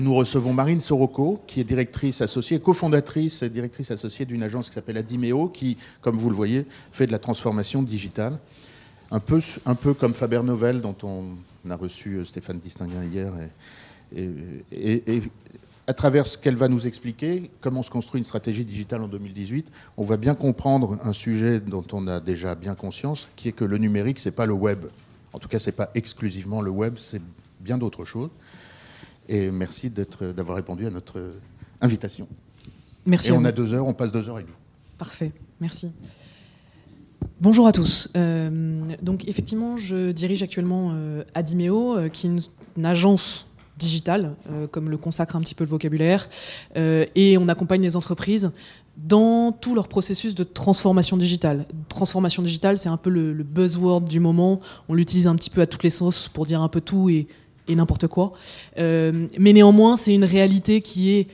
Nous recevons Marine Soroco, qui est directrice associée, cofondatrice et directrice associée d'une agence qui s'appelle Adimeo, qui, comme vous le voyez, fait de la transformation digitale. Un peu comme Faber Novel, dont on a reçu Stéphane Distinguin hier. Et à travers ce qu'elle va nous expliquer, comment se construit une stratégie digitale en 2018, on va bien comprendre un sujet dont on a déjà bien conscience, qui est que le numérique, ce n'est pas le web. En tout cas, ce n'est pas exclusivement le web, c'est bien d'autres choses. Et merci d'avoir répondu à notre invitation. Merci. Et on a 2 heures, on passe 2 heures avec vous. Parfait, merci. Bonjour à tous. Donc effectivement, je dirige actuellement Adimeo, qui est une agence digitale, comme le consacre un petit peu le vocabulaire, et on accompagne les entreprises dans tout leur processus de transformation digitale. Transformation digitale, c'est un peu le buzzword du moment. On l'utilise un petit peu à toutes les sauces pour dire un peu tout et n'importe quoi. Mais néanmoins, c'est une réalité qui est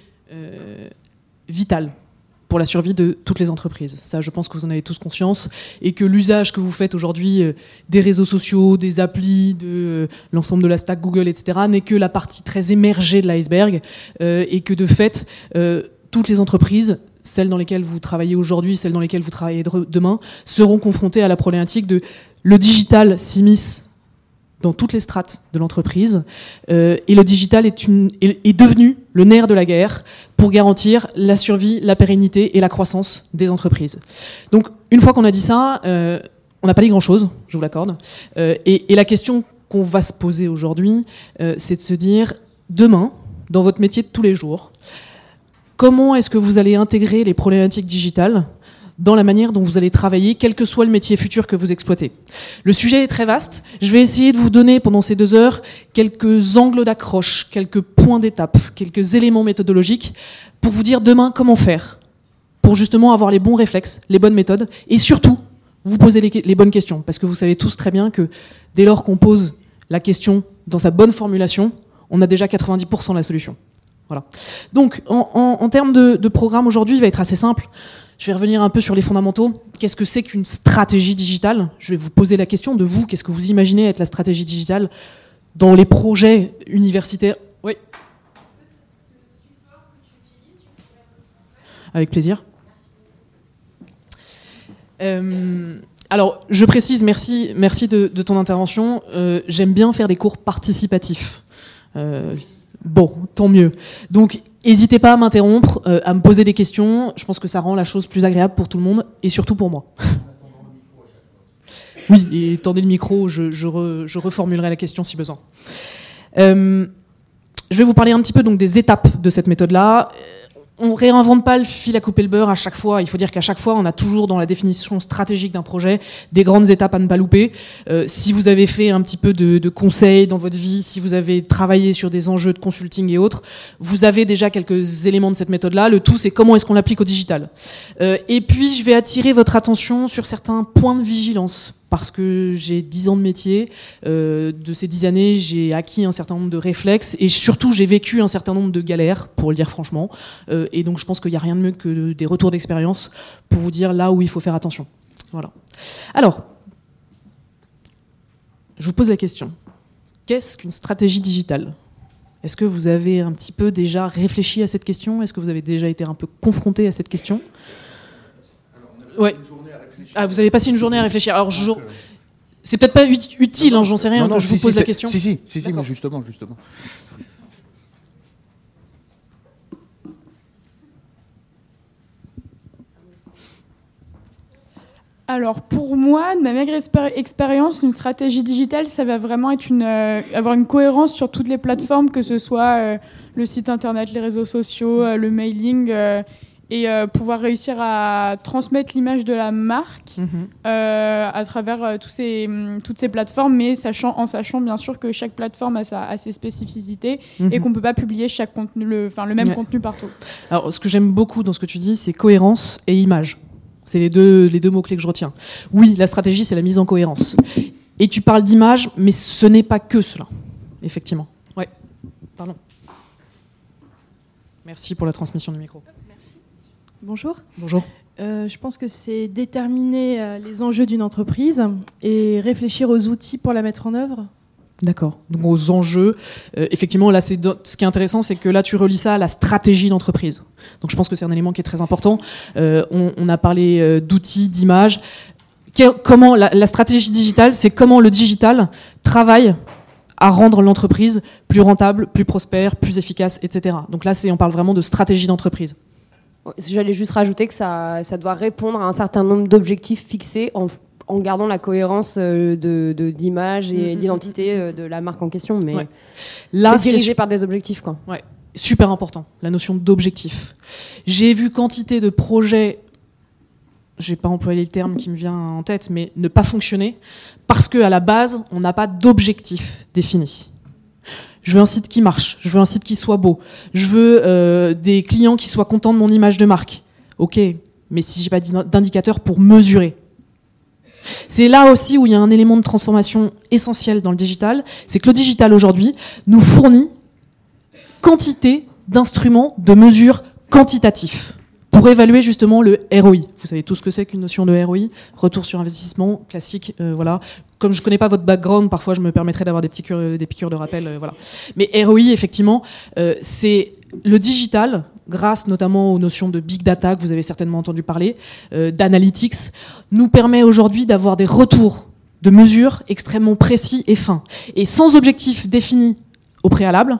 vitale pour la survie de toutes les entreprises. Ça, je pense que vous en avez tous conscience, et que l'usage que vous faites aujourd'hui des réseaux sociaux, des applis, de l'ensemble de la stack Google, etc., n'est que la partie très émergée de l'iceberg, et que de fait, toutes les entreprises, celles dans lesquelles vous travaillez aujourd'hui, celles dans lesquelles vous travaillez demain, seront confrontées à la problématique de le digital s'immisce dans toutes les strates de l'entreprise, et le digital est devenu le nerf de la guerre pour garantir la survie, la pérennité et la croissance des entreprises. Donc, une fois qu'on a dit ça, on n'a pas dit grand-chose, je vous l'accorde, et la question qu'on va se poser aujourd'hui, c'est de se dire, demain, dans votre métier de tous les jours, comment est-ce que vous allez intégrer les problématiques digitales dans la manière dont vous allez travailler, quel que soit le métier futur que vous exploitez. Le sujet est très vaste. Je vais essayer de vous donner, pendant ces 2 heures, quelques angles d'accroche, quelques points d'étape, quelques éléments méthodologiques pour vous dire demain comment faire, pour justement avoir les bons réflexes, les bonnes méthodes, et surtout, vous poser les bonnes questions. Parce que vous savez tous très bien que dès lors qu'on pose la question dans sa bonne formulation, on a déjà 90% de la solution. Voilà. Donc, en termes de programme aujourd'hui, il va être assez simple. Je vais revenir un peu sur les fondamentaux. Qu'est-ce que c'est qu'une stratégie digitale ? Je vais vous poser la question de vous. Qu'est-ce que vous imaginez être la stratégie digitale dans les projets universitaires ? Oui. Avec plaisir. Alors, je précise, merci de ton intervention. J'aime bien faire des cours participatifs. Bon, tant mieux. Donc, n'hésitez pas à m'interrompre, à me poser des questions. Je pense que ça rend la chose plus agréable pour tout le monde, et surtout pour moi. Oui, et tendez le micro, je reformulerai la question si besoin. Je vais vous parler un petit peu donc, des étapes de cette méthode-là. On ne réinvente pas le fil à couper le beurre à chaque fois. Il faut dire qu'à chaque fois, on a toujours dans la définition stratégique d'un projet des grandes étapes à ne pas louper. Si vous avez fait un petit peu de conseils dans votre vie, si vous avez travaillé sur des enjeux de consulting et autres, vous avez déjà quelques éléments de cette méthode-là. Le tout, c'est comment est-ce qu'on l'applique au digital. Et puis, je vais attirer votre attention sur certains points de vigilance. Parce que j'ai 10 ans de métier, de ces 10 années, j'ai acquis un certain nombre de réflexes et surtout j'ai vécu un certain nombre de galères, pour le dire franchement. Et donc je pense qu'il n'y a rien de mieux que des retours d'expérience pour vous dire là où il faut faire attention. Voilà. Alors, je vous pose la question. Qu'est-ce qu'une stratégie digitale ? Est-ce que vous avez un petit peu déjà réfléchi à cette question ? Est-ce que vous avez déjà été un peu confronté à cette question ? Ouais. Ah, vous avez passé une journée à réfléchir. Alors, c'est peut-être pas utile, hein, j'en sais rien, que je vous pose la question. Si, mais justement. Alors, pour moi, de ma maigre expérience, une stratégie digitale, ça va vraiment être avoir une cohérence sur toutes les plateformes, que ce soit le site internet, les réseaux sociaux, le mailing, et pouvoir réussir à transmettre l'image de la marque à travers toutes ces plateformes, mais en sachant bien sûr que chaque plateforme a ses spécificités et qu'on ne peut pas publier le même contenu partout. Alors, ce que j'aime beaucoup dans ce que tu dis, c'est cohérence et image. C'est les deux mots-clés que je retiens. Oui, la stratégie, c'est la mise en cohérence. Et tu parles d'image, mais ce n'est pas que cela, effectivement. Ouais, pardon. Merci pour la transmission du micro. Bonjour. Bonjour. Je pense que c'est déterminer les enjeux d'une entreprise et réfléchir aux outils pour la mettre en œuvre. D'accord. Donc aux enjeux, effectivement, là, ce qui est intéressant, c'est que là, tu relis ça à la stratégie d'entreprise. Donc je pense que c'est un élément qui est très important. On a parlé d'outils, d'images. Comment la stratégie digitale, c'est comment le digital travaille à rendre l'entreprise plus rentable, plus prospère, plus efficace, etc. Donc là, on parle vraiment de stratégie d'entreprise. J'allais juste rajouter que ça doit répondre à un certain nombre d'objectifs fixés en gardant la cohérence d'image et d'identité de la marque en question, mais là, c'est dirigé par des objectifs, quoi. Ouais, super important, la notion d'objectif. J'ai vu quantité de projets, j'ai pas employé le terme qui me vient en tête, mais ne pas fonctionner parce qu'à la base, on n'a pas d'objectif défini. Je veux un site qui marche, je veux un site qui soit beau, je veux des clients qui soient contents de mon image de marque. Ok, mais si j'ai pas d'indicateur pour mesurer. C'est là aussi où il y a un élément de transformation essentiel dans le digital, c'est que le digital aujourd'hui nous fournit quantité d'instruments de mesure quantitatifs pour évaluer justement le ROI. Vous savez tout ce que c'est qu'une notion de ROI, retour sur investissement, classique, voilà. Comme je connais pas votre background, parfois je me permettrai d'avoir des piqûres de rappel, voilà. Mais ROI, effectivement, c'est le digital, grâce notamment aux notions de big data que vous avez certainement entendu parler, d'analytics, nous permet aujourd'hui d'avoir des retours de mesures extrêmement précis et fins. Et sans objectif défini au préalable,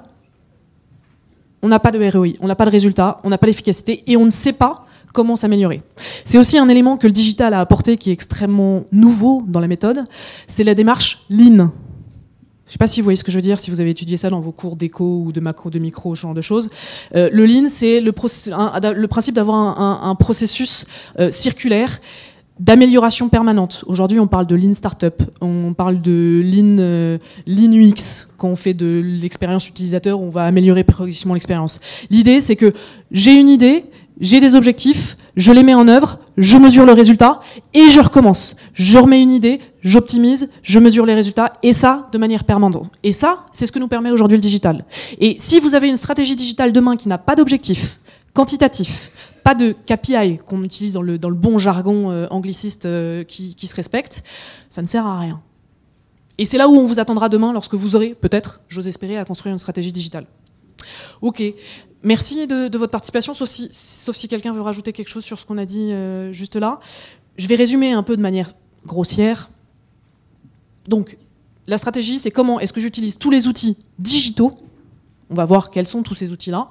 on n'a pas de ROI, on n'a pas de résultat, on n'a pas d'efficacité et on ne sait pas comment s'améliorer. C'est aussi un élément que le digital a apporté qui est extrêmement nouveau dans la méthode, c'est la démarche Lean. Je ne sais pas si vous voyez ce que je veux dire, si vous avez étudié ça dans vos cours d'éco ou de macro, de micro, ce genre de choses. Le Lean, c'est le principe d'avoir un processus circulaire d'amélioration permanente. Aujourd'hui, on parle de Lean Startup, on parle de Lean UX. Quand on fait de l'expérience utilisateur, on va améliorer progressivement l'expérience. L'idée, c'est que j'ai une idée, j'ai des objectifs, je les mets en œuvre, je mesure le résultat et je recommence. Je remets une idée, j'optimise, je mesure les résultats et ça de manière permanente. Et ça, c'est ce que nous permet aujourd'hui le digital. Et si vous avez une stratégie digitale demain qui n'a pas d'objectif quantitatif, pas de KPI qu'on utilise dans le bon jargon angliciste qui se respecte, ça ne sert à rien. Et c'est là où on vous attendra demain lorsque vous aurez, peut-être, j'ose espérer, à construire une stratégie digitale. Ok. Merci de votre participation, sauf si quelqu'un veut rajouter quelque chose sur ce qu'on a dit juste là. Je vais résumer un peu de manière grossière. Donc, la stratégie, c'est comment est-ce que j'utilise tous les outils digitaux, on va voir quels sont tous ces outils-là,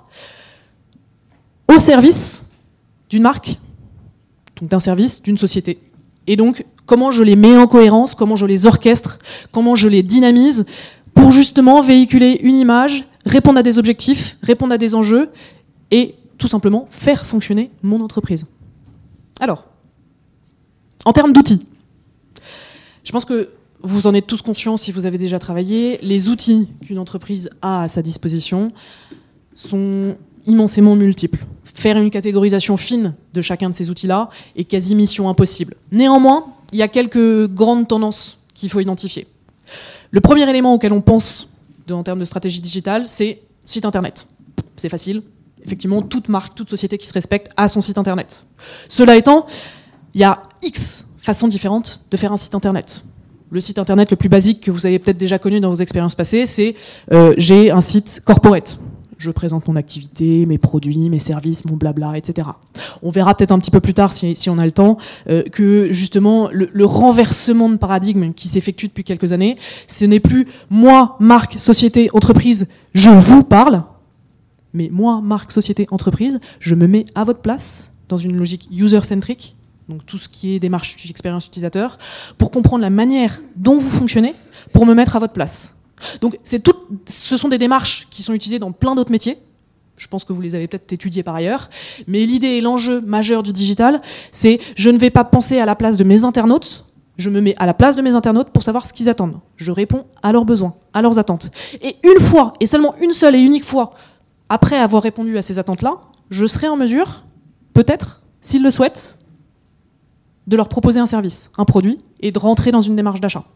au service d'une marque, donc d'un service, d'une société. Et donc, comment je les mets en cohérence, comment je les orchestre, comment je les dynamise pour justement véhiculer une image, répondre à des objectifs, répondre à des enjeux et tout simplement faire fonctionner mon entreprise. Alors, en termes d'outils, je pense que vous en êtes tous conscients si vous avez déjà travaillé, les outils qu'une entreprise a à sa disposition sont immensément multiples. Faire une catégorisation fine de chacun de ces outils-là est quasi mission impossible. Néanmoins, il y a quelques grandes tendances qu'il faut identifier. Le premier élément auquel on pense en termes de stratégie digitale, c'est site internet. C'est facile. Effectivement, toute marque, toute société qui se respecte a son site internet. Cela étant, il y a X façons différentes de faire un site internet. Le site internet le plus basique que vous avez peut-être déjà connu dans vos expériences passées, c'est j'ai un site corporate. Je présente mon activité, mes produits, mes services, mon blabla, etc. On verra peut-être un petit peu plus tard, si on a le temps, que justement le renversement de paradigme qui s'effectue depuis quelques années, ce n'est plus moi, marque, société, entreprise, je vous parle, mais moi, marque, société, entreprise, je me mets à votre place dans une logique user-centric, donc tout ce qui est démarche expérience utilisateur, pour comprendre la manière dont vous fonctionnez, pour me mettre à votre place. Donc ce sont des démarches qui sont utilisées dans plein d'autres métiers. Je pense que vous les avez peut-être étudiées par ailleurs. Mais l'idée et l'enjeu majeur du digital, c'est je ne vais pas penser à la place de mes internautes, je me mets à la place de mes internautes pour savoir ce qu'ils attendent. Je réponds à leurs besoins, à leurs attentes. Et une fois, et seulement une seule et unique fois, après avoir répondu à ces attentes-là, je serai en mesure, peut-être, s'ils le souhaitent, de leur proposer un service, un produit, et de rentrer dans une démarche d'achat.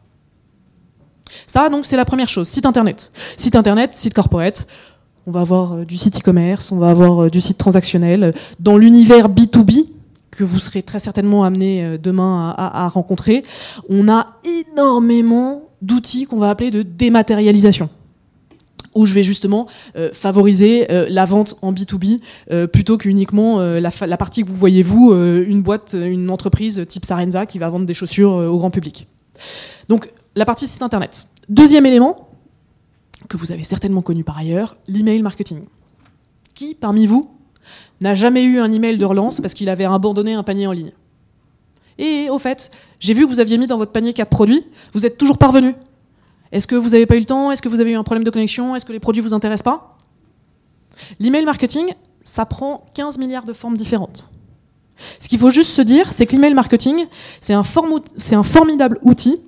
Ça, donc, c'est la première chose, site internet. Site internet, site corporate, on va avoir du site e-commerce, on va avoir du site transactionnel. Dans l'univers B2B, que vous serez très certainement amené demain à rencontrer, on a énormément d'outils qu'on va appeler de dématérialisation, où je vais justement favoriser la vente en B2B plutôt qu'uniquement la partie que vous voyez vous, une entreprise type Sarenza qui va vendre des chaussures au grand public. Donc la partie site internet. Deuxième élément, que vous avez certainement connu par ailleurs, l'email marketing. Qui parmi vous n'a jamais eu un email de relance parce qu'il avait abandonné un panier en ligne? Et au fait, j'ai vu que vous aviez mis dans votre panier 4 produits, vous êtes toujours parvenu. Est-ce que vous n'avez pas eu le temps? Est-ce que vous avez eu un problème de connexion? Est-ce que les produits vous intéressent pas? L'email marketing, ça prend 15 milliards de formes différentes. Ce qu'il faut juste se dire, c'est que l'email marketing, c'est un formidable outil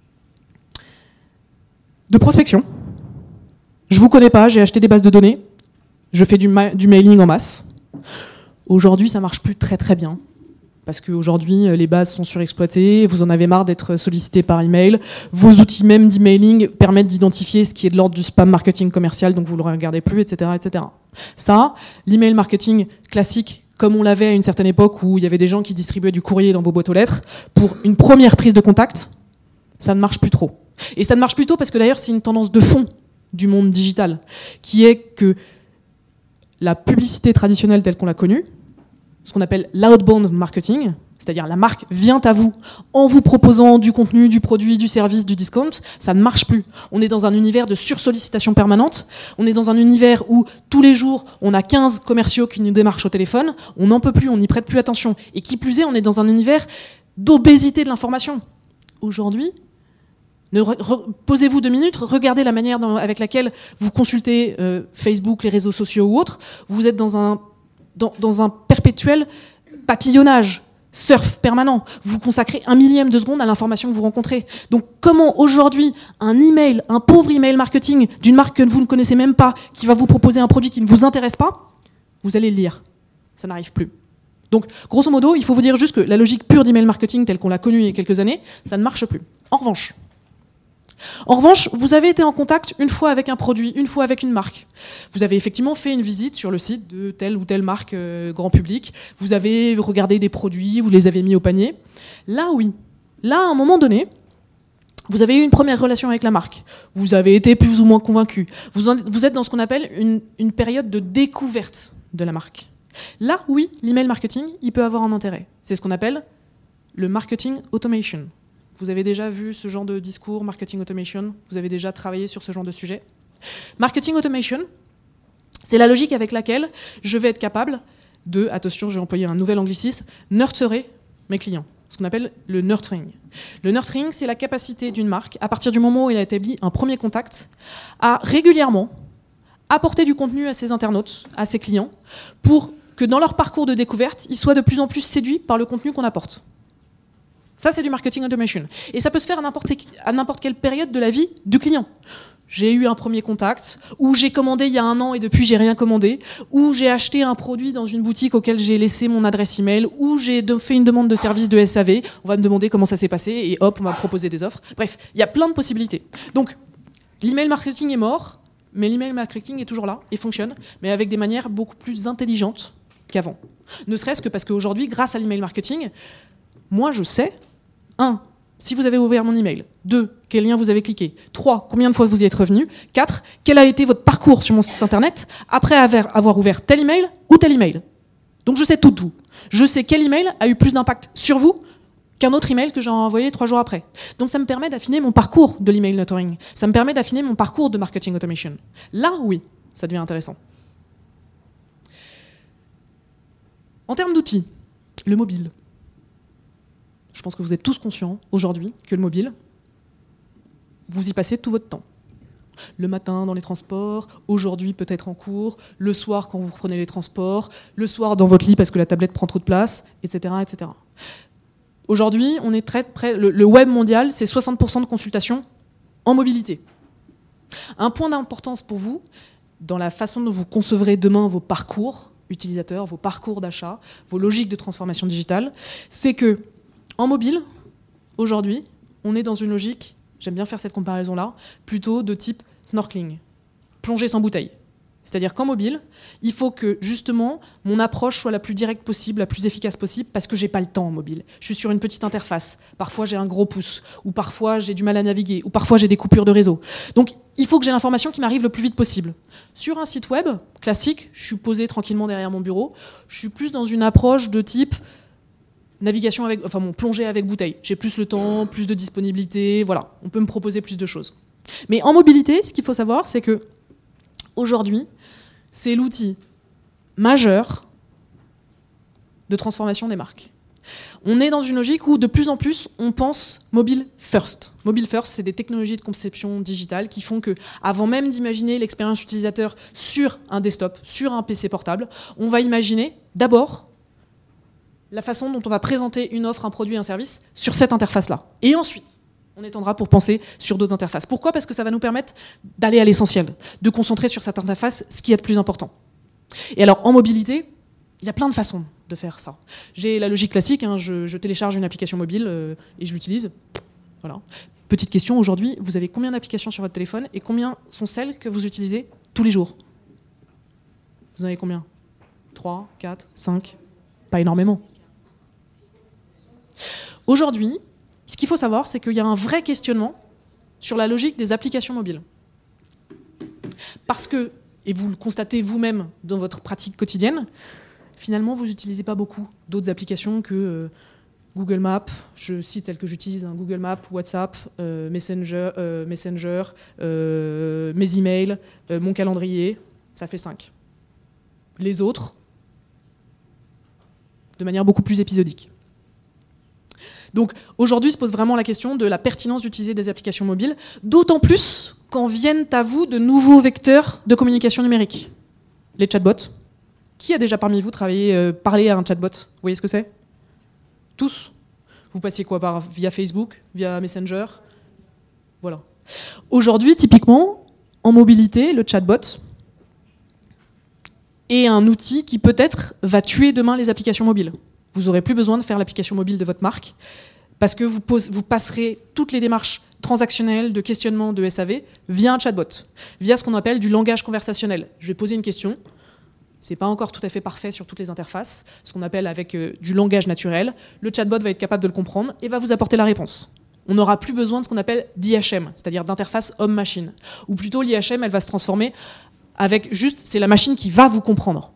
de prospection. Je vous connais pas, j'ai acheté des bases de données, je fais du mailing en masse. Aujourd'hui, ça marche plus très très bien. Parce qu'aujourd'hui, les bases sont surexploitées, vous en avez marre d'être sollicité par email. Vos outils même d'emailing permettent d'identifier ce qui est de l'ordre du spam marketing commercial, donc vous ne le regardez plus, etc., etc. Ça, l'email marketing classique, comme on l'avait à une certaine époque où il y avait des gens qui distribuaient du courrier dans vos boîtes aux lettres, pour une première prise de contact, ça ne marche plus trop. Et ça ne marche plus trop parce que d'ailleurs, c'est une tendance de fond du monde digital, qui est que la publicité traditionnelle telle qu'on l'a connue, ce qu'on appelle l'outbound marketing, c'est-à-dire la marque vient à vous en vous proposant du contenu, du produit, du service, du discount, ça ne marche plus. On est dans un univers de sursollicitation permanente, on est dans un univers où tous les jours on a 15 commerciaux qui nous démarchent au téléphone, on n'en peut plus, on n'y prête plus attention. Et qui plus est, on est dans un univers d'obésité de l'information. Aujourd'hui, posez-vous 2 minutes, regardez la manière avec laquelle vous consultez Facebook, les réseaux sociaux ou autres, vous êtes dans un perpétuel papillonnage, surf permanent. Vous consacrez 1/1000 de seconde à l'information que vous rencontrez. Donc comment aujourd'hui un pauvre email marketing d'une marque que vous ne connaissez même pas, qui va vous proposer un produit qui ne vous intéresse pas, vous allez le lire. Ça n'arrive plus. Donc grosso modo, il faut vous dire juste que la logique pure d'email marketing telle qu'on l'a connue il y a quelques années, ça ne marche plus. En revanche, vous avez été en contact une fois avec un produit, une fois avec une marque. Vous avez effectivement fait une visite sur le site de telle ou telle marque grand public. Vous avez regardé des produits, vous les avez mis au panier. Là, oui. Là, à un moment donné, vous avez eu une première relation avec la marque. Vous avez été plus ou moins convaincu. Vous êtes dans ce qu'on appelle une période de découverte de la marque. Là, oui, l'email marketing, il peut avoir un intérêt. C'est ce qu'on appelle le marketing automation. Vous avez déjà vu ce genre de discours, marketing automation? Vous avez déjà travaillé sur ce genre de sujet? Marketing automation, c'est la logique avec laquelle je vais être capable de, attention, j'ai employé un nouvel anglicisme, nurturer mes clients. Ce qu'on appelle le nurturing. Le nurturing, c'est la capacité d'une marque, à partir du moment où elle a établi un premier contact, à régulièrement apporter du contenu à ses internautes, à ses clients, pour que dans leur parcours de découverte, ils soient de plus en plus séduits par le contenu qu'on apporte. Ça, c'est du marketing automation. Et ça peut se faire à n'importe quelle période de la vie du client. J'ai eu un premier contact, ou j'ai commandé il y a 1 an et depuis j'ai rien commandé, ou j'ai acheté un produit dans une boutique auquel j'ai laissé mon adresse email, ou j'ai fait une demande de service de SAV, on va me demander comment ça s'est passé, et hop, on va me proposer des offres. Bref, il y a plein de possibilités. Donc, l'email marketing est mort, mais l'email marketing est toujours là, et fonctionne, mais avec des manières beaucoup plus intelligentes qu'avant. Ne serait-ce que parce qu'aujourd'hui, grâce à l'email marketing, moi je sais, 1, si vous avez ouvert mon email. 2, quel lien vous avez cliqué. 3, combien de fois vous y êtes revenu. 4, quel a été votre parcours sur mon site internet après avoir ouvert tel email ou tel email. Donc je sais tout de vous. Je sais quel email a eu plus d'impact sur vous qu'un autre email que j'ai envoyé 3 jours après. Donc ça me permet d'affiner mon parcours de l'email nurturing. Ça me permet d'affiner mon parcours de marketing automation. Là, oui, ça devient intéressant. En termes d'outils, le mobile. Je pense que vous êtes tous conscients aujourd'hui que le mobile, vous y passez tout votre temps. Le matin dans les transports, aujourd'hui peut-être en cours, le soir quand vous reprenez les transports, le soir dans votre lit parce que la tablette prend trop de place, etc. etc. Aujourd'hui, on est très près. Le web mondial, c'est 60% de consultations en mobilité. Un point d'importance pour vous, dans la façon dont vous concevrez demain vos parcours utilisateurs, vos parcours d'achat, vos logiques de transformation digitale, c'est que en mobile, aujourd'hui, on est dans une logique, j'aime bien faire cette comparaison-là, plutôt de type snorkeling, plongée sans bouteille. C'est-à-dire qu'en mobile, il faut que justement mon approche soit la plus directe possible, la plus efficace possible, parce que j'ai pas le temps en mobile. Je suis sur une petite interface. Parfois j'ai un gros pouce, ou parfois j'ai du mal à naviguer, ou parfois j'ai des coupures de réseau. Donc il faut que j'ai l'information qui m'arrive le plus vite possible. Sur un site web classique, je suis posé tranquillement derrière mon bureau. Je suis plus dans une approche de type navigation avec, enfin bon, plongée avec bouteille. J'ai plus le temps, plus de disponibilité, voilà. On peut me proposer plus de choses. Mais en mobilité, ce qu'il faut savoir, c'est que aujourd'hui, c'est l'outil majeur de transformation des marques. On est dans une logique où de plus en plus on pense mobile first. Mobile first, c'est des technologies de conception digitale qui font que, avant même d'imaginer l'expérience utilisateur sur un desktop, sur un PC portable, on va imaginer d'abord la façon dont on va présenter une offre, un produit, un service sur cette interface-là. Et ensuite, on étendra pour penser sur d'autres interfaces. Pourquoi ? Parce que ça va nous permettre d'aller à l'essentiel, de concentrer sur cette interface ce qu'il y a de plus important. Et alors, en mobilité, il y a plein de façons de faire ça. J'ai la logique classique, hein, je télécharge une application mobile et je l'utilise. Voilà. Petite question, aujourd'hui, vous avez combien d'applications sur votre téléphone et combien sont celles que vous utilisez tous les jours ? Vous en avez combien ? 3, 4, 5 ? Pas énormément. Aujourd'hui, ce qu'il faut savoir, c'est qu'il y a un vrai questionnement sur la logique des applications mobiles. Parce que, et vous le constatez vous-même dans votre pratique quotidienne, finalement, vous n'utilisez pas beaucoup d'autres applications que Google Maps, je cite celles que j'utilise, hein, Google Maps, WhatsApp, Messenger, mes emails, mon calendrier, ça fait 5. Les autres, de manière beaucoup plus épisodique. Donc aujourd'hui se pose vraiment la question de la pertinence d'utiliser des applications mobiles, d'autant plus quand viennent à vous de nouveaux vecteurs de communication numérique. Les chatbots. Qui a déjà parmi vous parlé à un chatbot ? Vous voyez ce que c'est ? Tous ? Vous passiez quoi via Facebook, via Messenger ? Voilà. Aujourd'hui, typiquement, en mobilité, le chatbot est un outil qui peut-être va tuer demain les applications mobiles. Vous n'aurez plus besoin de faire l'application mobile de votre marque parce que vous passerez toutes les démarches transactionnelles de questionnement de SAV via un chatbot, via ce qu'on appelle du langage conversationnel. Je vais poser une question, c'est pas encore tout à fait parfait sur toutes les interfaces, ce qu'on appelle avec du langage naturel. Le chatbot va être capable de le comprendre et va vous apporter la réponse. On n'aura plus besoin de ce qu'on appelle d'IHM, c'est-à-dire d'interface homme-machine. Ou plutôt l'IHM, elle va se transformer avec juste, c'est la machine qui va vous comprendre.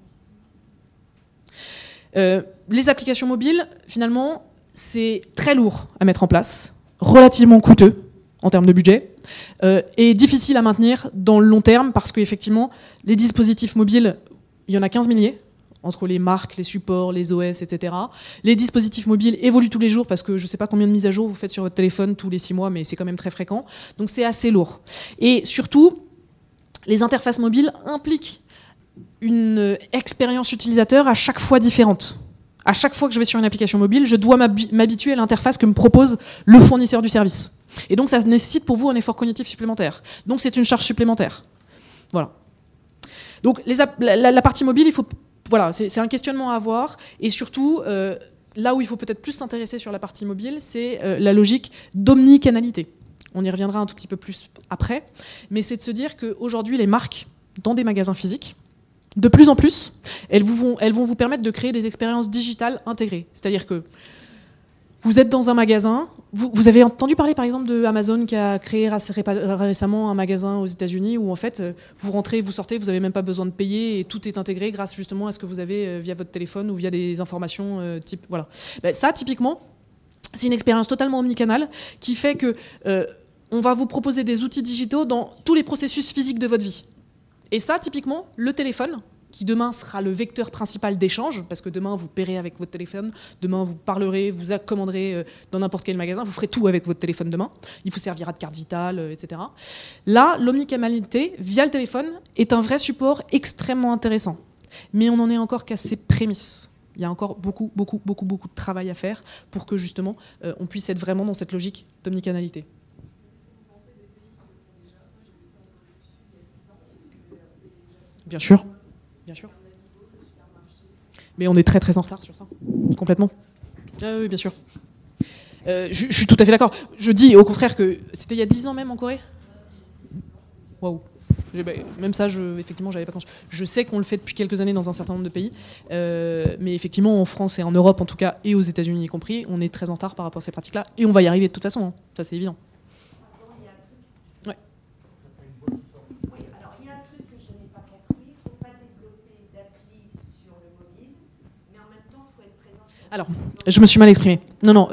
Les applications mobiles, finalement, c'est très lourd à mettre en place, relativement coûteux en termes de budget, et difficile à maintenir dans le long terme parce qu'effectivement, les dispositifs mobiles, il y en a 15 milliers, entre les marques, les supports, les OS, etc. Les dispositifs mobiles évoluent tous les jours parce que je ne sais pas combien de mises à jour vous faites sur votre téléphone tous les 6 mois, mais c'est quand même très fréquent. Donc c'est assez lourd. Et surtout, les interfaces mobiles impliquent une expérience utilisateur à chaque fois différente. À chaque fois que je vais sur une application mobile, je dois m'habituer à l'interface que me propose le fournisseur du service. Et donc ça nécessite pour vous un effort cognitif supplémentaire. Donc c'est une charge supplémentaire. Voilà. Donc la partie mobile, voilà, c'est un questionnement à avoir. Et surtout, là où il faut peut-être plus s'intéresser sur la partie mobile, c'est la logique d'omnicanalité. On y reviendra un tout petit peu plus après. Mais c'est de se dire qu'aujourd'hui, les marques, dans des magasins physiques, de plus en plus, elles vont vous permettre de créer des expériences digitales intégrées. C'est-à-dire que vous êtes dans un magasin, vous avez entendu parler par exemple de Amazon qui a créé récemment un magasin aux États-Unis où en fait vous rentrez, vous sortez, vous n'avez même pas besoin de payer et tout est intégré grâce justement à ce que vous avez via votre téléphone ou via des informations type voilà. Ben, ça typiquement, c'est une expérience totalement omnicanale qui fait que on va vous proposer des outils digitaux dans tous les processus physiques de votre vie. Et ça, typiquement, le téléphone, qui demain sera le vecteur principal d'échange, parce que demain, vous paierez avec votre téléphone, demain, vous parlerez, vous commanderez dans n'importe quel magasin, vous ferez tout avec votre téléphone demain, il vous servira de carte vitale, etc. Là, l'omnicanalité, via le téléphone, est un vrai support extrêmement intéressant. Mais on n'en est encore qu'à ses prémices. Il y a encore beaucoup de travail à faire pour que, justement, on puisse être vraiment dans cette logique d'omnicanalité. Bien sûr, bien sûr. Mais on est très très en retard sur ça, complètement. Oui, bien sûr. Je suis tout à fait d'accord. Je dis au contraire que c'était il y a 10 ans même en Corée. Waouh. Même ça, effectivement, j'avais pas conscience. Je sais qu'on le fait depuis quelques années dans un certain nombre de pays, mais effectivement, en France et en Europe, en tout cas, et aux États-Unis y compris, on est très en retard par rapport à ces pratiques-là, et on va y arriver de toute façon. Hein. Ça, c'est évident. Ouais. Oui, alors il y a un truc que je n'ai pas compris. Il ne faut pas développer d'appli sur le mobile, mais en même temps, il faut être présent sur le Alors, je me suis mal exprimée. Non,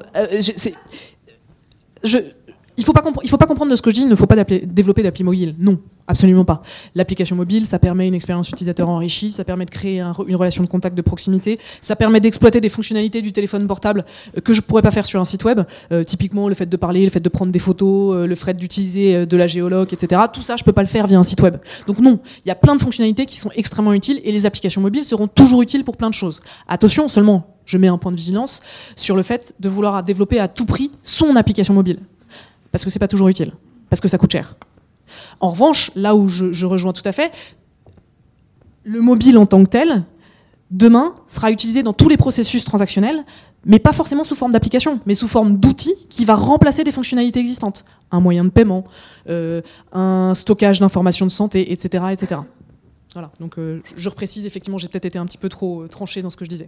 il faut pas comprendre de ce que je dis, il ne faut pas développer d'appli mobile. Non, absolument pas. L'application mobile, ça permet une expérience utilisateur enrichie, ça permet de créer une relation de contact de proximité, ça permet d'exploiter des fonctionnalités du téléphone portable que je pourrais pas faire sur un site web. Typiquement, le fait de parler, le fait de prendre des photos, le fait d'utiliser de la géoloc, etc. Tout ça, je peux pas le faire via un site web. Donc non, il y a plein de fonctionnalités qui sont extrêmement utiles et les applications mobiles seront toujours utiles pour plein de choses. Attention, seulement, je mets un point de vigilance sur le fait de vouloir développer à tout prix son application mobile. Parce que c'est pas toujours utile, parce que ça coûte cher. En revanche, là où je rejoins tout à fait, le mobile en tant que tel, demain, sera utilisé dans tous les processus transactionnels, mais pas forcément sous forme d'application, mais sous forme d'outils qui va remplacer des fonctionnalités existantes. Un moyen de paiement, un stockage d'informations de santé, etc. etc. Voilà, donc je reprécise, effectivement, j'ai peut-être été un petit peu trop tranché dans ce que je disais.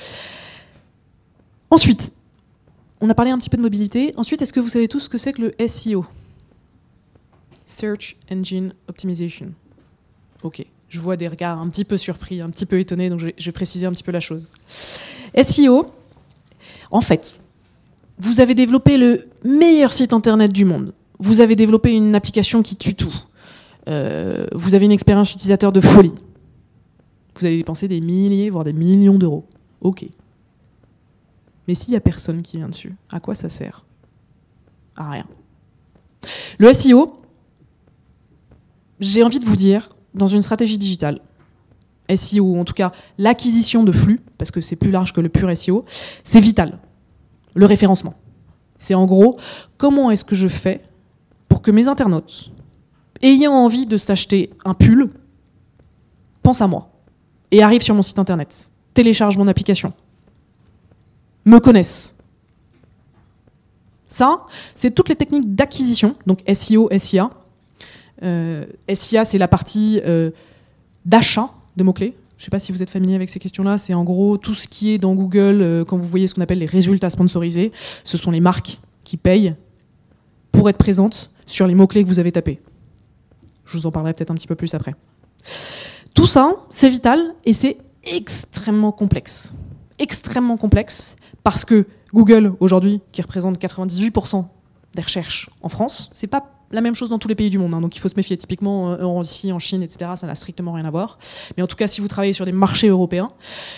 Ensuite, on a parlé un petit peu de mobilité. Ensuite, est-ce que vous savez tous ce que c'est que le SEO? Search Engine Optimization. Ok, je vois des regards un petit peu surpris, un petit peu étonnés, donc je vais préciser un petit peu la chose. SEO, en fait, vous avez développé le meilleur site internet du monde. Vous avez développé une application qui tue tout. Vous avez une expérience utilisateur de folie. Vous allez dépenser des milliers, voire des millions d'euros. Ok. Mais s'il n'y a personne qui vient dessus, à quoi ça sert? À rien. Le SEO, j'ai envie de vous dire, dans une stratégie digitale, SEO, ou en tout cas l'acquisition de flux, parce que c'est plus large que le pur SEO, c'est vital. Le référencement. C'est en gros, comment est-ce que je fais pour que mes internautes, ayant envie de s'acheter un pull, pensent à moi, et arrivent sur mon site internet, téléchargent mon application, me connaissent. Ça, c'est toutes les techniques d'acquisition, donc SEO, SIA. SIA, c'est la partie d'achat de mots-clés. Je ne sais pas si vous êtes familier avec ces questions-là. C'est en gros tout ce qui est dans Google, quand vous voyez ce qu'on appelle les résultats sponsorisés. Ce sont les marques qui payent pour être présentes sur les mots-clés que vous avez tapés. Je vous en parlerai peut-être un petit peu plus après. Tout ça, c'est vital et c'est extrêmement complexe. Extrêmement complexe. Parce que Google, aujourd'hui, qui représente 98% des recherches en France, c'est pas la même chose dans tous les pays du monde, hein, donc il faut se méfier. Typiquement, en Russie, en Chine, etc., ça n'a strictement rien à voir. Mais en tout cas, si vous travaillez sur des marchés européens,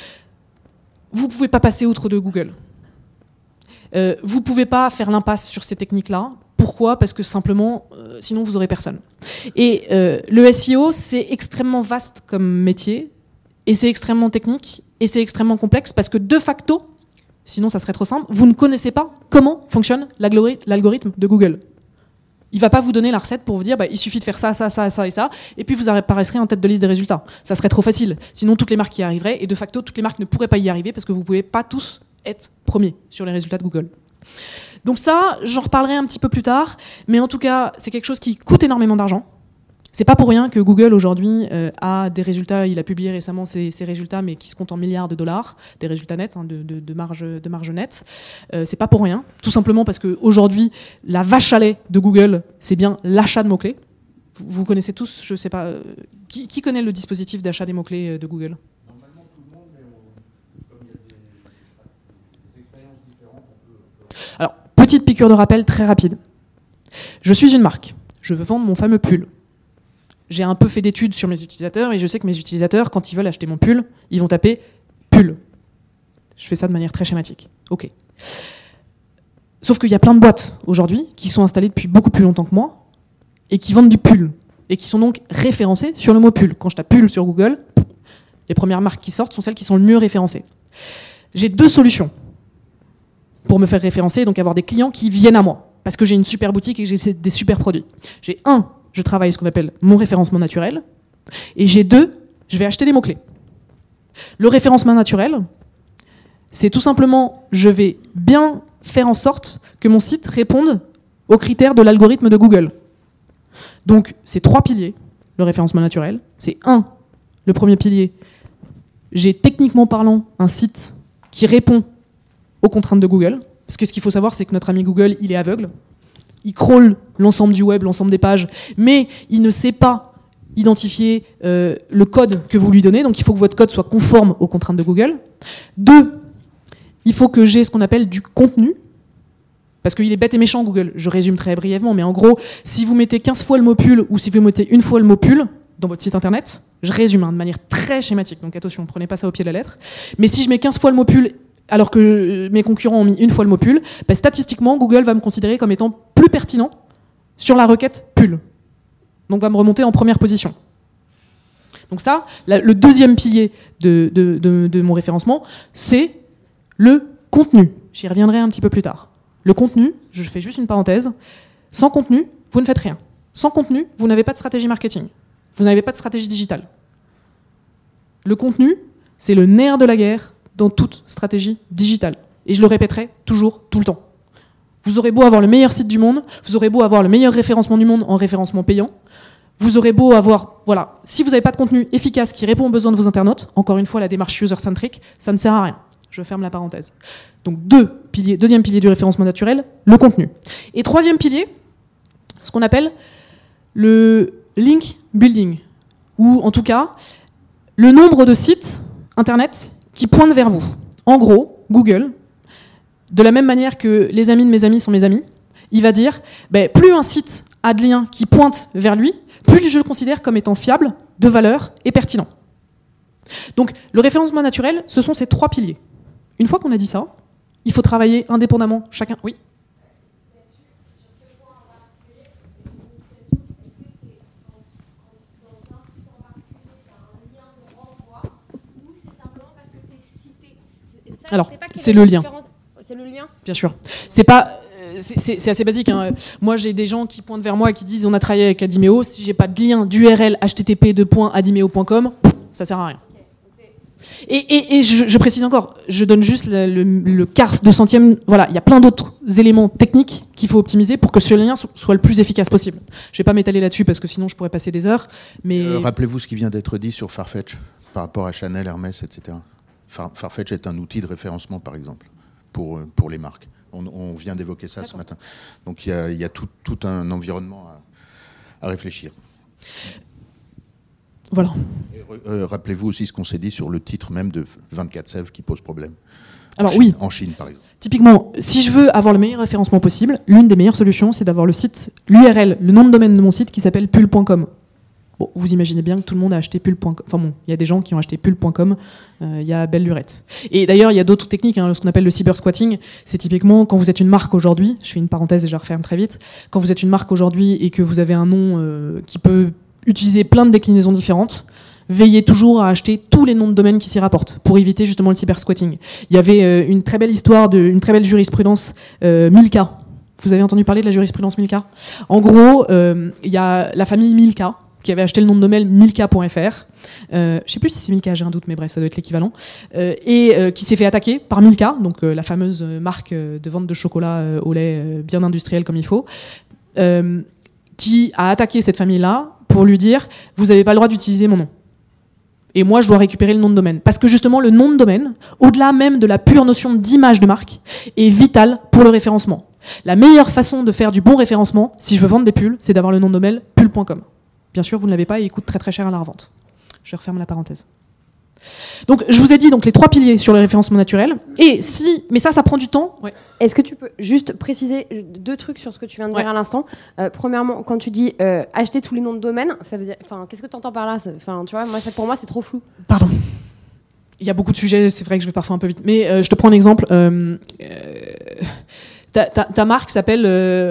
vous ne pouvez pas passer outre de Google. Vous ne pouvez pas faire l'impasse sur ces techniques-là. Pourquoi? Parce que simplement, sinon vous n'aurez personne. Et le SEO, c'est extrêmement vaste comme métier, et c'est extrêmement technique, et c'est extrêmement complexe, parce que de facto, sinon ça serait trop simple, vous ne connaissez pas comment fonctionne l'algorithme de Google. Il ne va pas vous donner la recette pour vous dire il suffit de faire ça, ça, ça, ça et ça, et puis vous apparaîtrez en tête de liste des résultats. Ça serait trop facile. Sinon toutes les marques y arriveraient, et de facto toutes les marques ne pourraient pas y arriver parce que vous ne pouvez pas tous être premiers sur les résultats de Google. Donc ça, j'en reparlerai un petit peu plus tard, mais en tout cas, c'est quelque chose qui coûte énormément d'argent. C'est pas pour rien que Google aujourd'hui a des résultats, il a publié récemment ses résultats, mais qui se comptent en milliards de dollars, des résultats nets, hein, de marge nette. C'est pas pour rien, tout simplement parce qu'aujourd'hui, la vache à lait de Google, c'est bien l'achat de mots-clés. Vous connaissez tous, je sais pas, qui connaît le dispositif d'achat des mots-clés de Google? Normalement tout le monde, mais comme il y a des expériences différentes, on peut... Alors, petite piqûre de rappel très rapide. Je suis une marque, je veux vendre mon fameux pull. J'ai un peu fait d'études sur mes utilisateurs et je sais que mes utilisateurs, quand ils veulent acheter mon pull, ils vont taper pull. Je fais ça de manière très schématique. Ok. Sauf qu'il y a plein de boîtes aujourd'hui qui sont installées depuis beaucoup plus longtemps que moi et qui vendent du pull et qui sont donc référencées sur le mot pull. Quand je tape pull sur Google, les premières marques qui sortent sont celles qui sont le mieux référencées. J'ai deux solutions pour me faire référencer et donc avoir des clients qui viennent à moi parce que j'ai une super boutique et que j'ai des super produits. J'ai je travaille ce qu'on appelle mon référencement naturel. Et j'ai deux, je vais acheter des mots-clés. Le référencement naturel, c'est tout simplement, je vais bien faire en sorte que mon site réponde aux critères de l'algorithme de Google. Donc, c'est 3 piliers. le référencement naturel. C'est le premier pilier. J'ai techniquement parlant un site qui répond aux contraintes de Google. Parce que ce qu'il faut savoir, c'est que notre ami Google, il est aveugle. Il crawl l'ensemble du web, l'ensemble des pages, mais il ne sait pas identifier le code que vous lui donnez. Donc il faut que votre code soit conforme aux contraintes de Google. 2, il faut que j'ai ce qu'on appelle du contenu. Parce qu'il est bête et méchant, Google. Je résume très brièvement, mais en gros, si vous mettez 15 fois le mot pull ou si vous mettez une fois le mot pull dans votre site internet, je résume de manière très schématique, donc attention, prenez pas ça au pied de la lettre. Mais si je mets 15 fois le mot pull alors que mes concurrents ont mis une fois le mot pull, statistiquement, Google va me considérer comme étant plus pertinent sur la requête pull. Donc va me remonter en première position. Donc ça, le deuxième pilier de mon référencement, c'est le contenu. J'y reviendrai un petit peu plus tard. Le contenu, je fais juste une parenthèse, sans contenu, vous ne faites rien. Sans contenu, vous n'avez pas de stratégie marketing. Vous n'avez pas de stratégie digitale. Le contenu, c'est le nerf de la guerre dans toute stratégie digitale. Et je le répéterai toujours, tout le temps. Vous aurez beau avoir le meilleur site du monde, vous aurez beau avoir le meilleur référencement du monde en référencement payant, vous aurez beau avoir, voilà, si vous n'avez pas de contenu efficace qui répond aux besoins de vos internautes, encore une fois, la démarche user-centric, ça ne sert à rien. Je ferme la parenthèse. Donc deuxième pilier du référencement naturel, le contenu. Et troisième pilier, ce qu'on appelle le link building, ou en tout cas, le nombre de sites internet qui pointent vers vous. En gros, Google, de la même manière que les amis de mes amis sont mes amis, il va dire, plus un site a de liens qui pointent vers lui, plus je le considère comme étant fiable, de valeur et pertinent. Donc le référencement naturel, ce sont ces trois piliers. Une fois qu'on a dit ça, il faut travailler indépendamment chacun. Oui. Alors, c'est le lien. C'est le lien. Bien sûr. C'est pas. C'est assez basique. Hein. Moi, j'ai des gens qui pointent vers moi et qui disent on a travaillé avec Adimeo. Si j'ai pas de lien d'URL http://adimeo.com, ça sert à rien. Et je précise encore, je donne juste le quart de centième. Voilà, il y a plein d'autres éléments techniques qu'il faut optimiser pour que ce lien soit le plus efficace possible. Je vais pas m'étaler là-dessus parce que sinon je pourrais passer des heures. Mais rappelez-vous ce qui vient d'être dit sur Farfetch par rapport à Chanel, Hermès, etc. Farfetch est un outil de référencement, par exemple, pour les marques. On vient d'évoquer ça ce matin. Donc il y a tout un environnement à réfléchir. Voilà. Rappelez-vous aussi ce qu'on s'est dit sur le titre même de 24 Sèvres qui pose problème. Alors oui. En Chine, par exemple. Typiquement, si je veux avoir le meilleur référencement possible, l'une des meilleures solutions, c'est d'avoir le site, l'URL, le nom de domaine de mon site qui s'appelle pull.com. Bon, vous imaginez bien que tout le monde a acheté pull.com. Enfin bon, il y a des gens qui ont acheté pull.com, il y a belle lurette. Et d'ailleurs, il y a d'autres techniques, ce qu'on appelle le cyber-squatting. C'est typiquement quand vous êtes une marque aujourd'hui, je fais une parenthèse et je la referme très vite, quand vous êtes une marque aujourd'hui et que vous avez un nom qui peut utiliser plein de déclinaisons différentes, veillez toujours à acheter tous les noms de domaine qui s'y rapportent pour éviter justement le cyber-squatting. Il y avait une très belle histoire, une très belle jurisprudence Milka. Vous avez entendu parler de la jurisprudence Milka ? En gros, il y a la famille Milka qui avait acheté le nom de domaine milka.fr. Je sais plus si c'est Milka, j'ai un doute, mais bref, ça doit être l'équivalent. Et qui s'est fait attaquer par Milka, donc la fameuse marque de vente de chocolat au lait bien industriel comme il faut, qui a attaqué cette famille-là pour lui dire « Vous n'avez pas le droit d'utiliser mon nom. Et moi, je dois récupérer le nom de domaine. » Parce que justement, le nom de domaine, au-delà même de la pure notion d'image de marque, est vital pour le référencement. La meilleure façon de faire du bon référencement, si je veux vendre des pulls, c'est d'avoir le nom de domaine pull.com. Bien sûr, vous ne l'avez pas et il coûte très très cher à la revente. Je referme la parenthèse. Donc, je vous ai dit donc les trois piliers sur le référencement naturel. Et si, mais ça prend du temps. Ouais. Est-ce que tu peux juste préciser deux trucs sur ce que tu viens de dire à l'instant ? Premièrement, quand tu dis acheter tous les noms de domaine, ça veut dire, qu'est-ce que tu entends par là ? Tu vois, pour moi, c'est trop flou. Pardon. Il y a beaucoup de sujets. C'est vrai que je vais parfois un peu vite, mais je te prends un exemple. Ta marque s'appelle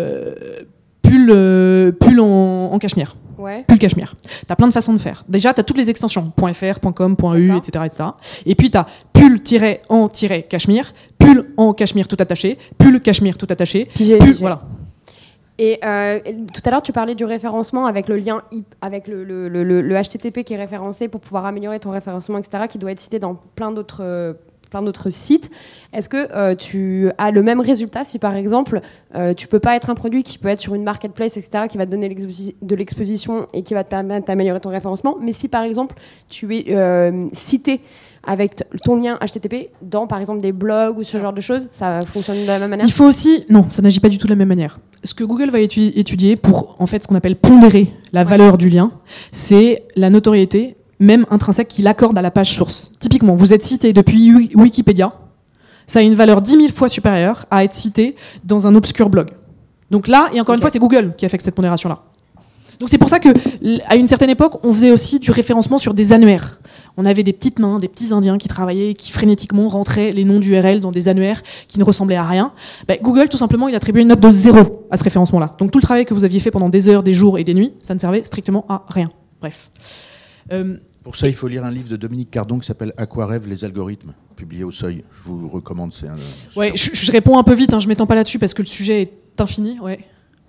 pull en cachemire. Ouais. Pull cachemire. Tu as plein de façons de faire. Déjà, tu as toutes les extensions, .fr, .com, .eu, etc., etc. Et puis, tu as pull-en-cachemire, pull en cachemire tout attaché, pull cachemire tout attaché, pull, voilà. Et tout à l'heure, tu parlais du référencement avec le lien, avec le HTTP qui est référencé pour pouvoir améliorer ton référencement, etc., qui doit être cité dans plein d'autres plein d'autres sites. Est-ce que tu as le même résultat si par exemple tu peux pas être un produit qui peut être sur une marketplace, etc., qui va te donner de l'exposition et qui va te permettre d'améliorer ton référencement, mais si par exemple tu es cité avec ton lien HTTP dans par exemple des blogs ou ce genre de choses, ça fonctionne de la même manière? Il faut aussi... Non, ça n'agit pas du tout de la même manière. Ce que Google va étudier pour en fait ce qu'on appelle pondérer la valeur du lien, c'est la notoriété même intrinsèque qu'il accorde à la page source. Typiquement, vous êtes cité depuis Wikipédia, ça a une valeur 10 000 fois supérieure à être cité dans un obscur blog. Donc là, et encore une fois, c'est Google qui a fait cette pondération-là. Donc c'est pour ça que, à une certaine époque, on faisait aussi du référencement sur des annuaires. On avait des petites mains, des petits Indiens qui travaillaient, qui frénétiquement rentraient les noms d'URL dans des annuaires qui ne ressemblaient à rien. Google, tout simplement, il attribuait une note de 0 à ce référencement-là. Donc tout le travail que vous aviez fait pendant des heures, des jours et des nuits, ça ne servait strictement à rien. Bref. Pour ça, il faut lire un livre de Dominique Cardon qui s'appelle « À quoi rêvent les algorithmes », publié au Seuil. Je vous recommande. Ouais, je réponds un peu vite, je m'étends pas là-dessus parce que le sujet est infini. Ouais.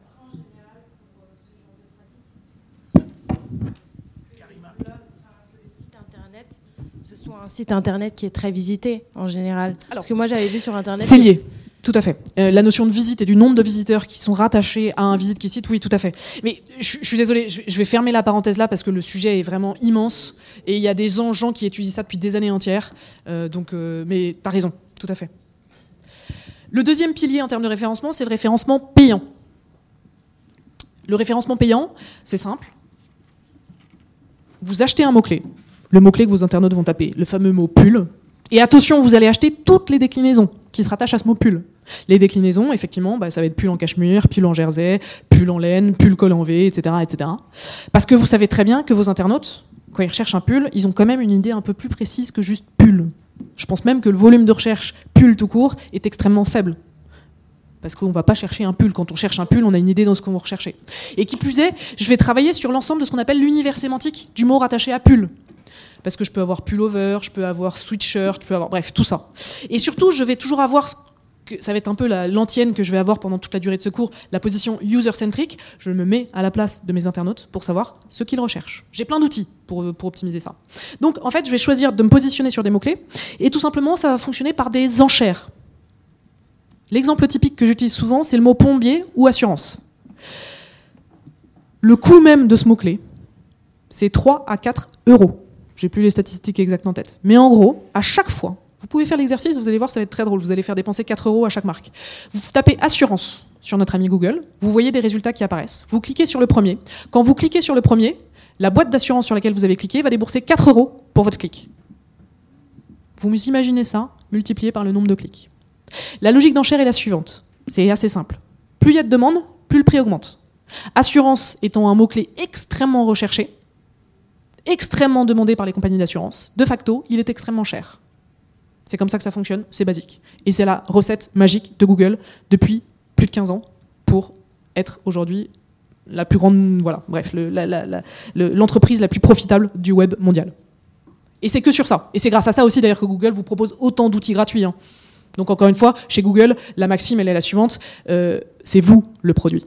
Un site internet qui est très visité en général. Parce que moi j'avais vu sur internet. C'est lié, tout à fait. La notion de visite et du nombre de visiteurs qui sont rattachés à un visite qui cite, oui, tout à fait. Mais je suis désolée, je vais fermer la parenthèse là parce que le sujet est vraiment immense et il y a des gens qui étudient ça depuis des années entières. Mais t'as raison, tout à fait. Le deuxième pilier en termes de référencement, c'est le référencement payant. Le référencement payant, c'est simple. Vous achetez un mot-clé. Le mot-clé que vos internautes vont taper, le fameux mot pull. Et attention, vous allez acheter toutes les déclinaisons qui se rattachent à ce mot pull. Les déclinaisons, effectivement, ça va être pull en cachemire, pull en jersey, pull en laine, pull col en V, etc., etc. Parce que vous savez très bien que vos internautes, quand ils recherchent un pull, ils ont quand même une idée un peu plus précise que juste pull. Je pense même que le volume de recherche pull tout court est extrêmement faible. Parce qu'on ne va pas chercher un pull. Quand on cherche un pull, on a une idée dans ce qu'on va rechercher. Et qui plus est, je vais travailler sur l'ensemble de ce qu'on appelle l'univers sémantique du mot rattaché à pull. Parce que je peux avoir pullover, je peux avoir sweatshirt, je peux avoir... Bref, tout ça. Et surtout, je vais toujours avoir... Ça va être un peu l'antienne que je vais avoir pendant toute la durée de ce cours, la position user-centric. Je me mets à la place de mes internautes pour savoir ce qu'ils recherchent. J'ai plein d'outils pour optimiser ça. Donc, en fait, je vais choisir de me positionner sur des mots-clés. Et tout simplement, ça va fonctionner par des enchères. L'exemple typique que j'utilise souvent, c'est le mot plombier ou assurance. Le coût même de ce mot-clé, c'est 3 à 4 euros. J'ai plus les statistiques exactes en tête. Mais en gros, à chaque fois, vous pouvez faire l'exercice, vous allez voir, ça va être très drôle. Vous allez faire dépenser 4 euros à chaque marque. Vous tapez assurance sur notre ami Google, vous voyez des résultats qui apparaissent. Vous cliquez sur le premier. Quand vous cliquez sur le premier, la boîte d'assurance sur laquelle vous avez cliqué va débourser 4 euros pour votre clic. Vous imaginez ça multiplié par le nombre de clics. La logique d'enchère est la suivante. C'est assez simple. Plus il y a de demandes, plus le prix augmente. Assurance étant un mot-clé extrêmement recherché, extrêmement demandé par les compagnies d'assurance, de facto, il est extrêmement cher. C'est comme ça que ça fonctionne, c'est basique. Et c'est la recette magique de Google depuis plus de 15 ans pour être aujourd'hui la plus grande, l'entreprise la plus profitable du web mondial. Et c'est que sur ça. Et c'est grâce à ça aussi d'ailleurs que Google vous propose autant d'outils gratuits. Donc encore une fois, chez Google, la maxime elle est la suivante, c'est vous le produit.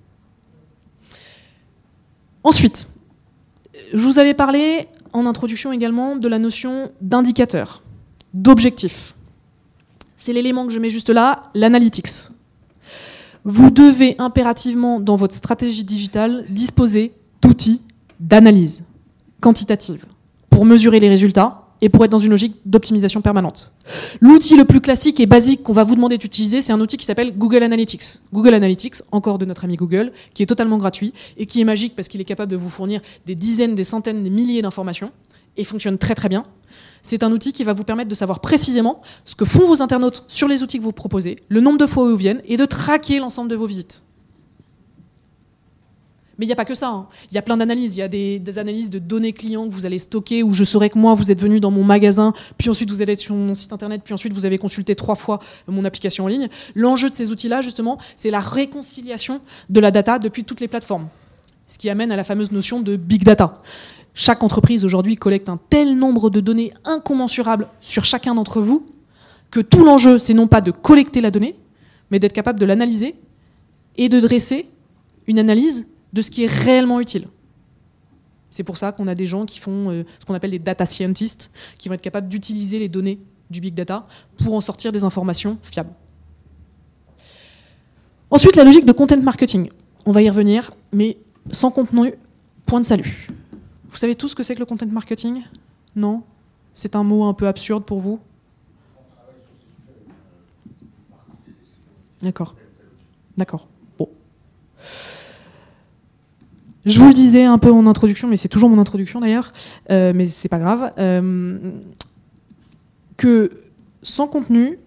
Ensuite, je vous avais parlé en introduction également de la notion d'indicateur, d'objectif. C'est l'élément que je mets juste là, l'analytics. Vous devez impérativement, dans votre stratégie digitale, disposer d'outils d'analyse quantitative pour mesurer les résultats et pour être dans une logique d'optimisation permanente. L'outil le plus classique et basique qu'on va vous demander d'utiliser, c'est un outil qui s'appelle Google Analytics. Google Analytics, encore de notre ami Google, qui est totalement gratuit et qui est magique parce qu'il est capable de vous fournir des dizaines, des centaines, des milliers d'informations et fonctionne très très bien. C'est un outil qui va vous permettre de savoir précisément ce que font vos internautes sur les outils que vous proposez, le nombre de fois où ils viennent et de traquer l'ensemble de vos visites. Mais il n'y a pas que ça. Il y a plein d'analyses. Il y a des analyses de données clients que vous allez stocker, où je saurai que moi, vous êtes venu dans mon magasin, puis ensuite vous allez être sur mon site internet, puis ensuite vous avez consulté 3 fois mon application en ligne. L'enjeu de ces outils-là, justement, c'est la réconciliation de la data depuis toutes les plateformes. Ce qui amène à la fameuse notion de big data. Chaque entreprise aujourd'hui collecte un tel nombre de données incommensurables sur chacun d'entre vous que tout l'enjeu, c'est non pas de collecter la donnée, mais d'être capable de l'analyser et de dresser une analyse de ce qui est réellement utile. C'est pour ça qu'on a des gens qui font ce qu'on appelle des data scientists, qui vont être capables d'utiliser les données du big data pour en sortir des informations fiables. Ensuite, la logique de content marketing. On va y revenir, mais sans contenu, point de salut. Vous savez tous ce que c'est que le content marketing? Non? C'est un mot un peu absurde pour vous? D'accord. D'accord. Bon. Je vous le disais un peu en introduction, mais c'est toujours mon introduction d'ailleurs, mais c'est pas grave, que sans contenu,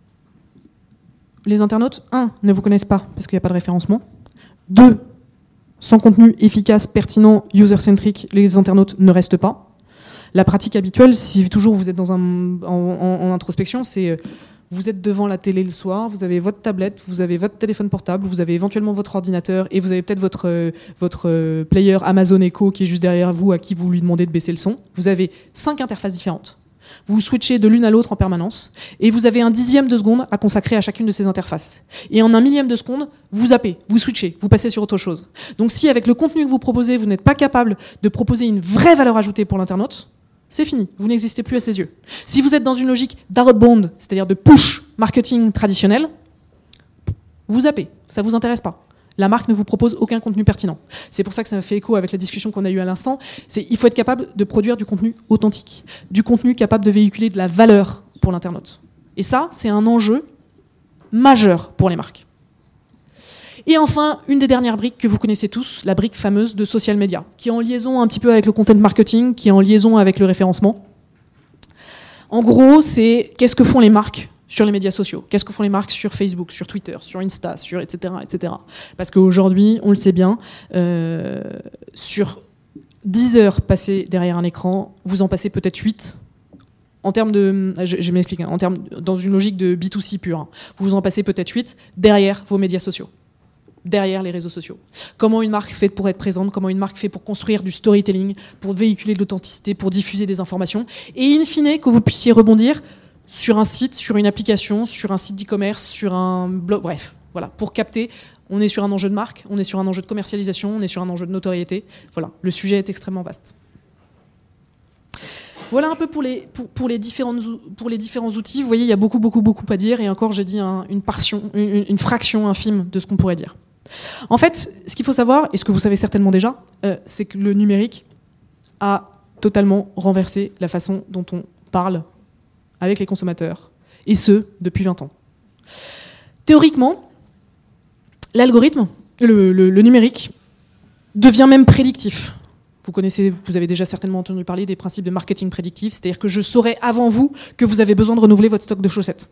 les internautes, 1, ne vous connaissent pas parce qu'il n'y a pas de référencement. 2, sans contenu efficace, pertinent, user-centric, les internautes ne restent pas. La pratique habituelle, si toujours vous êtes en introspection, c'est vous êtes devant la télé le soir, vous avez votre tablette, vous avez votre téléphone portable, vous avez éventuellement votre ordinateur et vous avez peut-être votre player Amazon Echo qui est juste derrière vous, à qui vous lui demandez de baisser le son. Vous avez 5 interfaces différentes. Vous switchez de l'une à l'autre en permanence et vous avez un dixième de seconde à consacrer à chacune de ces interfaces. Et en un millième de seconde, vous zappez, vous switchez, vous passez sur autre chose. Donc si avec le contenu que vous proposez, vous n'êtes pas capable de proposer une vraie valeur ajoutée pour l'internaute, c'est fini, vous n'existez plus à ses yeux. Si vous êtes dans une logique d'outbound, c'est-à-dire de push marketing traditionnel, vous zappez, ça ne vous intéresse pas. La marque ne vous propose aucun contenu pertinent. C'est pour ça que ça fait écho avec la discussion qu'on a eue à l'instant. Il faut être capable de produire du contenu authentique, du contenu capable de véhiculer de la valeur pour l'internaute. Et ça, c'est un enjeu majeur pour les marques. Et enfin, une des dernières briques que vous connaissez tous, la brique fameuse de social media, qui est en liaison un petit peu avec le content marketing, qui est en liaison avec le référencement. En gros, c'est qu'est-ce que font les marques sur les médias sociaux? Qu'est-ce que font les marques sur Facebook, sur Twitter, sur Insta, sur etc., etc. Parce qu'aujourd'hui, on le sait bien, sur 10 heures passées derrière un écran, vous en passez peut-être 8. En termes de, je vais m'expliquer, dans une logique de B2C pure, hein, vous en passez peut-être 8 derrière vos médias sociaux, derrière les réseaux sociaux. Comment une marque fait pour être présente, comment une marque fait pour construire du storytelling, pour véhiculer de l'authenticité, pour diffuser des informations, et in fine, que vous puissiez rebondir sur un site, sur une application, sur un site d'e-commerce, sur un blog, bref, voilà, pour capter, on est sur un enjeu de marque, on est sur un enjeu de commercialisation, on est sur un enjeu de notoriété, voilà, le sujet est extrêmement vaste. Voilà un peu pour les différents outils. Vous voyez, il y a beaucoup à dire, et encore, j'ai dit une fraction infime de ce qu'on pourrait dire. En fait, ce qu'il faut savoir, et ce que vous savez certainement déjà, c'est que le numérique a totalement renversé la façon dont on parle avec les consommateurs, et ce, depuis 20 ans. Théoriquement, l'algorithme, le numérique, devient même prédictif. Vous avez déjà certainement entendu parler des principes de marketing prédictif, c'est-à-dire que je saurai avant vous que vous avez besoin de renouveler votre stock de chaussettes.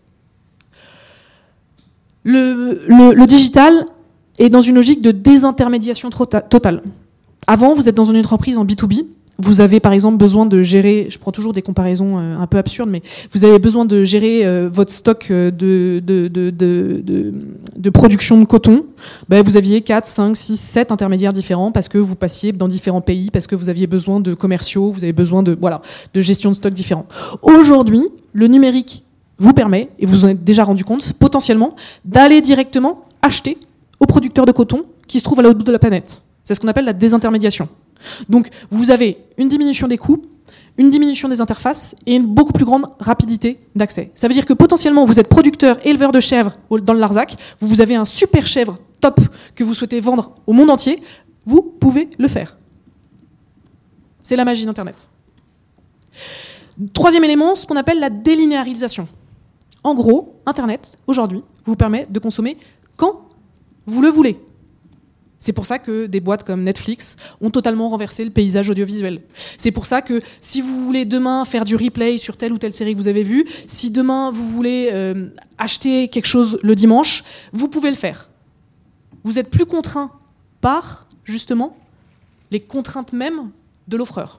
Le digital est dans une logique de désintermédiation totale. Avant, vous êtes dans une entreprise en B2B, vous avez par exemple besoin de gérer, je prends toujours des comparaisons un peu absurdes, mais vous avez besoin de gérer votre stock de production de coton. Vous aviez 4, 5, 6, 7 intermédiaires différents parce que vous passiez dans différents pays, parce que vous aviez besoin de commerciaux, vous avez besoin de gestion de stock différents. Aujourd'hui, le numérique vous permet, et vous en êtes déjà rendu compte, potentiellement, d'aller directement acheter aux producteurs de coton qui se trouvent à l'autre bout de la planète. C'est ce qu'on appelle la désintermédiation. Donc, vous avez une diminution des coûts, une diminution des interfaces et une beaucoup plus grande rapidité d'accès. Ça veut dire que potentiellement, vous êtes producteur, éleveur de chèvres dans le Larzac, vous avez un super chèvre top que vous souhaitez vendre au monde entier, vous pouvez le faire. C'est la magie d'Internet. Troisième élément, ce qu'on appelle la délinéarisation. En gros, Internet, aujourd'hui, vous permet de consommer quand vous le voulez. C'est pour ça que des boîtes comme Netflix ont totalement renversé le paysage audiovisuel. C'est pour ça que si vous voulez demain faire du replay sur telle ou telle série que vous avez vue, si demain vous voulez acheter quelque chose le dimanche, vous pouvez le faire. Vous n'êtes plus contraint par, justement, les contraintes même de l'offreur.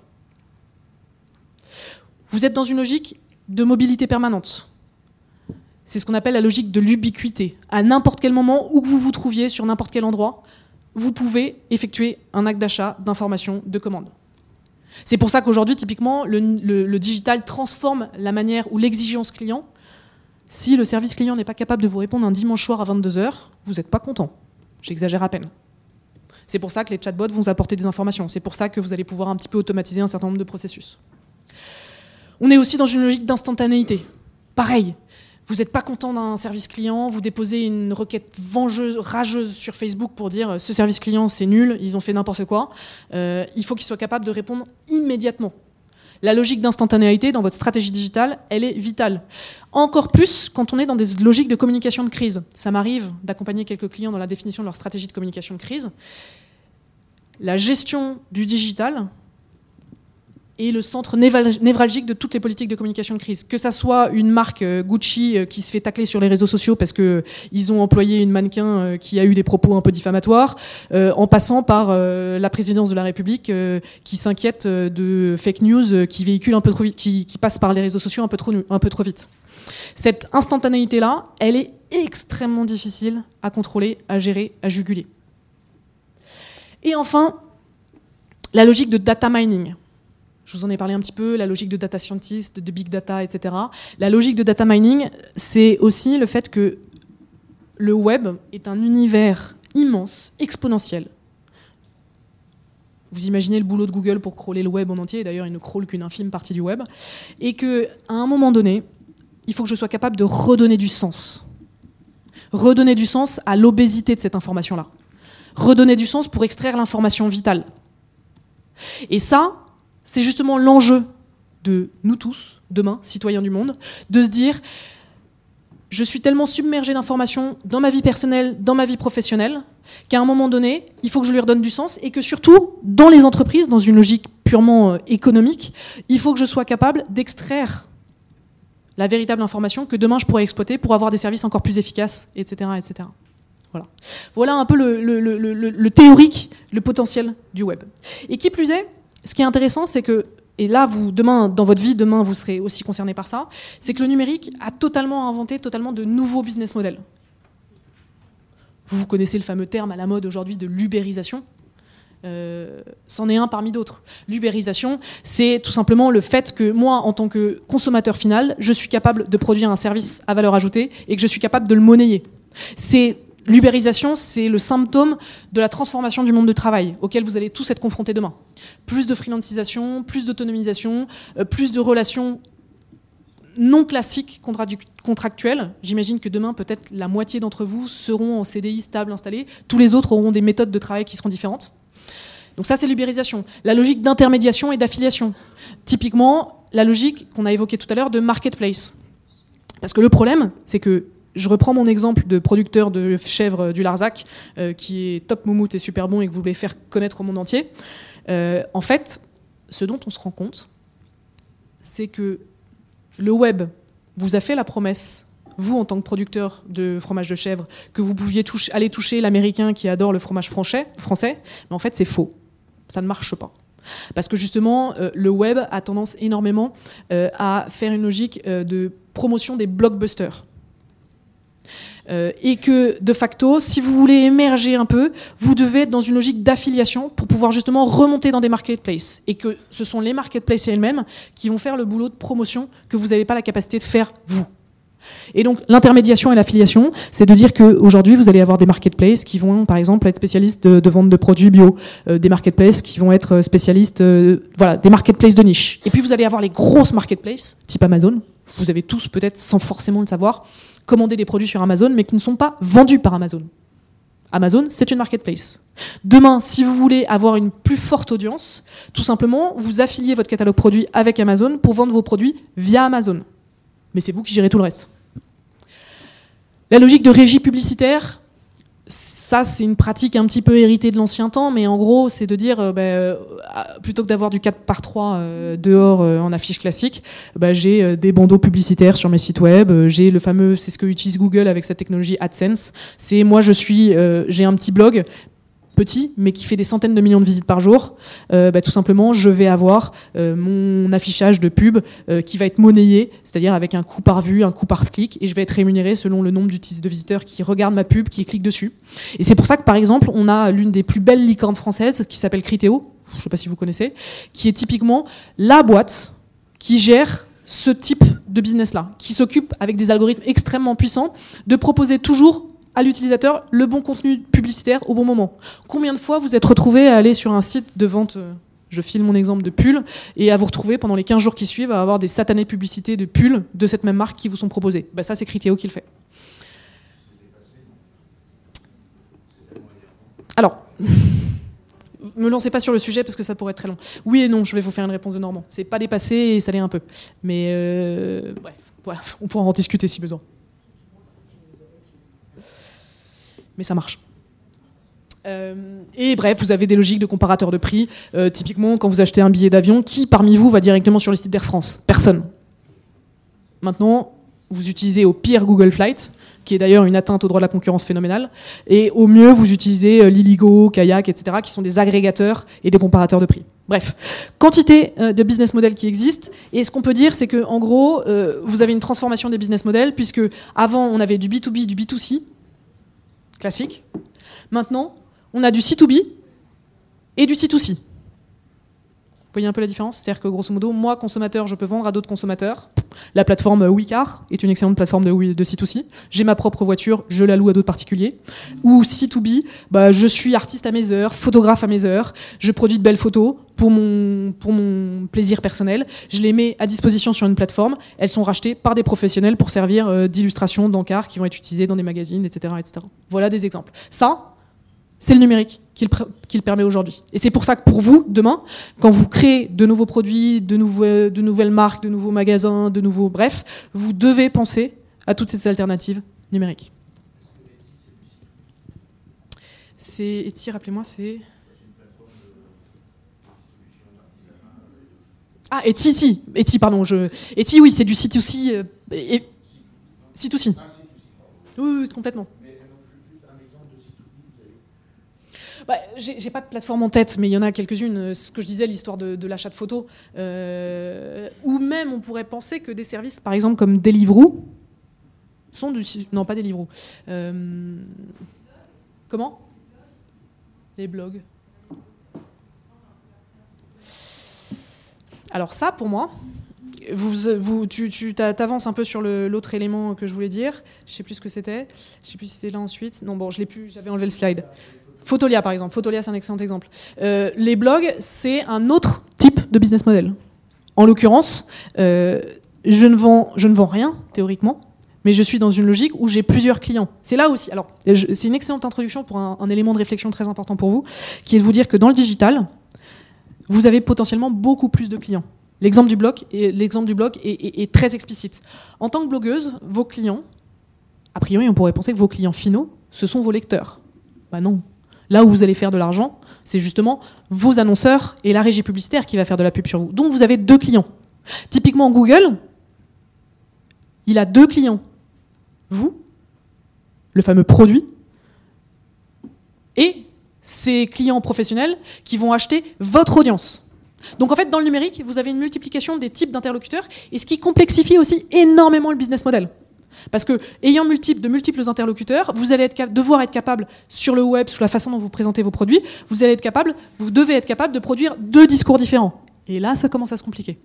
Vous êtes dans une logique de mobilité permanente. C'est ce qu'on appelle la logique de l'ubiquité. À n'importe quel moment, où que vous vous trouviez, sur n'importe quel endroit, vous pouvez effectuer un acte d'achat, d'information, de commande. C'est pour ça qu'aujourd'hui, typiquement, le digital transforme la manière ou l'exigence client. Si le service client n'est pas capable de vous répondre un dimanche soir à 22h, vous n'êtes pas content. J'exagère à peine. C'est pour ça que les chatbots vont vous apporter des informations. C'est pour ça que vous allez pouvoir un petit peu automatiser un certain nombre de processus. On est aussi dans une logique d'instantanéité. Pareil, vous n'êtes pas content d'un service client, vous déposez une requête vengeuse, rageuse sur Facebook pour dire ce service client c'est nul, ils ont fait n'importe quoi. Il faut qu'ils soient capables de répondre immédiatement. La logique d'instantanéité dans votre stratégie digitale, elle est vitale. Encore plus quand on est dans des logiques de communication de crise. Ça m'arrive d'accompagner quelques clients dans la définition de leur stratégie de communication de crise. La gestion du digital est le centre névralgique de toutes les politiques de communication de crise. Que ça soit une marque Gucci qui se fait tacler sur les réseaux sociaux parce qu'ils ont employé une mannequin qui a eu des propos un peu diffamatoires, en passant par la présidence de la République qui s'inquiète de fake news qui véhiculent un peu trop vite, qui passent par les réseaux sociaux un peu trop vite. Cette instantanéité-là, elle est extrêmement difficile à contrôler, à gérer, à juguler. Et enfin, la logique de data mining. Je vous en ai parlé un petit peu, la logique de data scientist, de big data, etc. La logique de data mining, c'est aussi le fait que le web est un univers immense, exponentiel. Vous imaginez le boulot de Google pour crawler le web en entier, et d'ailleurs il ne crawl qu'une infime partie du web, et qu'à un moment donné, il faut que je sois capable de redonner du sens. Redonner du sens à l'obésité de cette information-là. Redonner du sens pour extraire l'information vitale. Et ça, c'est justement l'enjeu de nous tous, demain, citoyens du monde, de se dire je suis tellement submergé d'informations dans ma vie personnelle, dans ma vie professionnelle, qu'à un moment donné, il faut que je lui redonne du sens et que surtout, dans les entreprises, dans une logique purement économique, il faut que je sois capable d'extraire la véritable information que demain je pourrais exploiter pour avoir des services encore plus efficaces, etc. etc. Voilà un peu le théorique, le potentiel du web. Et qui plus est, ce qui est intéressant, c'est que, et là, vous, demain, dans votre vie, demain, vous serez aussi concerné par ça, c'est que le numérique a totalement inventé de nouveaux business models. Vous connaissez le fameux terme à la mode aujourd'hui de l'ubérisation. C'en est un parmi d'autres. L'ubérisation, c'est tout simplement le fait que moi, en tant que consommateur final, je suis capable de produire un service à valeur ajoutée et que je suis capable de le monnayer. L'ubérisation, c'est le symptôme de la transformation du monde du travail auquel vous allez tous être confrontés demain. Plus de freelancisation, plus d'autonomisation, plus de relations non classiques contractuelles. J'imagine que demain, peut-être la moitié d'entre vous seront en CDI stable installés. Tous les autres auront des méthodes de travail qui seront différentes. Donc ça, c'est l'ubérisation. La logique d'intermédiation et d'affiliation. Typiquement, la logique qu'on a évoquée tout à l'heure de marketplace. Parce que le problème, c'est que je reprends mon exemple de producteur de chèvres du Larzac, qui est top moumoute et super bon et que vous voulez faire connaître au monde entier. En fait, ce dont on se rend compte, c'est que le web vous a fait la promesse, vous en tant que producteur de fromage de chèvre, que vous pouviez aller toucher l'Américain qui adore le fromage français, mais en fait c'est faux. Ça ne marche pas. Parce que justement, le web a tendance énormément à faire une logique de promotion des blockbusters. Et que, de facto, si vous voulez émerger un peu, vous devez être dans une logique d'affiliation pour pouvoir justement remonter dans des marketplaces. Et que ce sont les marketplaces elles-mêmes qui vont faire le boulot de promotion que vous n'avez pas la capacité de faire, vous. Et donc, l'intermédiation et l'affiliation, c'est de dire qu'aujourd'hui, vous allez avoir des marketplaces qui vont, par exemple, être spécialistes de vente de produits bio, des marketplaces qui vont être spécialistes, des marketplaces de niche. Et puis, vous allez avoir les grosses marketplaces, type Amazon. Vous avez tous, peut-être, sans forcément le savoir, commandé des produits sur Amazon, mais qui ne sont pas vendus par Amazon. Amazon, c'est une marketplace. Demain, si vous voulez avoir une plus forte audience, tout simplement, vous affiliez votre catalogue produit avec Amazon pour vendre vos produits via Amazon. Mais c'est vous qui gérez tout le reste. La logique de régie publicitaire, ça, c'est une pratique un petit peu héritée de l'ancien temps, mais en gros, c'est de dire, plutôt que d'avoir du 4x3 dehors en affiche classique, j'ai des bandeaux publicitaires sur mes sites web, j'ai le fameux, c'est ce que utilise Google avec sa technologie AdSense, c'est moi, j'ai un petit blog, petit, mais qui fait des centaines de millions de visites par jour, tout simplement, je vais avoir mon affichage de pub qui va être monnayé, c'est-à-dire avec un coût par vue, un coût par clic, et je vais être rémunéré selon le nombre de visiteurs qui regardent ma pub, qui cliquent dessus. Et c'est pour ça que, par exemple, on a l'une des plus belles licornes françaises qui s'appelle Criteo, je ne sais pas si vous connaissez, qui est typiquement la boîte qui gère ce type de business-là, qui s'occupe, avec des algorithmes extrêmement puissants, de proposer toujours à l'utilisateur le bon contenu publicitaire au bon moment. Combien de fois vous êtes retrouvé à aller sur un site de vente Je file mon exemple de pull et à vous retrouver pendant les 15 jours qui suivent à avoir des satanées publicités de pulls de cette même marque qui vous sont proposées. Ça, c'est Criteo qui le fait. Alors, me lancez pas sur le sujet parce que ça pourrait être très long. Oui et non, je vais vous faire une réponse de Normand. C'est pas dépassé et ça l'est un peu. Mais bref, voilà, on pourra en discuter si besoin. Mais ça marche. Et bref, vous avez des logiques de comparateurs de prix. Typiquement, quand vous achetez un billet d'avion, qui parmi vous va directement sur le site d'Air France? Personne. Maintenant, vous utilisez au pire Google Flight, qui est d'ailleurs une atteinte au droit de la concurrence phénoménale, et au mieux, vous utilisez Liligo, Kayak, etc., qui sont des agrégateurs et des comparateurs de prix. Bref, quantité de business models qui existent, et ce qu'on peut dire, c'est que en gros, vous avez une transformation des business models, puisque avant, on avait du B2B, du B2C, classique. Maintenant, on a du C2B et du C2C. Vous voyez un peu la différence? C'est-à-dire que grosso modo, moi, consommateur, je peux vendre à d'autres consommateurs. La plateforme WeCar est une excellente plateforme de C2C. J'ai ma propre voiture, je la loue à d'autres particuliers. Ou C2B, je suis artiste à mes heures, photographe à mes heures, je produis de belles photos pour mon plaisir personnel. Je les mets à disposition sur une plateforme. Elles sont rachetées par des professionnels pour servir d'illustration, d'encarts qui vont être utilisés dans des magazines, etc., etc. Voilà des exemples. Ça, c'est le numérique qui le permet aujourd'hui. Et c'est pour ça que pour vous, demain, quand vous créez de nouveaux produits, de nouvelles marques, de nouveaux magasins, bref, vous devez penser à toutes ces alternatives numériques. C'est Etsy, rappelez-moi, c'est... Ah, Etsy, pardon. Etsy, oui, c'est du C2C. C2C. Oui, complètement. J'ai pas de plateforme en tête, mais il y en a quelques-unes. Ce que je disais, l'histoire de l'achat de photos. Ou même, on pourrait penser que des services, par exemple, comme Deliveroo, sont du... Non, pas Deliveroo. Comment? Les blogs. Alors ça, pour moi, tu t'avances un peu sur l'autre élément que je voulais dire. Je sais plus ce que c'était. Je sais plus si c'était là ensuite. Non, bon, je l'ai plus. J'avais enlevé le slide. Photolia, par exemple. Photolia, c'est un excellent exemple. Les blogs, c'est un autre type de business model. En l'occurrence, je ne vends rien, théoriquement, mais je suis dans une logique où j'ai plusieurs clients. C'est là aussi. Alors, c'est une excellente introduction pour un élément de réflexion très important pour vous, qui est de vous dire que dans le digital, vous avez potentiellement beaucoup plus de clients. L'exemple du blog est très explicite. En tant que blogueuse, vos clients, a priori, on pourrait penser que vos clients finaux, ce sont vos lecteurs. Non. Là où vous allez faire de l'argent, c'est justement vos annonceurs et la régie publicitaire qui va faire de la pub sur vous. Donc vous avez 2 clients. Typiquement Google, il a 2 clients. Vous, le fameux produit, et ces clients professionnels qui vont acheter votre audience. Donc en fait, dans le numérique, vous avez une multiplication des types d'interlocuteurs, et ce qui complexifie aussi énormément le business model. Parce que, ayant de multiples interlocuteurs, vous allez devoir être capable, sur le web, sur la façon dont vous présentez vos produits, vous devez être capable de produire 2 discours différents. Et là, ça commence à se compliquer.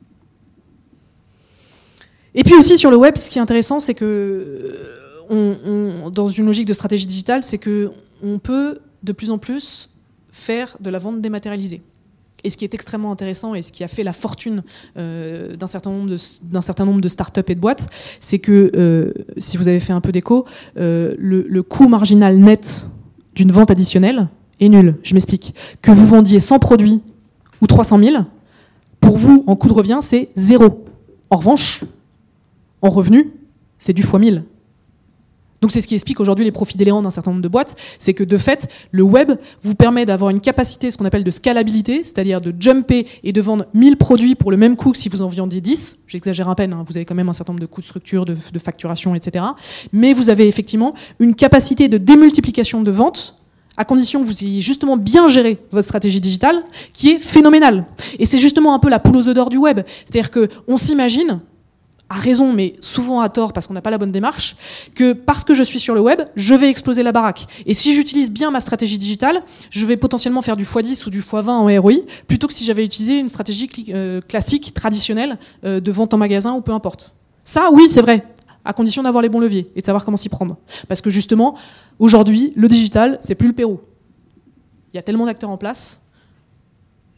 Et puis aussi, sur le web, ce qui est intéressant, c'est que, dans une logique de stratégie digitale, c'est qu'on peut de plus en plus faire de la vente dématérialisée. Et ce qui est extrêmement intéressant et ce qui a fait la fortune d'un certain nombre de startups et de boîtes, c'est que, si vous avez fait un peu d'écho, le coût marginal net d'une vente additionnelle est nul. Je m'explique. Que vous vendiez 100 produits ou 300 000, pour vous, en coût de revient, c'est 0. En revanche, en revenu, c'est du fois 1000. Donc c'est ce qui explique aujourd'hui les profits délirants d'un certain nombre de boîtes, c'est que de fait, le web vous permet d'avoir une capacité, ce qu'on appelle de scalabilité, c'est-à-dire de jumper et de vendre 1000 produits pour le même coût que si vous en vendiez 10. J'exagère à peine, hein, vous avez quand même un certain nombre de coûts de structure, de facturation, etc. Mais vous avez effectivement une capacité de démultiplication de ventes, à condition que vous ayez justement bien géré votre stratégie digitale, qui est phénoménale. Et c'est justement un peu la poule aux œufs d'or du web. C'est-à-dire qu'on s'imagine, à raison, mais souvent à tort, parce qu'on n'a pas la bonne démarche, que parce que je suis sur le web, je vais exploser la baraque. Et si j'utilise bien ma stratégie digitale, je vais potentiellement faire du x10 ou du x20 en ROI, plutôt que si j'avais utilisé une stratégie classique, traditionnelle, de vente en magasin ou peu importe. Ça, oui, c'est vrai, à condition d'avoir les bons leviers et de savoir comment s'y prendre. Parce que justement, aujourd'hui, le digital, c'est plus le Pérou. Il y a tellement d'acteurs en place.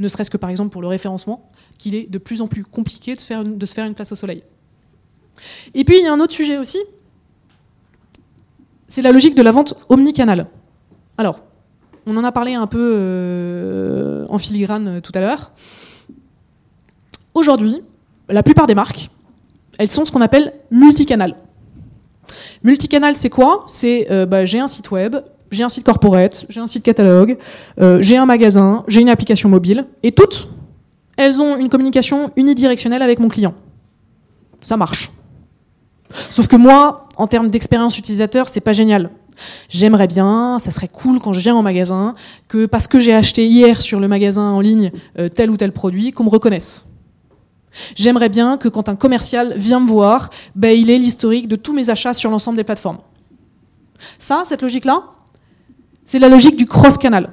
ne serait-ce que par exemple pour le référencement, qu'il est de plus en plus compliqué de se faire une place au soleil. Et puis il y a un autre sujet aussi, c'est la logique de la vente omnicanal. Alors, on en a parlé un peu en filigrane tout à l'heure. Aujourd'hui, la plupart des marques, elles sont ce qu'on appelle multicanal. Multicanal, c'est quoi ? C'est j'ai un site web, j'ai un site corporate, j'ai un site catalogue, j'ai un magasin, j'ai une application mobile, et toutes, elles ont une communication unidirectionnelle avec mon client. Ça marche. Sauf que moi, en termes d'expérience utilisateur, c'est pas génial. J'aimerais bien, ça serait cool quand je viens en magasin, que parce que j'ai acheté hier sur le magasin en ligne tel ou tel produit, qu'on me reconnaisse. J'aimerais bien que quand un commercial vient me voir, il ait l'historique de tous mes achats sur l'ensemble des plateformes. Ça, cette logique-là, c'est la logique du cross-canal.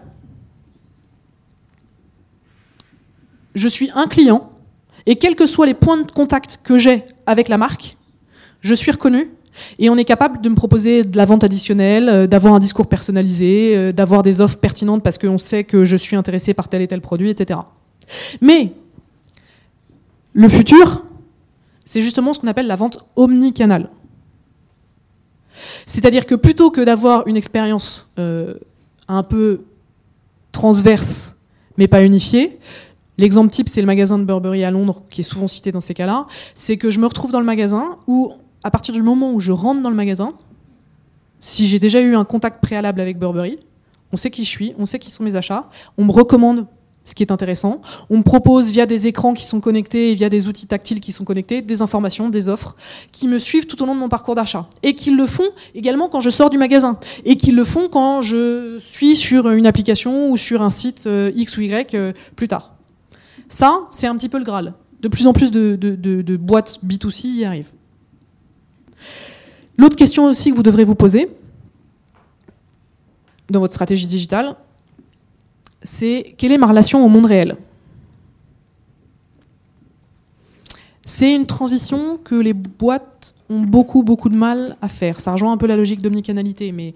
Je suis un client, et quels que soient les points de contact que j'ai avec la marque, je suis reconnu, et on est capable de me proposer de la vente additionnelle, d'avoir un discours personnalisé, d'avoir des offres pertinentes parce qu'on sait que je suis intéressé par tel et tel produit, etc. Mais le futur, c'est justement ce qu'on appelle la vente omnicanal. C'est-à-dire que plutôt que d'avoir une expérience un peu transverse, mais pas unifiée, l'exemple type, c'est le magasin de Burberry à Londres, qui est souvent cité dans ces cas-là, c'est que je me retrouve dans le magasin où, à partir du moment où je rentre dans le magasin, si j'ai déjà eu un contact préalable avec Burberry, on sait qui je suis, on sait qui sont mes achats, on me recommande ce qui est intéressant. On me propose via des écrans qui sont connectés et via des outils tactiles qui sont connectés, des informations, des offres qui me suivent tout au long de mon parcours d'achat. Et qu'ils le font également quand je sors du magasin. Et qu'ils le font quand je suis sur une application ou sur un site X ou Y plus tard. Ça, c'est un petit peu le Graal. De plus en plus de boîtes B2C y arrivent. L'autre question aussi que vous devrez vous poser dans votre stratégie digitale, c'est quelle est ma relation au monde réel ? C'est une transition que les boîtes ont beaucoup de mal à faire. Ça rejoint un peu la logique d'omnicanalité, mais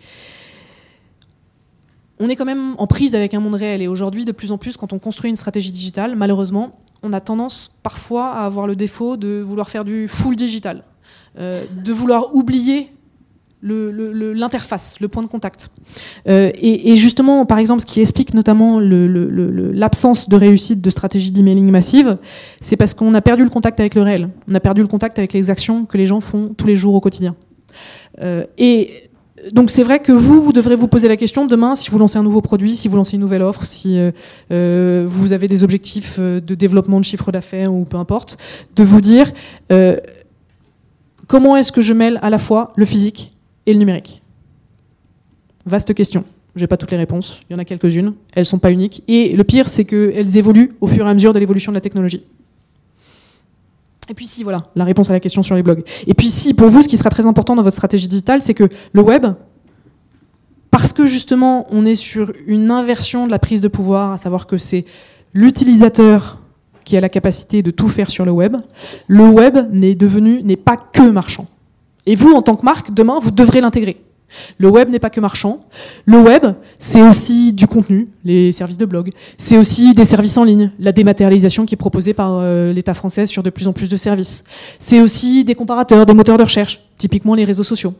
on est quand même en prise avec un monde réel. Et aujourd'hui, de plus en plus, quand on construit une stratégie digitale, malheureusement, on a tendance parfois à avoir le défaut de vouloir faire du full digital, de vouloir oublier l'interface, le point de contact. Et justement, par exemple, ce qui explique notamment l'absence de réussite de stratégie d'emailing massive, c'est parce qu'on a perdu le contact avec le réel. On a perdu le contact avec les actions que les gens font tous les jours au quotidien. Et donc c'est vrai que vous devrez vous poser la question demain, si vous lancez un nouveau produit, si vous lancez une nouvelle offre, si vous avez des objectifs de développement de chiffre d'affaires ou peu importe, de vous dire comment est-ce que je mêle à la fois le physique et le numérique. Vaste question. Je n'ai pas toutes les réponses. Il y en a quelques-unes. Elles ne sont pas uniques. Et le pire, c'est qu'elles évoluent au fur et à mesure de l'évolution de la technologie. Et puis si, voilà, la réponse à la question sur les blogs. Et puis si, pour vous, ce qui sera très important dans votre stratégie digitale, c'est que le web, parce que justement, on est sur une inversion de la prise de pouvoir, à savoir que c'est l'utilisateur qui a la capacité de tout faire sur le web n'est pas que marchand. Et vous, en tant que marque, demain, vous devrez l'intégrer. Le web n'est pas que marchand. Le web, c'est aussi du contenu, les services de blog. C'est aussi des services en ligne, la dématérialisation qui est proposée par l'État français sur de plus en plus de services. C'est aussi des comparateurs, des moteurs de recherche, typiquement les réseaux sociaux.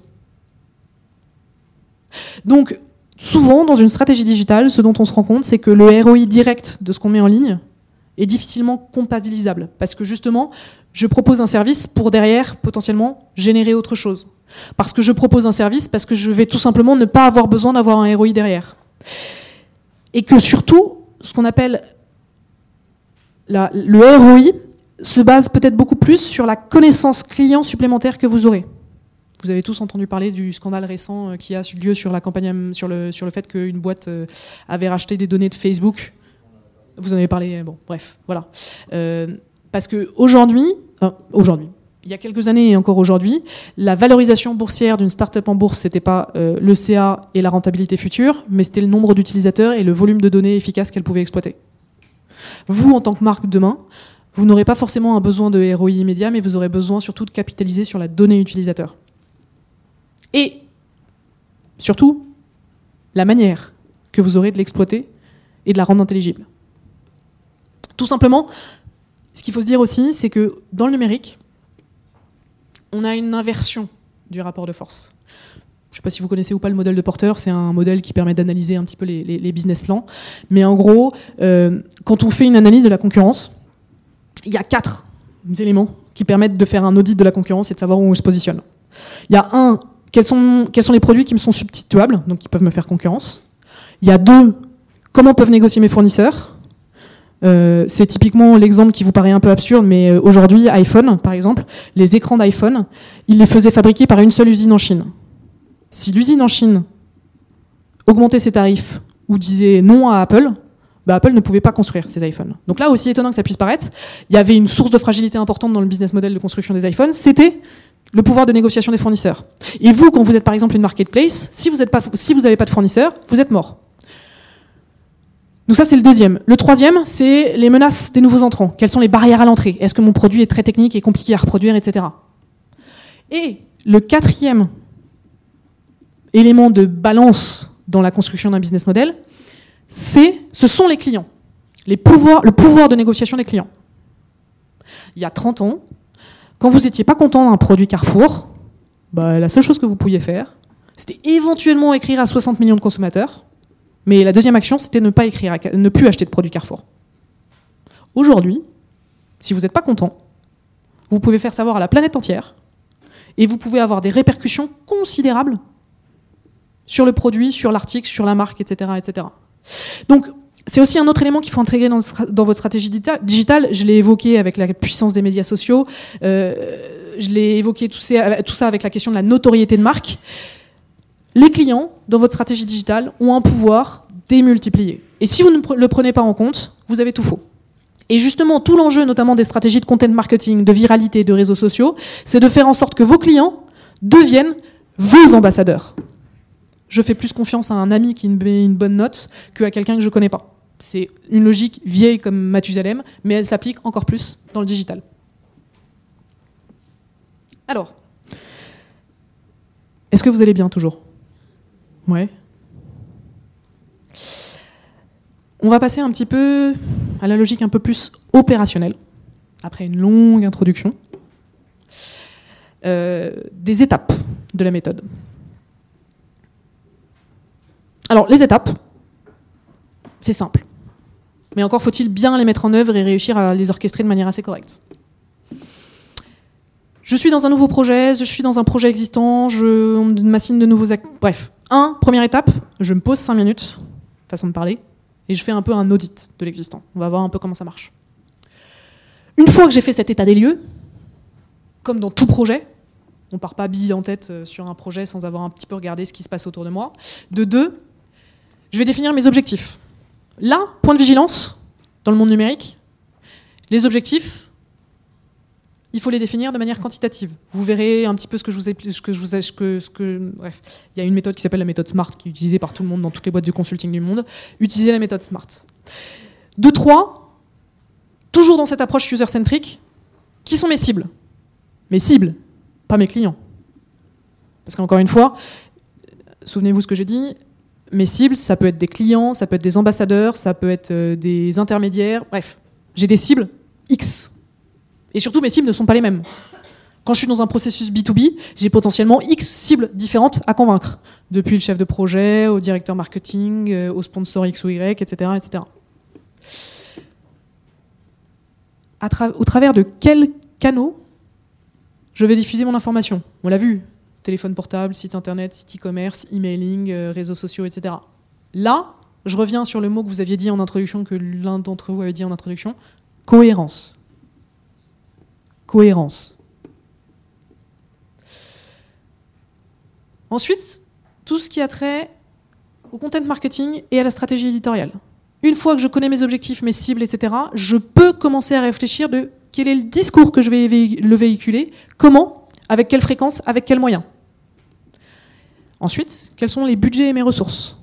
Donc, souvent, dans une stratégie digitale, ce dont on se rend compte, c'est que le ROI direct de ce qu'on met en ligne est difficilement comptabilisable. Parce que justement, je propose un service pour derrière, potentiellement, générer autre chose. Parce que je propose un service, parce que je vais tout simplement ne pas avoir besoin d'avoir un ROI derrière. Et que surtout, ce qu'on appelle le ROI se base peut-être beaucoup plus sur la connaissance client supplémentaire que vous aurez. Vous avez tous entendu parler du scandale récent qui a eu lieu sur la campagne, sur le fait qu'une boîte avait racheté des données de Facebook. Vous en avez parlé, bon, bref, voilà. Parce qu'aujourd'hui, il y a quelques années et encore aujourd'hui, la valorisation boursière d'une start-up en bourse, c'était pas le CA et la rentabilité future, mais c'était le nombre d'utilisateurs et le volume de données efficaces qu'elle pouvait exploiter. Vous, en tant que marque demain, vous n'aurez pas forcément un besoin de ROI immédiat, mais vous aurez besoin surtout de capitaliser sur la donnée utilisateur. Et surtout, la manière que vous aurez de l'exploiter et de la rendre intelligible. Tout simplement, ce qu'il faut se dire aussi, c'est que dans le numérique, on a une inversion du rapport de force. Je ne sais pas si vous connaissez ou pas le modèle de Porter, c'est un modèle qui permet d'analyser un petit peu les business plans. Mais en gros, quand on fait une analyse de la concurrence, il y a 4 éléments qui permettent de faire un audit de la concurrence et de savoir où on se positionne. Il y a 1, quels sont les produits qui me sont substituables, donc qui peuvent me faire concurrence. Il y a 2, comment peuvent négocier mes fournisseurs. C'est typiquement l'exemple qui vous paraît un peu absurde, mais aujourd'hui, iPhone, par exemple, les écrans d'iPhone, ils les faisaient fabriquer par une seule usine en Chine. Si l'usine en Chine augmentait ses tarifs ou disait non à Apple, Apple ne pouvait pas construire ces iPhones. Donc là, aussi étonnant que ça puisse paraître, il y avait une source de fragilité importante dans le business model de construction des iPhones, c'était le pouvoir de négociation des fournisseurs. Et vous, quand vous êtes par exemple une marketplace, si vous n'avez pas de fournisseur, vous êtes mort. Donc ça, c'est le 2e. Le 3e, c'est les menaces des nouveaux entrants. Quelles sont les barrières à l'entrée? Est-ce que mon produit est très technique et compliqué à reproduire, etc. Et le 4e élément de balance dans la construction d'un business model, ce sont les clients. Le pouvoir de négociation des clients. Il y a 30 ans, quand vous n'étiez pas content d'un produit Carrefour, la seule chose que vous pouviez faire, c'était éventuellement écrire à 60 millions de consommateurs. Mais la deuxième action, c'était ne plus acheter de produits Carrefour. Aujourd'hui, si vous n'êtes pas content, vous pouvez faire savoir à la planète entière et vous pouvez avoir des répercussions considérables sur le produit, sur l'article, sur la marque, etc., etc. Donc, c'est aussi un autre élément qu'il faut intégrer dans votre stratégie digitale. Je l'ai évoqué avec la puissance des médias sociaux. Je l'ai évoqué tout ça avec la question de la notoriété de marque. Les clients, dans votre stratégie digitale, ont un pouvoir démultiplié. Et si vous ne le prenez pas en compte, vous avez tout faux. Et justement, tout l'enjeu, notamment des stratégies de content marketing, de viralité, de réseaux sociaux, c'est de faire en sorte que vos clients deviennent vos ambassadeurs. Je fais plus confiance à un ami qui me met une bonne note qu'à quelqu'un que je ne connais pas. C'est une logique vieille comme Mathusalem, mais elle s'applique encore plus dans le digital. Alors, est-ce que vous allez bien toujours ? Ouais. On va passer un petit peu à la logique un peu plus opérationnelle, après une longue introduction, des étapes de la méthode. Alors, les étapes, c'est simple. Mais encore faut-il bien les mettre en œuvre et réussir à les orchestrer de manière assez correcte. Je suis dans un nouveau projet, je suis dans un projet existant, on m'assigne de nouveaux actes. Bref, première étape, je me pose 5 minutes, façon de parler, et je fais un peu un audit de l'existant. On va voir un peu comment ça marche. Une fois que j'ai fait cet état des lieux, comme dans tout projet, on ne part pas bille en tête sur un projet sans avoir un petit peu regardé ce qui se passe autour de moi. De 2, je vais définir mes objectifs. Là, point de vigilance, dans le monde numérique, les objectifs, il faut les définir de manière quantitative. Vous verrez un petit peu bref, il y a une méthode qui s'appelle la méthode SMART, qui est utilisée par tout le monde dans toutes les boîtes de consulting du monde. Utilisez la méthode SMART. 2, 3, toujours dans cette approche user-centric, qui sont mes cibles? Mes cibles, pas mes clients. Parce qu'encore une fois, souvenez-vous ce que j'ai dit, mes cibles, ça peut être des clients, ça peut être des ambassadeurs, ça peut être des intermédiaires, bref. J'ai des cibles X. Et surtout, mes cibles ne sont pas les mêmes. Quand je suis dans un processus B2B, j'ai potentiellement X cibles différentes à convaincre. Depuis le chef de projet, au directeur marketing, au sponsor X ou Y, etc. etc. Au travers de quels canaux je vais diffuser mon information? On l'a vu, téléphone portable, site internet, site e-commerce, emailing, réseaux sociaux, etc. Là, je reviens sur le mot que vous aviez dit en introduction, que l'un d'entre vous avait dit en introduction, cohérence. Cohérence. Ensuite, tout ce qui a trait au content marketing et à la stratégie éditoriale. Une fois que je connais mes objectifs, mes cibles, etc., je peux commencer à réfléchir de quel est le discours que je vais le véhiculer, comment, avec quelle fréquence, avec quels moyens. Ensuite, quels sont les budgets et mes ressources.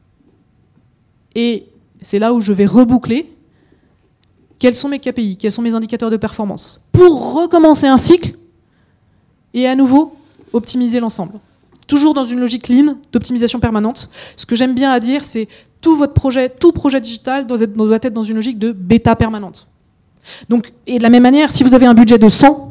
Et c'est là où je vais reboucler quels sont mes KPI, quels sont mes indicateurs de performance, pour recommencer un cycle et à nouveau optimiser l'ensemble. Toujours dans une logique lean d'optimisation permanente. Ce que j'aime bien à dire, c'est tout projet digital doit être dans une logique de bêta permanente. Donc, et de la même manière, si vous avez un budget de 100,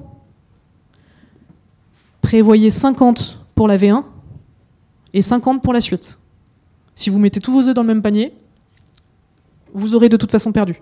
prévoyez 50 pour la V1 et 50 pour la suite. Si vous mettez tous vos œufs dans le même panier, vous aurez de toute façon perdu.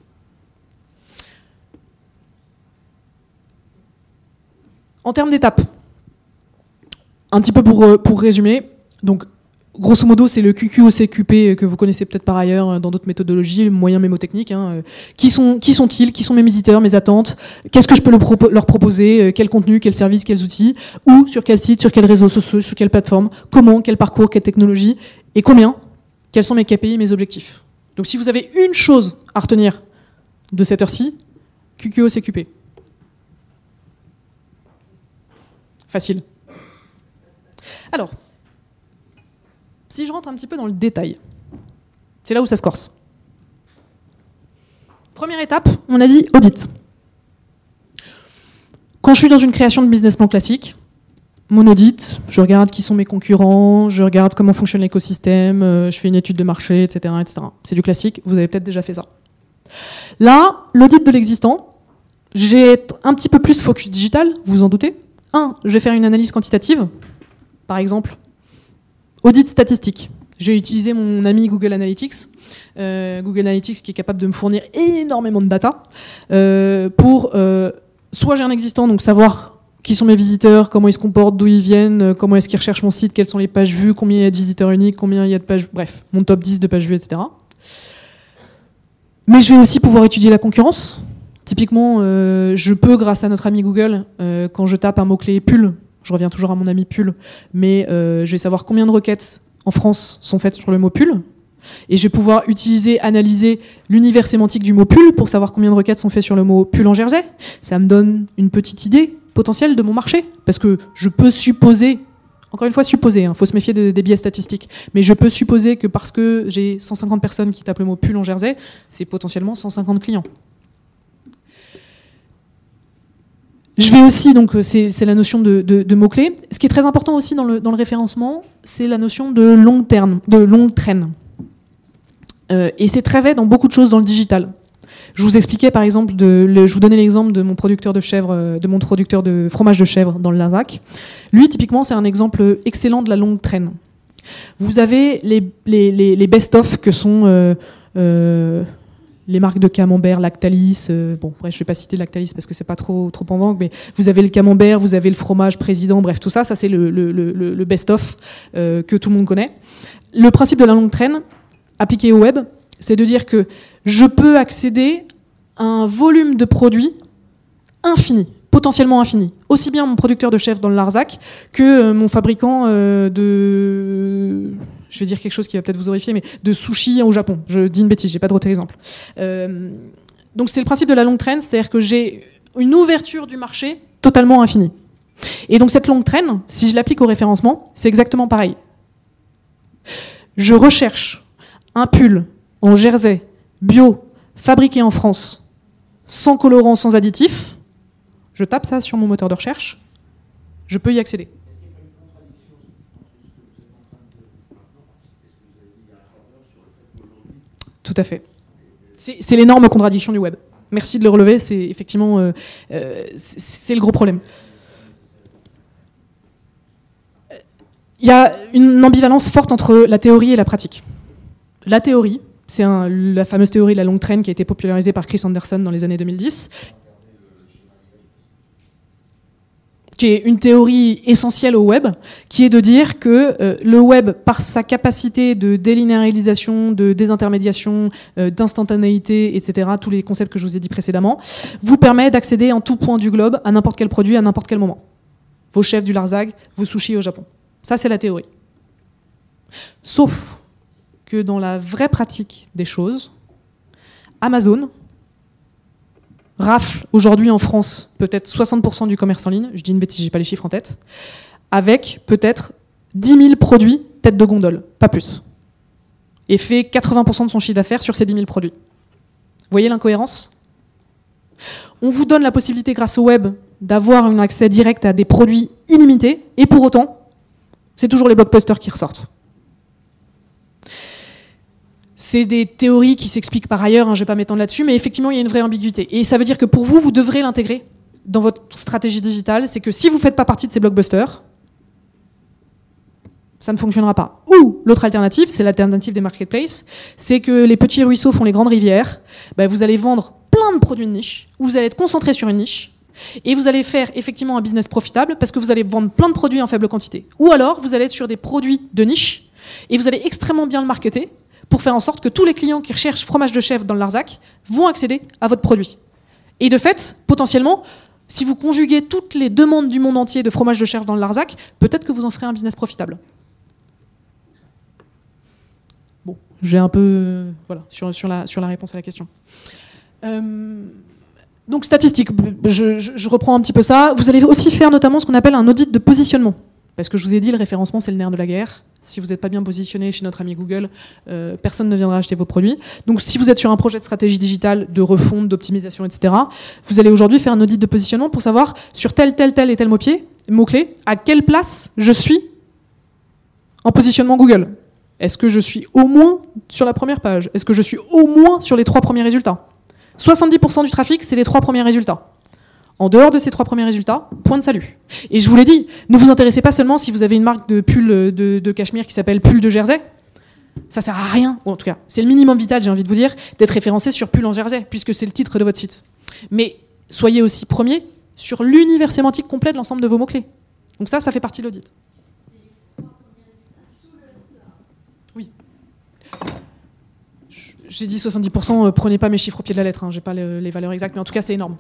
En termes d'étapes, un petit peu pour résumer, donc grosso modo, c'est le QQOCQP que vous connaissez peut-être par ailleurs dans d'autres méthodologies, moyens mémotechniques. Qui sont-ils? Qui sont mes visiteurs, mes attentes? Qu'est-ce que je peux leur proposer? Quel contenu, quel service, quels outils? Où, sur quel site, sur quels réseaux sociaux, sur quelle plateforme? Comment, quel parcours, quelle technologie? Et combien? Quels sont mes KPI, mes objectifs? Donc si vous avez une chose à retenir de cette heure-ci, QQOCQP. Facile. Alors, si je rentre un petit peu dans le détail, c'est là où ça se corse. Première étape, on a dit audit. Quand je suis dans une création de business plan classique, mon audit, je regarde qui sont mes concurrents, je regarde comment fonctionne l'écosystème, je fais une étude de marché, etc., etc. C'est du classique, vous avez peut-être déjà fait ça. Là, l'audit de l'existant, j'ai un petit peu plus focus digital, vous vous en doutez. Je vais faire une analyse quantitative, par exemple, audit statistique. J'ai utilisé mon ami Google Analytics, qui est capable de me fournir énormément de data pour soit j'ai un existant, donc savoir qui sont mes visiteurs, comment ils se comportent, d'où ils viennent, comment est-ce qu'ils recherchent mon site, quelles sont les pages vues, combien il y a de visiteurs uniques, combien il y a de pages, bref, mon top 10 de pages vues, etc. Mais je vais aussi pouvoir étudier la concurrence. Typiquement, je peux, grâce à notre ami Google, quand je tape un mot-clé pull, je reviens toujours à mon ami pull, mais je vais savoir combien de requêtes en France sont faites sur le mot pull, et je vais pouvoir analyser l'univers sémantique du mot pull pour savoir combien de requêtes sont faites sur le mot pull en jersey. Ça me donne une petite idée potentielle de mon marché, parce que je peux supposer, encore une fois supposer, faut se méfier des biais statistiques, mais je peux supposer que parce que j'ai 150 personnes qui tapent le mot pull en jersey, c'est potentiellement 150 clients. Je vais aussi, donc c'est la notion de mots-clés. Ce qui est très important aussi dans le référencement, c'est la notion de longue traîne. Et c'est très vrai dans beaucoup de choses dans le digital. Je vous expliquais par exemple, je vous donnais l'exemple de mon producteur de chèvre, de mon producteur de fromage de chèvre dans le Larzac. Lui, typiquement, c'est un exemple excellent de la longue traîne. Vous avez les best-of que sont les marques de camembert, Lactalis, bon, bref, je vais pas citer Lactalis parce que c'est pas trop en vogue, mais vous avez le camembert, vous avez le fromage président, bref, tout ça, c'est le best-of que tout le monde connaît. Le principe de la longue traîne, appliqué au web, c'est de dire que je peux accéder à un volume de produits infini, potentiellement infini. Aussi bien mon producteur de chèvre dans le Larzac que mon fabricant je vais dire quelque chose qui va peut-être vous horrifier, mais de sushi au Japon. Je dis une bêtise, j'ai pas d'autre exemple. Donc c'est le principe de la longue traîne, c'est-à-dire que j'ai une ouverture du marché totalement infinie. Et donc cette longue traîne, si je l'applique au référencement, c'est exactement pareil. Je recherche un pull en jersey, bio, fabriqué en France, sans colorant, sans additif. Je tape ça sur mon moteur de recherche, je peux y accéder. Tout à fait. C'est l'énorme contradiction du web. Merci de le relever, c'est effectivement c'est le gros problème. Il y a une ambivalence forte entre la théorie et la pratique. La théorie, c'est la fameuse théorie de la longue traîne qui a été popularisée par Chris Anderson dans les années 2010, qui est une théorie essentielle au web, qui est de dire que le web, par sa capacité de délinéarisation, de désintermédiation, d'instantanéité, etc., tous les concepts que je vous ai dit précédemment, vous permet d'accéder en tout point du globe à n'importe quel produit, à n'importe quel moment. Vos chefs du Larzac, vos sushis au Japon. Ça, c'est la théorie. Sauf que dans la vraie pratique des choses, Amazon rafle aujourd'hui en France peut-être 60% du commerce en ligne, je dis une bêtise, j'ai pas les chiffres en tête, avec peut-être 10 000 produits tête de gondole, pas plus. Et fait 80% de son chiffre d'affaires sur ces 10 000 produits. Vous voyez l'incohérence ? On vous donne la possibilité grâce au web d'avoir un accès direct à des produits illimités, et pour autant, c'est toujours les blockbusters qui ressortent. C'est des théories qui s'expliquent par ailleurs, hein, je ne vais pas m'étendre là-dessus, mais effectivement, il y a une vraie ambiguïté. Et ça veut dire que pour vous, vous devrez l'intégrer dans votre stratégie digitale. C'est que si vous ne faites pas partie de ces blockbusters, ça ne fonctionnera pas. Ou l'autre alternative, c'est l'alternative des marketplaces, c'est que les petits ruisseaux font les grandes rivières. Ben, vous allez vendre plein de produits de niche, où vous allez être concentré sur une niche, et vous allez faire effectivement un business profitable parce que vous allez vendre plein de produits en faible quantité. Ou alors, vous allez être sur des produits de niche, et vous allez extrêmement bien le marketer, pour faire en sorte que tous les clients qui recherchent fromage de chèvre dans le Larzac vont accéder à votre produit. Et de fait, potentiellement, si vous conjuguez toutes les demandes du monde entier de fromage de chèvre dans le Larzac, peut-être que vous en ferez un business profitable. Bon, j'ai un peu... Voilà, sur la réponse à la question. Donc, statistiques, je reprends un petit peu ça. Vous allez aussi faire notamment ce qu'on appelle un audit de positionnement. Parce que je vous ai dit, le référencement, c'est le nerf de la guerre. Si vous n'êtes pas bien positionné chez notre ami Google, personne ne viendra acheter vos produits. Donc si vous êtes sur un projet de stratégie digitale, de refonte, d'optimisation, etc., vous allez aujourd'hui faire un audit de positionnement pour savoir sur tel et tel mot-clé, à quelle place je suis en positionnement Google. Est-ce que je suis au moins sur la première page? Est-ce que je suis au moins sur les 3 premiers résultats? 70% du trafic, c'est les 3 premiers résultats. En dehors de ces 3 premiers résultats, point de salut. Et je vous l'ai dit, ne vous intéressez pas seulement si vous avez une marque de pull de cachemire qui s'appelle Pull de Jersey. Ça sert à rien. Bon, en tout cas, c'est le minimum vital, j'ai envie de vous dire, d'être référencé sur Pull en Jersey, puisque c'est le titre de votre site. Mais soyez aussi premier sur l'univers sémantique complet de l'ensemble de vos mots-clés. Donc ça fait partie de l'audit. Oui. J'ai dit 70%, prenez pas mes chiffres au pied de la lettre, hein, j'ai pas les valeurs exactes, mais en tout cas, c'est énorme.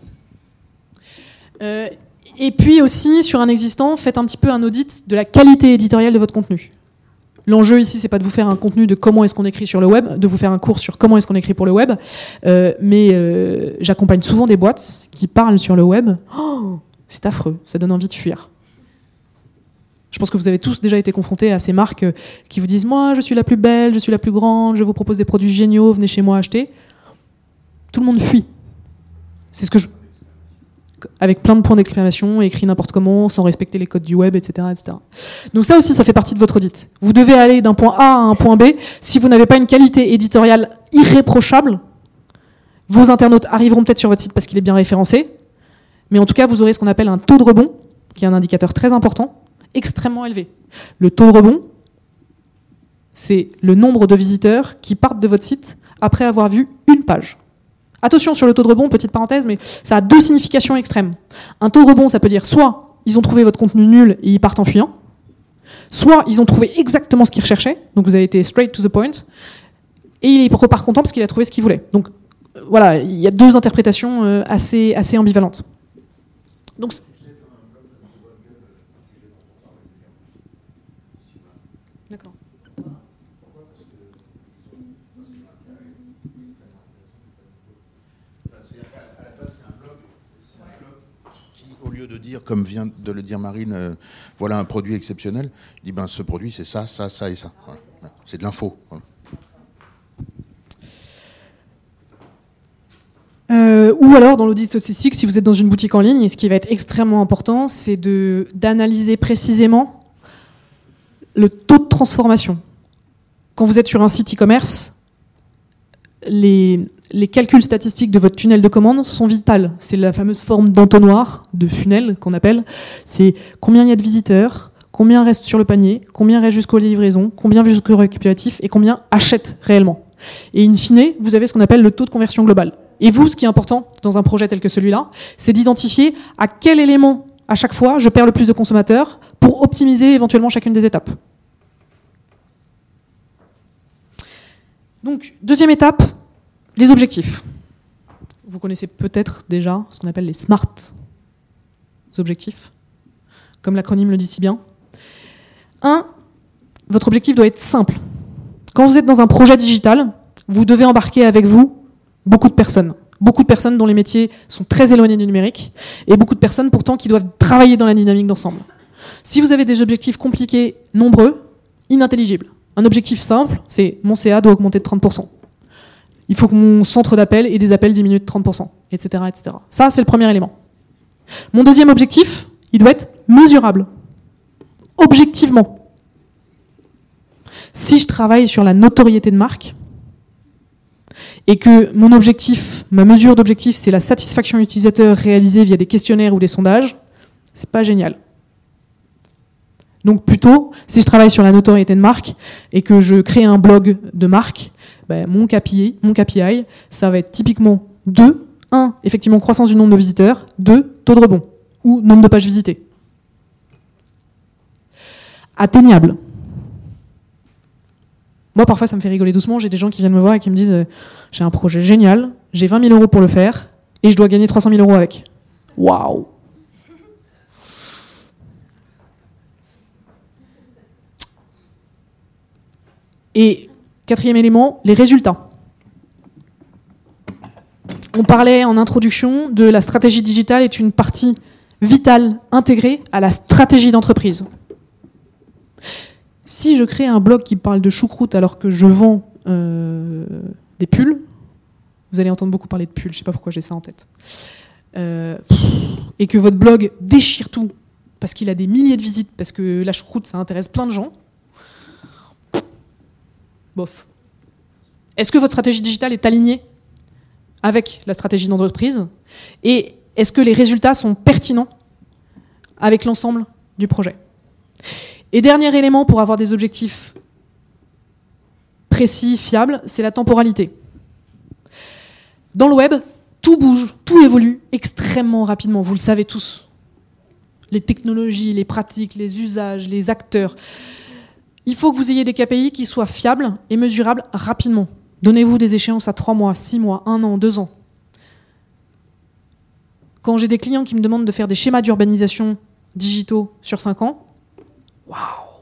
Et puis aussi, sur un existant, faites un petit peu un audit de la qualité éditoriale de votre contenu. L'enjeu ici, c'est pas de vous faire un contenu de comment est-ce qu'on écrit sur le web, de vous faire un cours sur comment est-ce qu'on écrit pour le web, mais j'accompagne souvent des boîtes qui parlent sur le web. Oh, c'est affreux, ça donne envie de fuir. Je pense que vous avez tous déjà été confrontés à ces marques qui vous disent « Moi, je suis la plus belle, je suis la plus grande, je vous propose des produits géniaux, venez chez moi acheter. » Tout le monde fuit. C'est ce que avec plein de points d'exclamation, écrit n'importe comment, sans respecter les codes du web, etc., etc. Donc ça aussi, ça fait partie de votre audit. Vous devez aller d'un point A à un point B. Si vous n'avez pas une qualité éditoriale irréprochable, vos internautes arriveront peut-être sur votre site parce qu'il est bien référencé, mais en tout cas, vous aurez ce qu'on appelle un taux de rebond, qui est un indicateur très important, extrêmement élevé. Le taux de rebond, c'est le nombre de visiteurs qui partent de votre site après avoir vu une page. Attention sur le taux de rebond, petite parenthèse, mais ça a 2 significations extrêmes. Un taux de rebond, ça peut dire soit ils ont trouvé votre contenu nul et ils partent en fuyant, soit ils ont trouvé exactement ce qu'ils recherchaient, donc vous avez été straight to the point, et il repart content parce qu'il a trouvé ce qu'il voulait. Donc voilà, il y a 2 interprétations assez ambivalentes. Donc, d'accord. Au lieu de dire, comme vient de le dire Marine, voilà un produit exceptionnel, il dit ben, ce produit c'est ça, ça, ça et ça. Voilà. C'est de l'info. Voilà. Ou alors dans l'audit statistique, si vous êtes dans une boutique en ligne, ce qui va être extrêmement important, c'est d'analyser précisément le taux de transformation. Quand vous êtes sur un site e-commerce, les calculs statistiques de votre tunnel de commande sont vitales. C'est la fameuse forme d'entonnoir, de funnel qu'on appelle. C'est combien il y a de visiteurs, combien reste sur le panier, combien reste jusqu'aux livraisons, combien jusqu'au récupératif et combien achètent réellement. Et in fine, vous avez ce qu'on appelle le taux de conversion global. Et vous, ce qui est important dans un projet tel que celui-là, c'est d'identifier à quel élément, à chaque fois, je perds le plus de consommateurs pour optimiser éventuellement chacune des étapes. Donc, deuxième étape, les objectifs. Vous connaissez peut-être déjà ce qu'on appelle les SMART objectifs, comme l'acronyme le dit si bien. 1, votre objectif doit être simple. Quand vous êtes dans un projet digital, vous devez embarquer avec vous beaucoup de personnes. Beaucoup de personnes dont les métiers sont très éloignés du numérique et beaucoup de personnes pourtant qui doivent travailler dans la dynamique d'ensemble. Si vous avez des objectifs compliqués, nombreux, inintelligibles. Un objectif simple, c'est mon CA doit augmenter de 30%. Il faut que mon centre d'appel ait des appels diminuent de 30%, etc., etc. Ça, c'est le premier élément. Mon deuxième objectif, il doit être mesurable. Objectivement. Si je travaille sur la notoriété de marque, et que mon objectif, ma mesure d'objectif, c'est la satisfaction utilisateur réalisée via des questionnaires ou des sondages, c'est pas génial. Donc plutôt, si je travaille sur la notoriété de marque et que je crée un blog de marque, ben, mon KPI, ça va être typiquement 2, 1, effectivement croissance du nombre de visiteurs, 2, taux de rebond ou nombre de pages visitées. Atteignable. Moi, parfois, ça me fait rigoler doucement. J'ai des gens qui viennent me voir et qui me disent j'ai un projet génial, j'ai 20 000 € pour le faire et je dois gagner 300 000 € avec. Waouh! Et quatrième élément, les résultats. On parlait en introduction de la stratégie digitale est une partie vitale, intégrée à la stratégie d'entreprise. Si je crée un blog qui parle de choucroute alors que je vends des pulls, vous allez entendre beaucoup parler de pulls, je ne sais pas pourquoi j'ai ça en tête, et que votre blog déchire tout parce qu'il a des milliers de visites, parce que la choucroute, ça intéresse plein de gens, bof. Est-ce que votre stratégie digitale est alignée avec la stratégie d'entreprise? Et est-ce que les résultats sont pertinents avec l'ensemble du projet? Et dernier élément pour avoir des objectifs précis, fiables, c'est la temporalité. Dans le web, tout bouge, tout évolue extrêmement rapidement, vous le savez tous. Les technologies, les pratiques, les usages, les acteurs. Il faut que vous ayez des KPI qui soient fiables et mesurables rapidement. Donnez-vous des échéances à 3 mois, 6 mois, 1 an, 2 ans. Quand j'ai des clients qui me demandent de faire des schémas d'urbanisation digitaux sur 5 ans, waouh!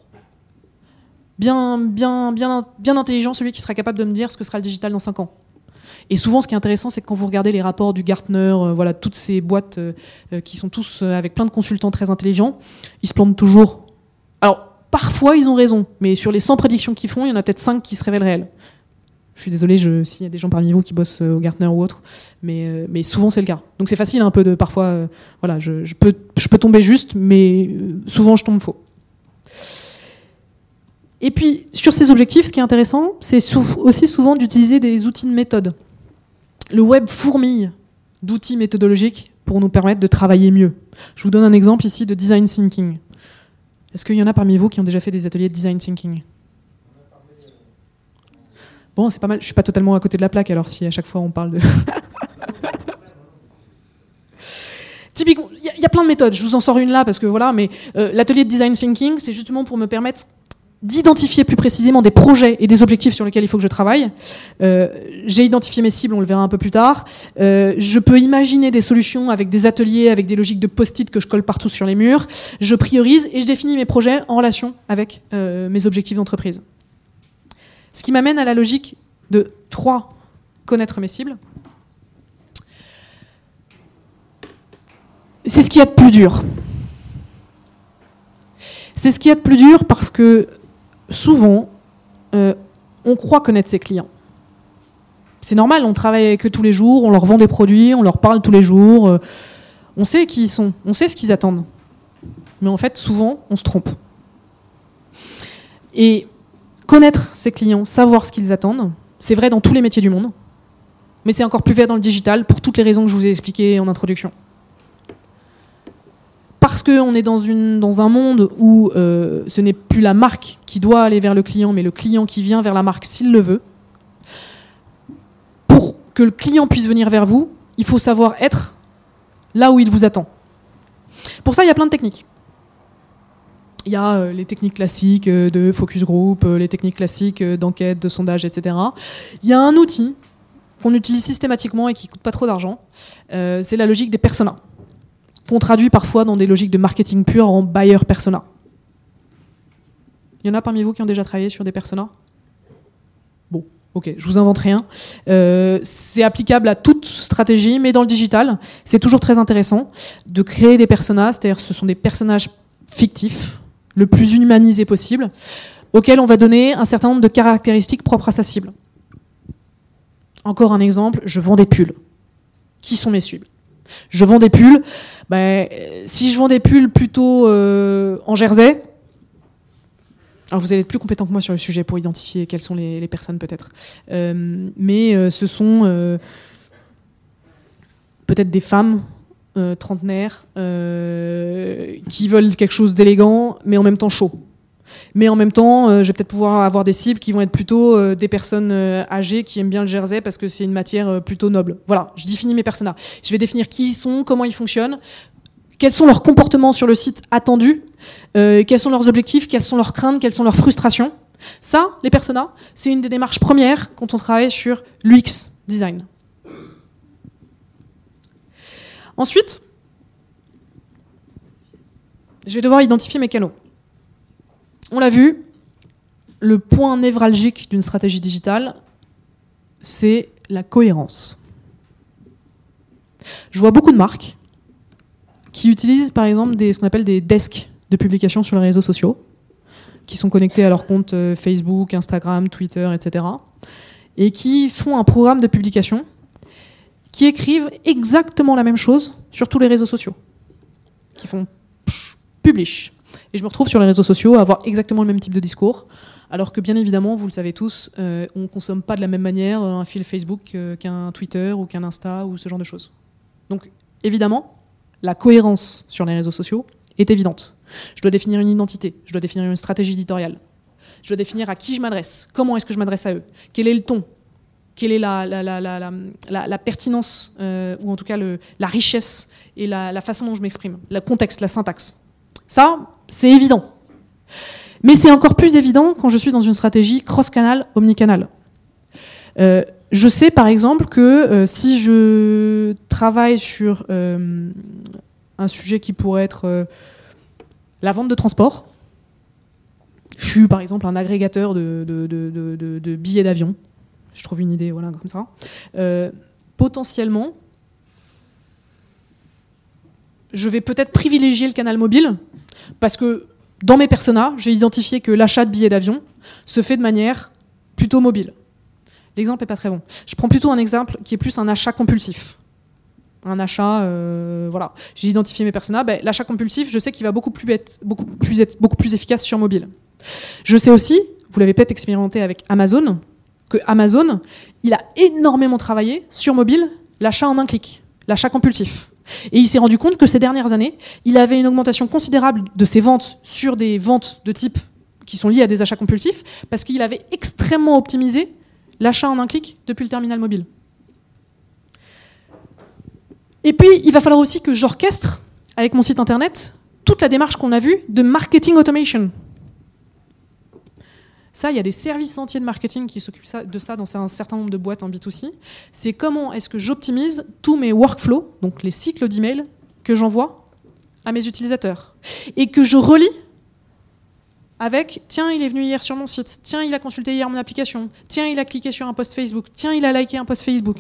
Bien intelligent celui qui sera capable de me dire ce que sera le digital dans 5 ans. Et souvent, ce qui est intéressant, c'est que quand vous regardez les rapports du Gartner, voilà, toutes ces boîtes qui sont tous avec plein de consultants très intelligents, ils se plantent toujours. Alors, parfois, ils ont raison, mais sur les 100 prédictions qu'ils font, il y en a peut-être 5 qui se révèlent réelles. Je suis désolée s'il y a des gens parmi vous qui bossent au Gartner ou autre, mais souvent c'est le cas. Donc c'est facile un peu de parfois, voilà, je peux tomber juste, mais souvent je tombe faux. Et puis sur ces objectifs, ce qui est intéressant, c'est aussi souvent d'utiliser des outils de méthode. Le web fourmille d'outils méthodologiques pour nous permettre de travailler mieux. Je vous donne un exemple ici de design thinking. Est-ce qu'il y en a parmi vous qui ont déjà fait des ateliers de design thinking ? Bon, c'est pas mal. Je suis pas totalement à côté de la plaque, alors si à chaque fois on parle de... Typiquement, il y a plein de méthodes. Je vous en sors une là parce que voilà, mais l'atelier de design thinking, c'est justement pour me permettre d'identifier plus précisément des projets et des objectifs sur lesquels il faut que je travaille. J'ai identifié mes cibles, on le verra un peu plus tard. Je peux imaginer des solutions avec des ateliers, avec des logiques de post-it que je colle partout sur les murs. Je priorise et je définis mes projets en relation avec mes objectifs d'entreprise. Ce qui m'amène à la logique de 3, connaître mes cibles. C'est ce qu'il y a de plus dur. C'est ce qu'il y a de plus dur parce que souvent, on croit connaître ses clients. C'est normal, on travaille avec eux tous les jours, on leur vend des produits, on leur parle tous les jours, on sait qui ils sont, on sait ce qu'ils attendent. Mais en fait, souvent, on se trompe. Et connaître ses clients, savoir ce qu'ils attendent, c'est vrai dans tous les métiers du monde, mais c'est encore plus vrai dans le digital pour toutes les raisons que je vous ai expliquées en introduction. Parce qu'on est dans un monde où ce n'est plus la marque qui doit aller vers le client, mais le client qui vient vers la marque s'il le veut. Pour que le client puisse venir vers vous, il faut savoir être là où il vous attend. Pour ça, il y a plein de techniques. Il y a les techniques classiques de focus group, les techniques classiques d'enquête, de sondage, etc. Il y a un outil qu'on utilise systématiquement et qui ne coûte pas trop d'argent, c'est la logique des personas, qu'on traduit parfois dans des logiques de marketing pur en buyer persona. Il y en a parmi vous qui ont déjà travaillé sur des personas ? Bon, ok, je vous invente rien. C'est applicable à toute stratégie, mais dans le digital, c'est toujours très intéressant de créer des personas, c'est-à-dire ce sont des personnages fictifs, le plus humanisé possible, auquel on va donner un certain nombre de caractéristiques propres à sa cible. Encore un exemple, je vends des pulls. Qui sont mes cibles ? Je vends des pulls. Si je vends des pulls plutôt en jersey, Alors vous allez être plus compétent que moi sur le sujet pour identifier quelles sont les personnes peut-être. Mais ce sont peut-être des femmes trentenaires qui veulent quelque chose d'élégant mais en même temps chaud. Mais en même temps, je vais peut-être pouvoir avoir des cibles qui vont être plutôt des personnes âgées qui aiment bien le jersey parce que c'est une matière plutôt noble. Voilà, je définis mes personas. Je vais définir qui ils sont, comment ils fonctionnent, quels sont leurs comportements sur le site attendus, quels sont leurs objectifs, quelles sont leurs craintes, quelles sont leurs frustrations. Ça, les personas, c'est une des démarches premières quand on travaille sur l'UX design. Ensuite, je vais devoir identifier mes canaux. On l'a vu, le point névralgique d'une stratégie digitale, c'est la cohérence. Je vois beaucoup de marques qui utilisent par exemple ce qu'on appelle des desks de publication sur les réseaux sociaux, qui sont connectés à leur compte Facebook, Instagram, Twitter, etc. et qui font un programme de publication qui écrivent exactement la même chose sur tous les réseaux sociaux, qui font publish. Et je me retrouve sur les réseaux sociaux à avoir exactement le même type de discours, alors que bien évidemment, vous le savez tous, on ne consomme pas de la même manière un fil Facebook qu'un Twitter ou qu'un Insta ou ce genre de choses. Donc évidemment, la cohérence sur les réseaux sociaux est évidente. Je dois définir une identité, je dois définir une stratégie éditoriale, je dois définir à qui je m'adresse, comment est-ce que je m'adresse à eux, quel est le ton, quelle est la pertinence, ou en tout cas la richesse et la façon dont je m'exprime, le contexte, la syntaxe. Ça, c'est évident. Mais c'est encore plus évident quand je suis dans une stratégie cross-canal, omnicanal. Je sais par exemple que si je travaille sur un sujet qui pourrait être la vente de transport, je suis par exemple un agrégateur de billets d'avion, je trouve une idée, voilà, comme ça, potentiellement, je vais peut-être privilégier le canal mobile, parce que dans mes personas, j'ai identifié que l'achat de billets d'avion se fait de manière plutôt mobile. L'exemple n'est pas très bon. Je prends plutôt un exemple qui est plus un achat compulsif. Un achat, voilà. J'ai identifié mes personas. L'achat compulsif, je sais qu'il va être beaucoup plus efficace sur mobile. Je sais aussi, vous l'avez peut-être expérimenté avec Amazon, que Amazon, il a énormément travaillé sur mobile l'achat en un clic, l'achat compulsif. Et il s'est rendu compte que ces dernières années, il avait une augmentation considérable de ses ventes sur des ventes de type qui sont liées à des achats compulsifs, parce qu'il avait extrêmement optimisé l'achat en un clic depuis le terminal mobile. Et puis, il va falloir aussi que j'orchestre, avec mon site internet, toute la démarche qu'on a vue de marketing automation. Ça, il y a des services entiers de marketing qui s'occupent de ça dans un certain nombre de boîtes en B2C. C'est comment est-ce que j'optimise tous mes workflows, donc les cycles d'email que j'envoie à mes utilisateurs. Et que je relie avec « tiens, il est venu hier sur mon site »,« tiens, il a consulté hier mon application »,« tiens, il a cliqué sur un post Facebook »,« tiens, il a liké un post Facebook ».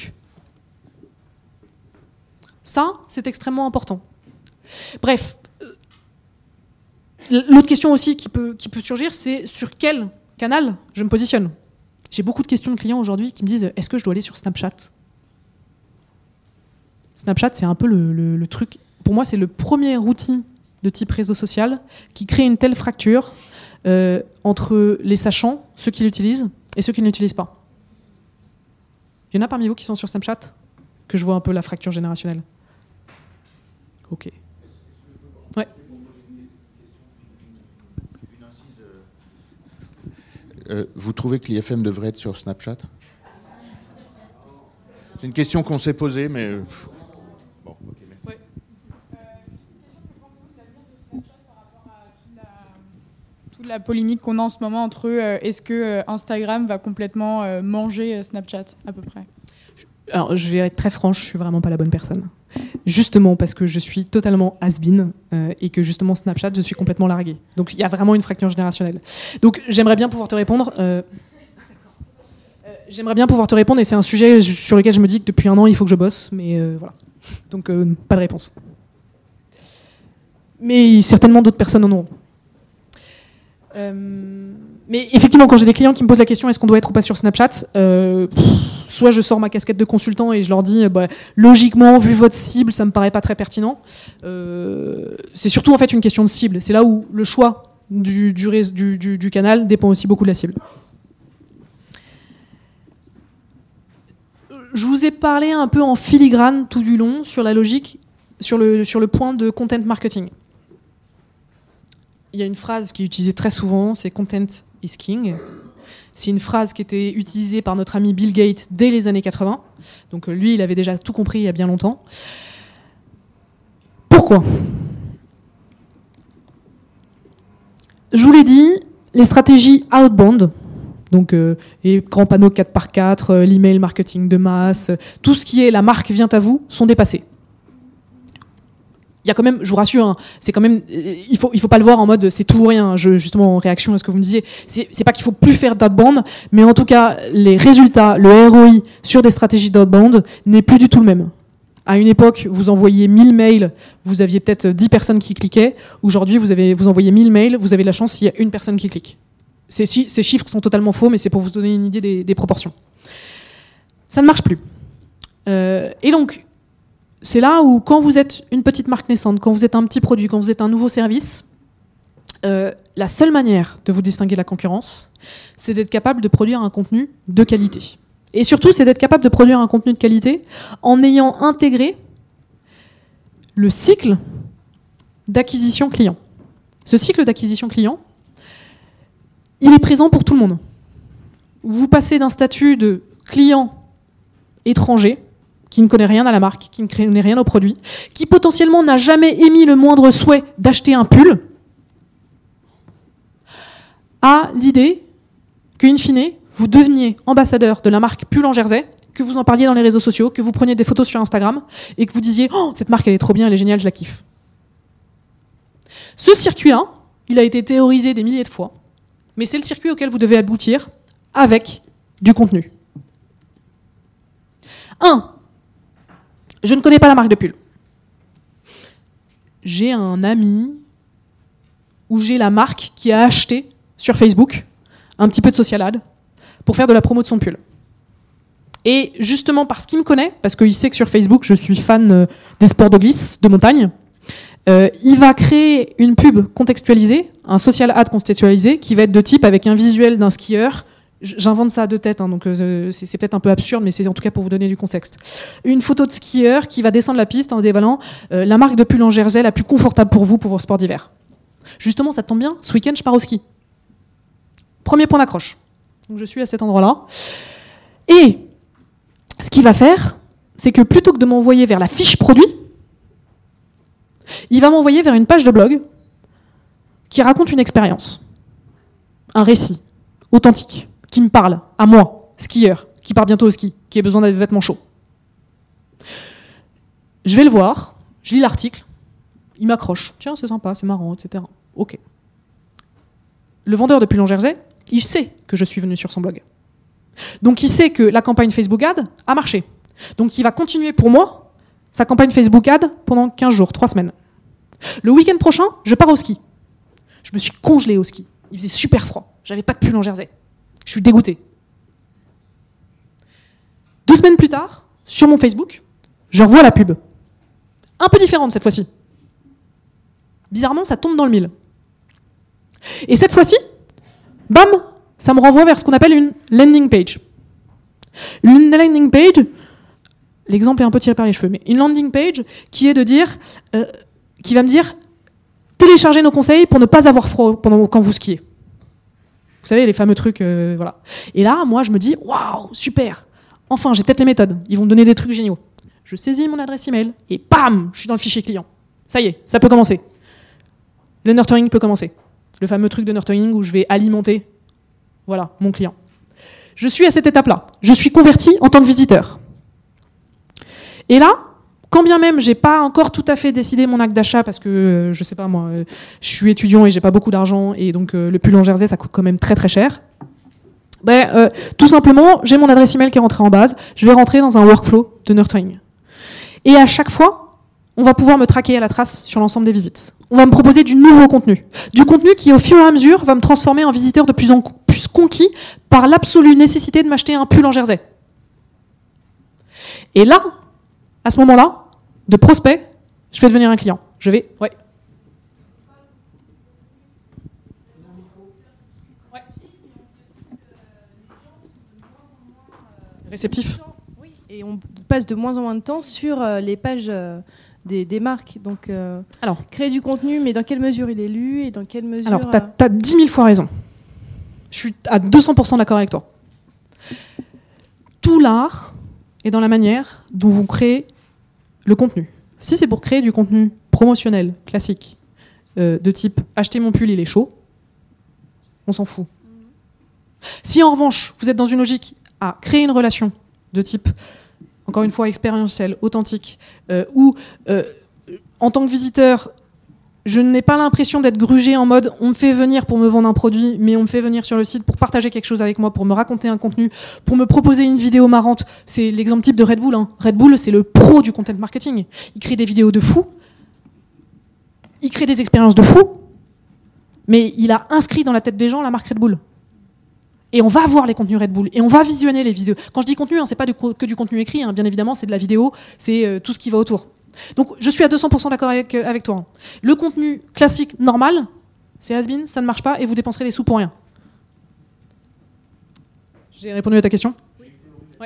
Ça, c'est extrêmement important. Bref, l'autre question aussi qui peut surgir, c'est sur quel canal je me positionne. J'ai beaucoup de questions de clients aujourd'hui qui me disent « est-ce que je dois aller sur Snapchat ?» Snapchat, c'est un peu le truc... Pour moi, c'est le premier outil de type réseau social qui crée une telle fracture entre les sachants, ceux qui l'utilisent, et ceux qui ne l'utilisent pas. Il y en a parmi vous qui sont sur Snapchat ? Que je vois un peu la fracture générationnelle. Ok. Ouais. Vous trouvez que l'IFM devrait être sur Snapchat ? C'est une question qu'on s'est posée, mais... Bon, ok, merci. Ouais. Toute la polémique qu'on a en ce moment entre est-ce que Instagram va complètement manger Snapchat, à peu près ? Alors, je vais être très franche, je suis vraiment pas la bonne personne. Justement parce que je suis totalement has-been et que justement Snapchat, je suis complètement larguée. Donc il y a vraiment une fracture générationnelle. Donc j'aimerais bien pouvoir te répondre. Et c'est un sujet sur lequel je me dis que depuis un an il faut que je bosse, mais voilà. Donc pas de réponse. Mais certainement d'autres personnes en auront. Mais effectivement, quand j'ai des clients qui me posent la question est-ce qu'on doit être ou pas sur Snapchat, soit je sors ma casquette de consultant et je leur dis logiquement, vu votre cible, ça me paraît pas très pertinent. C'est surtout en fait une question de cible. C'est là où le choix du canal dépend aussi beaucoup de la cible. Je vous ai parlé un peu en filigrane tout du long sur la logique, sur le point de content marketing. Il y a une phrase qui est utilisée très souvent, c'est « content is king ». C'est une phrase qui était utilisée par notre ami Bill Gates dès les années 80. Donc lui, il avait déjà tout compris il y a bien longtemps. Pourquoi ? Je vous l'ai dit, les stratégies outbound, donc les grands panneaux 4x4, l'email marketing de masse, tout ce qui est la marque vient à vous, sont dépassés. Il y a quand même, je vous rassure, hein, c'est quand même, il faut pas le voir en mode c'est tout ou rien. Justement en réaction à ce que vous me disiez, c'est pas qu'il faut plus faire d'outbound, mais en tout cas les résultats, le ROI sur des stratégies d'outbound n'est plus du tout le même. À une époque, vous envoyiez 1000 mails, vous aviez peut-être 10 personnes qui cliquaient. Aujourd'hui, vous envoyez 1000 mails, vous avez la chance s'il y a une personne qui clique. Ces chiffres sont totalement faux, mais c'est pour vous donner une idée des proportions. Ça ne marche plus. Et donc, c'est là où, quand vous êtes une petite marque naissante, quand vous êtes un petit produit, quand vous êtes un nouveau service, la seule manière de vous distinguer de la concurrence, c'est d'être capable de produire un contenu de qualité. Et surtout, c'est d'être capable de produire un contenu de qualité en ayant intégré le cycle d'acquisition client. Ce cycle d'acquisition client, il est présent pour tout le monde. Vous passez d'un statut de client étranger, qui ne connaît rien à la marque, qui ne connaît rien au produit, qui potentiellement n'a jamais émis le moindre souhait d'acheter un pull, à l'idée qu'in fine, vous deveniez ambassadeur de la marque pull en jersey, que vous en parliez dans les réseaux sociaux, que vous preniez des photos sur Instagram, et que vous disiez « Oh, cette marque, elle est trop bien, elle est géniale, je la kiffe ». Ce circuit-là, il a été théorisé des milliers de fois, mais c'est le circuit auquel vous devez aboutir avec du contenu. 1. Je ne connais pas la marque de pull. J'ai un ami ou j'ai la marque qui a acheté sur Facebook un petit peu de social ad pour faire de la promo de son pull. Et justement parce qu'il me connaît, parce qu'il sait que sur Facebook je suis fan des sports de glisse, de montagne, il va créer une pub contextualisée, un social ad contextualisé qui va être de type avec un visuel d'un skieur. J'invente ça à deux têtes, hein, donc c'est peut-être un peu absurde, mais c'est en tout cas pour vous donner du contexte. Une photo de skieur qui va descendre la piste en dévalant la marque de pull en jersey la plus confortable pour vous pour vos sports d'hiver. Justement, ça tombe bien, ce week-end, je pars au ski. Premier point d'accroche. Donc je suis à cet endroit-là. Et ce qu'il va faire, c'est que plutôt que de m'envoyer vers la fiche produit, il va m'envoyer vers une page de blog qui raconte une expérience, un récit authentique, qui me parle, à moi, skieur, qui part bientôt au ski, qui a besoin de vêtements chauds. Je vais le voir, je lis l'article, il m'accroche. Tiens, c'est sympa, c'est marrant, etc. Ok. Le vendeur de pull en jersey, il sait que je suis venu sur son blog. Donc il sait que la campagne Facebook Ad a marché. Donc il va continuer pour moi sa campagne Facebook Ad pendant 15 jours, 3 semaines. Le week-end prochain, je pars au ski. Je me suis congelée au ski. Il faisait super froid. J'avais pas de pull en jersey. Je suis dégoûtée. 2 semaines plus tard, sur mon Facebook, je revois la pub. Un peu différente cette fois-ci. Bizarrement, ça tombe dans le mille. Et cette fois-ci, bam, ça me renvoie vers ce qu'on appelle une landing page. Une landing page, l'exemple est un peu tiré par les cheveux, mais une landing page qui est de dire, qui va me dire, téléchargez nos conseils pour ne pas avoir froid quand vous skiez. Vous savez, les fameux trucs, voilà. Et là, moi, je me dis, waouh, super. Enfin, j'ai peut-être les méthodes. Ils vont me donner des trucs géniaux. Je saisis mon adresse email et bam, je suis dans le fichier client. Ça y est, ça peut commencer. Le nurturing peut commencer. Le fameux truc de nurturing où je vais alimenter, voilà, mon client. Je suis à cette étape-là. Je suis converti en tant que visiteur. Et là, quand bien même j'ai pas encore tout à fait décidé mon acte d'achat parce que je sais pas moi, je suis étudiant et j'ai pas beaucoup d'argent et donc le pull en jersey ça coûte quand même très très cher. Tout simplement, j'ai mon adresse email qui est rentrée en base, je vais rentrer dans un workflow de nurturing. Et à chaque fois, on va pouvoir me traquer à la trace sur l'ensemble des visites. On va me proposer du nouveau contenu. Du contenu qui, au fur et à mesure, va me transformer en visiteur de plus en plus conquis par l'absolue nécessité de m'acheter un pull en jersey. Et là, à ce moment-là, de prospect, je vais devenir un client. Je vais, ouais. réceptif. Oui, et on passe de moins en moins de temps sur les pages des marques. Donc, Alors, créer du contenu, mais dans quelle mesure il est lu et dans quelle mesure... Alors, tu as 10 000 fois raison. Je suis à 200% d'accord avec toi. Tout l'art est dans la manière dont vous créez le contenu. Si c'est pour créer du contenu promotionnel, classique, de type « acheter mon pull, il est chaud », on s'en fout. Si en revanche, vous êtes dans une logique à créer une relation de type, encore une fois, expérientielle, authentique, où, en tant que visiteur, je n'ai pas l'impression d'être grugé en mode on me fait venir pour me vendre un produit, mais on me fait venir sur le site pour partager quelque chose avec moi, pour me raconter un contenu, pour me proposer une vidéo marrante. C'est l'exemple type de Red Bull. Red Bull, c'est le pro du content marketing. Il crée des vidéos de fou, il crée des expériences de fou, mais il a inscrit dans la tête des gens la marque Red Bull. Et on va voir les contenus Red Bull, et on va visionner les vidéos. Quand je dis contenu, c'est pas que du contenu écrit, bien évidemment, c'est de la vidéo, c'est tout ce qui va autour. Donc je suis à 200% d'accord avec toi. Le contenu classique, normal, c'est has-been, ça ne marche pas, et vous dépenserez des sous pour rien. J'ai répondu à ta question ? Ouais.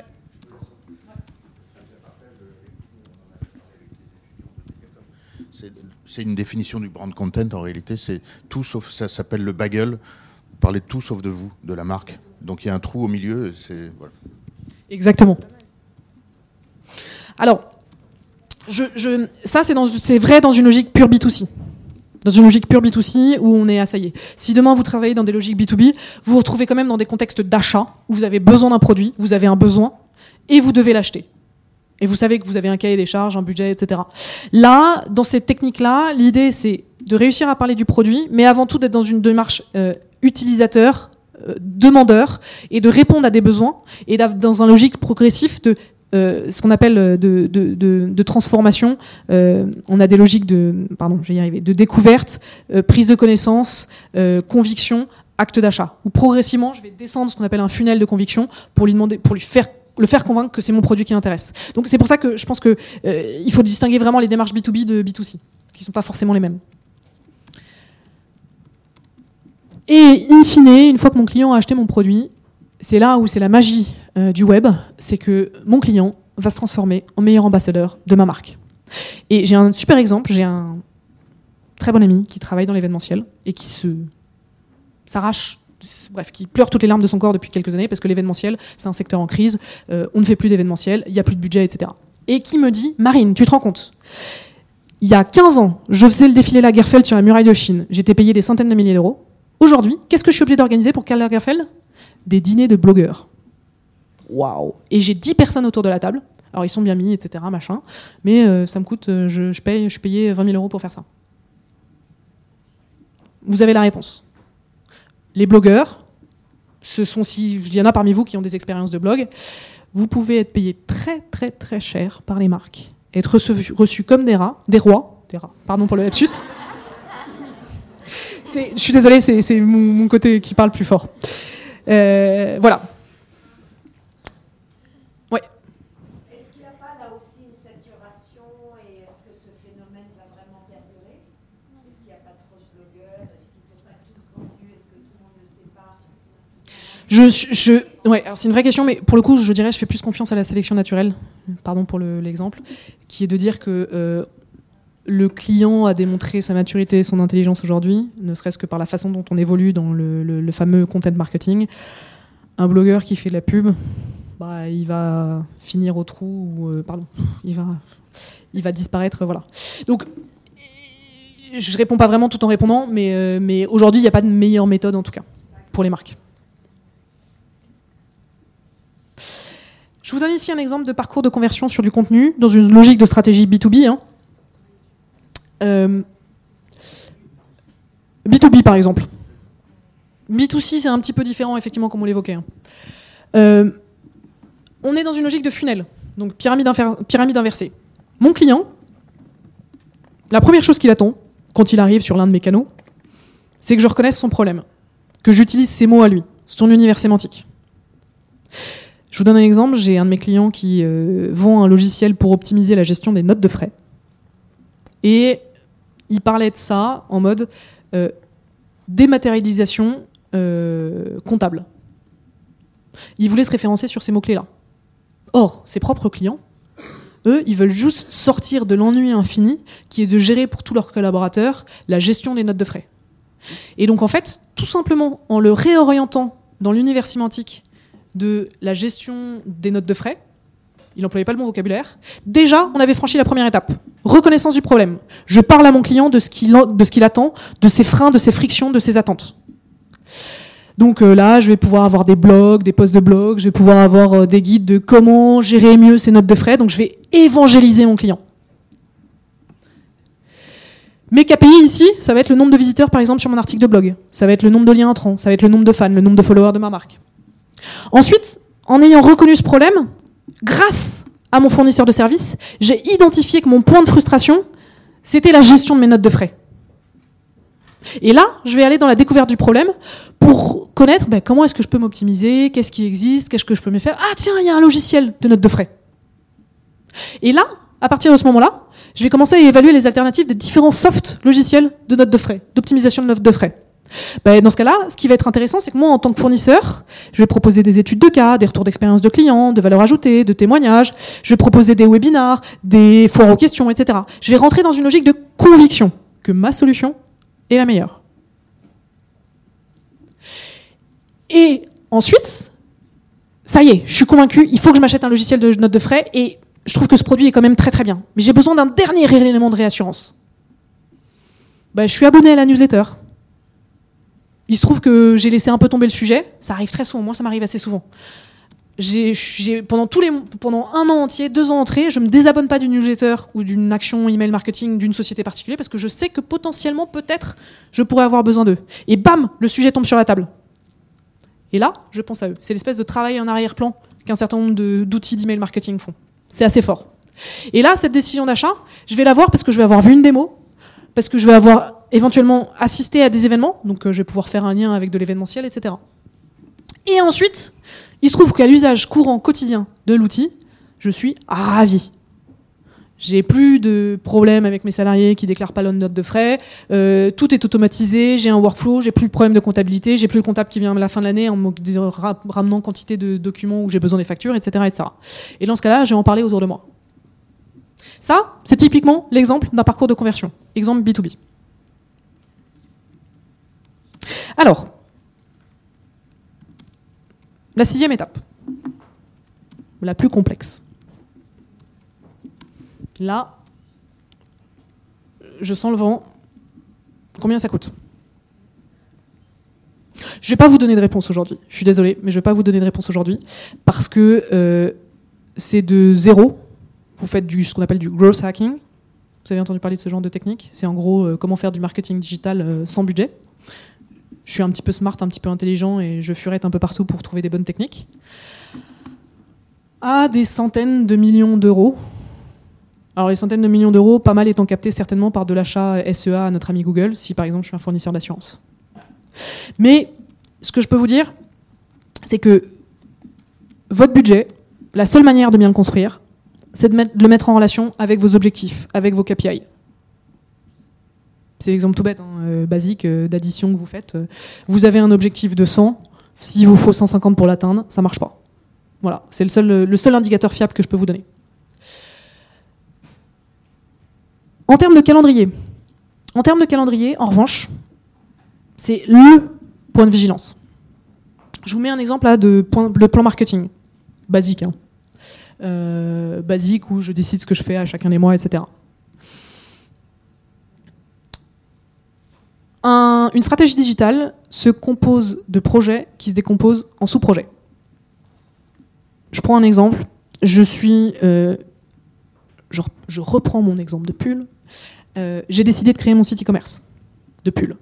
C'est une définition du brand content, en réalité, c'est tout sauf, ça s'appelle le bagel, parler de tout sauf de vous, de la marque. Donc il y a un trou au milieu, voilà. Exactement. Alors, ça c'est vrai dans une logique pure B2C. Dans une logique pure B2C où on est assaillé. Si demain vous travaillez dans des logiques B2B, vous vous retrouvez quand même dans des contextes d'achat où vous avez besoin d'un produit, vous avez un besoin et vous devez l'acheter. Et vous savez que vous avez un cahier des charges, un budget, etc. Là, dans cette technique-là, l'idée c'est de réussir à parler du produit, mais avant tout d'être dans une démarche utilisateur, demandeur, et de répondre à des besoins, et dans un logique progressif de ce qu'on appelle de transformation. On a des logiques de découverte, prise de connaissance, conviction, acte d'achat. Où progressivement, je vais descendre ce qu'on appelle un funnel de conviction pour le faire convaincre que c'est mon produit qui l'intéresse. Donc c'est pour ça que je pense que il faut distinguer vraiment les démarches B2B de B2C, qui ne sont pas forcément les mêmes. Et in fine, une fois que mon client a acheté mon produit, c'est là où c'est la magie du web, c'est que mon client va se transformer en meilleur ambassadeur de ma marque. Et j'ai un super exemple, j'ai un très bon ami qui travaille dans l'événementiel et qui s'arrache, bref, qui pleure toutes les larmes de son corps depuis quelques années parce que l'événementiel, c'est un secteur en crise, on ne fait plus d'événementiel, il n'y a plus de budget, etc. Et qui me dit, Marine, tu te rends compte ? Il y a 15 ans, je faisais le défilé Lagerfeld sur la muraille de Chine, j'étais payé des centaines de milliers d'euros. Aujourd'hui, qu'est-ce que je suis obligé d'organiser pour Karl Lagerfeld ? Des dîners de blogueurs. Waouh ! Et j'ai 10 personnes autour de la table. Alors ils sont bien mis, etc., machin. Mais ça me coûte, je suis payé 20 000 euros pour faire ça. Vous avez la réponse. Les blogueurs, il y en a parmi vous qui ont des expériences de blog, vous pouvez être payé très très très cher par les marques, être reçus comme des rois, pardon pour le lapsus. Je suis désolée, c'est mon côté qui parle plus fort. Voilà. Ouais. Est-ce qu'il n'y a pas là aussi une saturation et est-ce que ce phénomène va vraiment perdurer ? Est-ce qu'il n'y a pas trop de blogueurs ? Est-ce qu'ils ne sont pas tous vendus ? Est-ce que tout le monde ne sait pas ? Ouais, alors c'est une vraie question, mais pour le coup, je dirais, je fais plus confiance à la sélection naturelle. Pardon pour l'exemple, qui est de dire que le client a démontré sa maturité et son intelligence aujourd'hui, ne serait-ce que par la façon dont on évolue dans le fameux content marketing. Un blogueur qui fait de la pub, il va finir au trou, il va disparaître, voilà. Donc, je réponds pas vraiment tout en répondant, mais aujourd'hui, il n'y a pas de meilleure méthode, en tout cas, pour les marques. Je vous donne ici un exemple de parcours de conversion sur du contenu, dans une logique de stratégie B2B, B2B par exemple. B2C c'est un petit peu différent effectivement comme on l'évoquait. On est dans une logique de funnel, donc pyramide inversée. Mon client, la première chose qu'il attend quand il arrive sur l'un de mes canaux, c'est que je reconnaisse son problème, que j'utilise ses mots à lui, son univers sémantique. Je vous donne un exemple, j'ai un de mes clients qui vend un logiciel pour optimiser la gestion des notes de frais. Et il parlait de ça en mode dématérialisation comptable. Il voulait se référencer sur ces mots-clés-là. Or, ses propres clients, eux, ils veulent juste sortir de l'ennui infini qui est de gérer pour tous leurs collaborateurs la gestion des notes de frais. Et donc, en fait, tout simplement, en le réorientant dans l'univers sémantique de la gestion des notes de frais, il n'employait pas le bon vocabulaire, déjà, on avait franchi la première étape. Reconnaissance du problème. Je parle à mon client de ce qu'il attend, de ses freins, de ses frictions, de ses attentes. Donc là, je vais pouvoir avoir des blogs, des posts de blog, je vais pouvoir avoir des guides de comment gérer mieux ses notes de frais, donc je vais évangéliser mon client. Mes KPI ici, ça va être le nombre de visiteurs par exemple sur mon article de blog, ça va être le nombre de liens entrants, ça va être le nombre de fans, le nombre de followers de ma marque. Ensuite, en ayant reconnu ce problème, grâce à mon fournisseur de services, j'ai identifié que mon point de frustration, c'était la gestion de mes notes de frais. Et là, je vais aller dans la découverte du problème pour connaître comment est-ce que je peux m'optimiser, qu'est-ce qui existe, qu'est-ce que je peux me faire. Ah tiens, il y a un logiciel de notes de frais. Et là, à partir de ce moment-là, je vais commencer à évaluer les alternatives des différents soft logiciels de notes de frais, d'optimisation de notes de frais. Dans ce cas-là, ce qui va être intéressant, c'est que moi, en tant que fournisseur, je vais proposer des études de cas, des retours d'expérience de clients, de valeur ajoutée, de témoignages. Je vais proposer des webinars, des foires aux questions, etc. Je vais rentrer dans une logique de conviction que ma solution est la meilleure. Et ensuite, ça y est, je suis convaincu, il faut que je m'achète un logiciel de notes de frais et je trouve que ce produit est quand même très très bien. Mais j'ai besoin d'un dernier élément de réassurance. Je suis abonné à la newsletter. Il se trouve que j'ai laissé un peu tomber le sujet. Ça arrive très souvent. Moi, ça m'arrive assez souvent. Pendant un an entier, 2 ans entiers, je me désabonne pas d'une newsletter ou d'une action email marketing d'une société particulière parce que je sais que potentiellement, peut-être, je pourrais avoir besoin d'eux. Et bam, le sujet tombe sur la table. Et là, je pense à eux. C'est l'espèce de travail en arrière-plan qu'un certain nombre d'outils d'email marketing font. C'est assez fort. Et là, cette décision d'achat, je vais l'avoir parce que je vais avoir vu une démo, parce que je vais avoir éventuellement assisté à des événements, donc je vais pouvoir faire un lien avec de l'événementiel, etc. Et ensuite, il se trouve qu'à l'usage courant quotidien de l'outil, je suis ravi. J'ai plus de problèmes avec mes salariés qui déclarent pas leur note de frais, tout est automatisé, j'ai un workflow, j'ai plus de problème de comptabilité, j'ai plus le comptable qui vient à la fin de l'année en me ramenant quantité de documents où j'ai besoin des factures, etc., etc. Et dans ce cas-là, je vais en parler autour de moi. Ça, c'est typiquement l'exemple d'un parcours de conversion. Exemple B2B. Alors, la 6e étape, la plus complexe. Là, je sens le vent. Combien ça coûte ? Je ne vais pas vous donner de réponse aujourd'hui. Je suis désolée, mais je ne vais pas vous donner de réponse aujourd'hui parce que c'est de zéro. Vous faites ce qu'on appelle du growth hacking. Vous avez entendu parler de ce genre de technique ? C'est en gros comment faire du marketing digital sans budget. Je suis un petit peu smart, un petit peu intelligent et je furette un peu partout pour trouver des bonnes techniques. À des centaines de millions d'euros. Alors les centaines de millions d'euros, pas mal étant captés certainement par de l'achat SEA à notre ami Google, si par exemple je suis un fournisseur d'assurance. Mais ce que je peux vous dire, c'est que votre budget, la seule manière de bien le construire, c'est de le mettre en relation avec vos objectifs, avec vos KPI. C'est l'exemple tout bête, basique, d'addition que vous faites. Vous avez un objectif de 100, s'il vous faut 150 pour l'atteindre, ça ne marche pas. Voilà, c'est le seul indicateur fiable que je peux vous donner. En termes de calendrier, en revanche, c'est le point de vigilance. Je vous mets un exemple là le plan marketing, basique. Basique où je décide ce que je fais à chacun des mois, etc. Une stratégie digitale se compose de projets qui se décomposent en sous-projets. Je prends un exemple. Je reprends mon exemple de pull. J'ai décidé de créer mon site e-commerce de pull.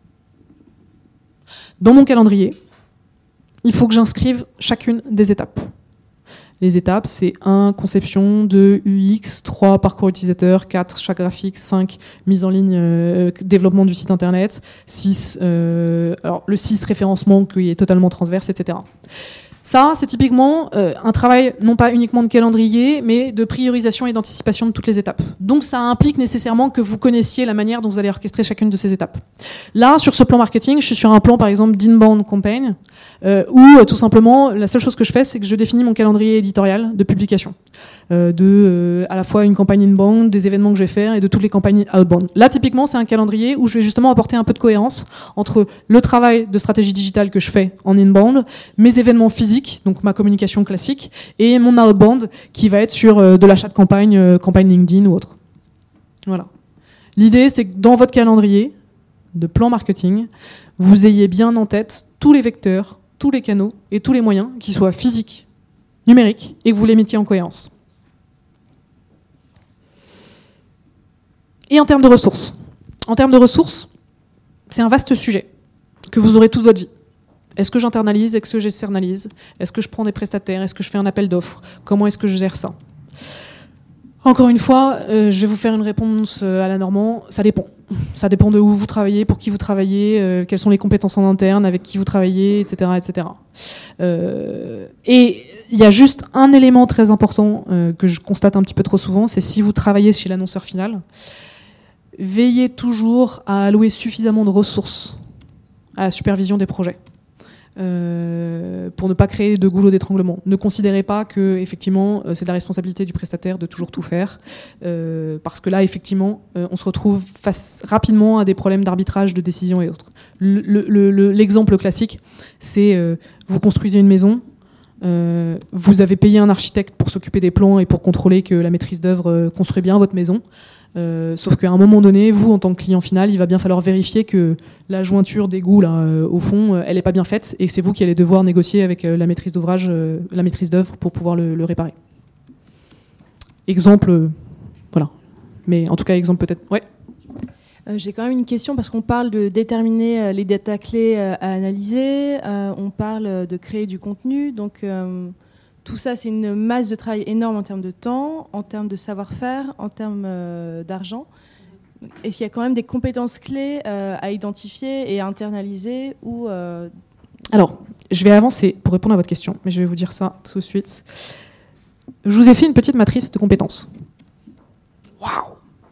Dans mon calendrier, il faut que j'inscrive chacune des étapes. Les étapes, c'est 1, conception, 2, UX, 3, parcours utilisateur, 4, charte graphique, 5, mise en ligne, développement du site internet, 6, alors le 6, référencement qui est totalement transverse, etc. Ça, c'est typiquement un travail non pas uniquement de calendrier, mais de priorisation et d'anticipation de toutes les étapes. Donc ça implique nécessairement que vous connaissiez la manière dont vous allez orchestrer chacune de ces étapes. Là, sur ce plan marketing, je suis sur un plan par exemple d'inbound campaign, où tout simplement, la seule chose que je fais, c'est que je définis mon calendrier éditorial de publication. À la fois une campagne inbound, des événements que je vais faire et de toutes les campagnes outbound. Là, typiquement, c'est un calendrier où je vais justement apporter un peu de cohérence entre le travail de stratégie digitale que je fais en inbound, mes événements physiques, donc ma communication classique, et mon outbound qui va être sur de l'achat de campagne, campagne LinkedIn ou autre. Voilà. L'idée, c'est que dans votre calendrier de plan marketing, vous ayez bien en tête tous les vecteurs, tous les canaux et tous les moyens, qu'ils soient physiques, numériques, et que vous les mettiez en cohérence. Et en termes de ressources. En termes de ressources, c'est un vaste sujet que vous aurez toute votre vie. Est-ce que j'internalise? Est-ce que j'externalise? Est-ce que je prends des prestataires? Est-ce que je fais un appel d'offres? Comment est-ce que je gère ça? Encore une fois, je vais vous faire une réponse à la Normand. Ça dépend. Ça dépend de où vous travaillez, pour qui vous travaillez, quelles sont les compétences en interne, avec qui vous travaillez, etc. etc. Et il y a juste un élément très important que je constate un petit peu trop souvent, c'est si vous travaillez chez l'annonceur final, veillez toujours à allouer suffisamment de ressources à la supervision des projets. Pour ne pas créer de goulot d'étranglement. Ne considérez pas que effectivement c'est de la responsabilité du prestataire de toujours tout faire, parce que là effectivement on se retrouve face rapidement à des problèmes d'arbitrage, de décision et autres. L'exemple classique, c'est vous construisez une maison, vous avez payé un architecte pour s'occuper des plans et pour contrôler que la maîtrise d'œuvre construit bien votre maison. Sauf qu'à un moment donné, vous, en tant que client final, il va bien falloir vérifier que la jointure d'égout, là, au fond, elle n'est pas bien faite, et que c'est vous qui allez devoir négocier avec la maîtrise d'ouvrage, la maîtrise d'œuvre pour pouvoir le réparer. Exemple, voilà. Mais en tout cas, exemple peut-être. Ouais. J'ai quand même une question parce qu'on parle de déterminer les data clés à analyser, on parle de créer du contenu, donc tout ça c'est une masse de travail énorme en termes de temps, en termes de savoir-faire, en termes d'argent. Est-ce qu'il y a quand même des compétences clés à identifier et à internaliser ou Alors, je vais avancer pour répondre à votre question, mais je vais vous dire ça tout de suite. Je vous ai fait une petite matrice de compétences. Waouh!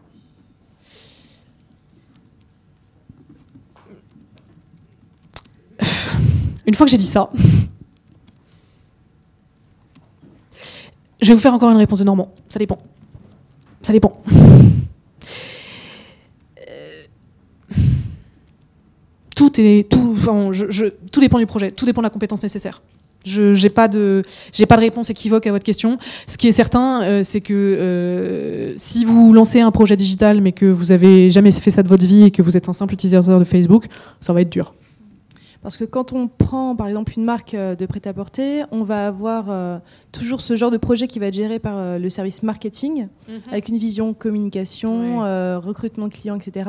Une fois que j'ai dit ça, je vais vous faire encore une réponse de Normand. Ça dépend. Ça dépend. Tout dépend du projet, tout dépend de la compétence nécessaire. Je n'ai pas de réponse équivoque à votre question. Ce qui est certain, c'est que si vous lancez un projet digital, mais que vous n'avez jamais fait ça de votre vie et que vous êtes un simple utilisateur de Facebook, ça va être dur. Parce que quand on prend par exemple une marque de prêt-à-porter, on va avoir toujours ce genre de projet qui va être géré par le service marketing, avec une vision communication, recrutement de clients, etc.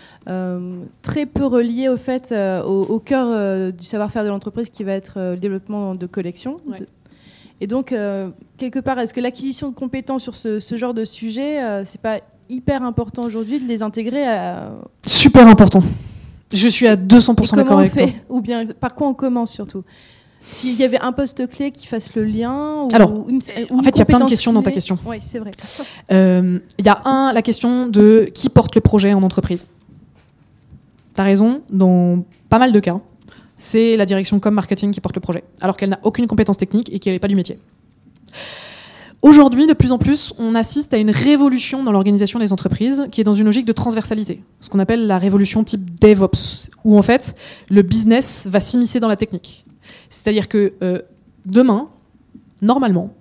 Très peu relié au fait au cœur du savoir-faire de l'entreprise qui va être le développement de collections. Ouais. Et donc, quelque part, est-ce que l'acquisition de compétences sur ce genre de sujet, c'est pas hyper important aujourd'hui de les intégrer Super important. Je suis à 200% d'accord avec toi. Ou bien, par quoi on commence surtout? S'il y avait un poste clé qui fasse le lien Alors, en fait, il y a plein de questions dans ta question. Oui, c'est vrai. Il y a la question de qui porte le projet en entreprise. Tu as raison, dans pas mal de cas, c'est la direction com marketing qui porte le projet, alors qu'elle n'a aucune compétence technique et qu'elle n'est pas du métier. Aujourd'hui, de plus en plus, on assiste à une révolution dans l'organisation des entreprises qui est dans une logique de transversalité, ce qu'on appelle la révolution type DevOps, où en fait, le business va s'immiscer dans la technique. C'est-à-dire que demain, normalement,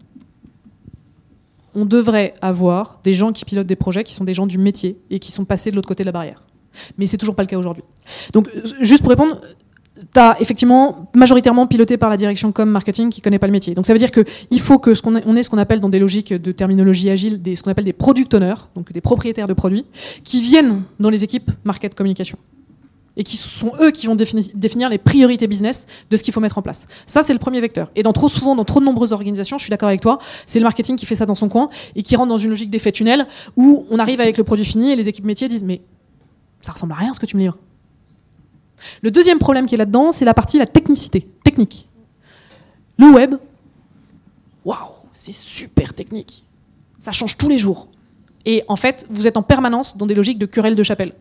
on devrait avoir des gens qui pilotent des projets qui sont des gens du métier et qui sont passés de l'autre côté de la barrière. Mais c'est toujours pas le cas aujourd'hui. Donc, juste pour répondre, t'as effectivement majoritairement piloté par la direction com marketing qui connaît pas le métier. Donc ça veut dire qu'il faut que on ait ce qu'on appelle dans des logiques de terminologie agile, ce qu'on appelle des product owners, donc des propriétaires de produits, qui viennent dans les équipes market communication. Et qui sont eux qui vont définir les priorités business de ce qu'il faut mettre en place. Ça, c'est le premier vecteur. Et dans trop de nombreuses organisations, je suis d'accord avec toi, c'est le marketing qui fait ça dans son coin et qui rentre dans une logique d'effet tunnel où on arrive avec le produit fini et les équipes métiers disent « mais ça ressemble à rien ce que tu me livres ». Le deuxième problème qui est là-dedans, c'est la technique. Le web, waouh, c'est super technique. Ça change tous les jours. Et en fait, vous êtes en permanence dans des logiques de querelle de chapelle.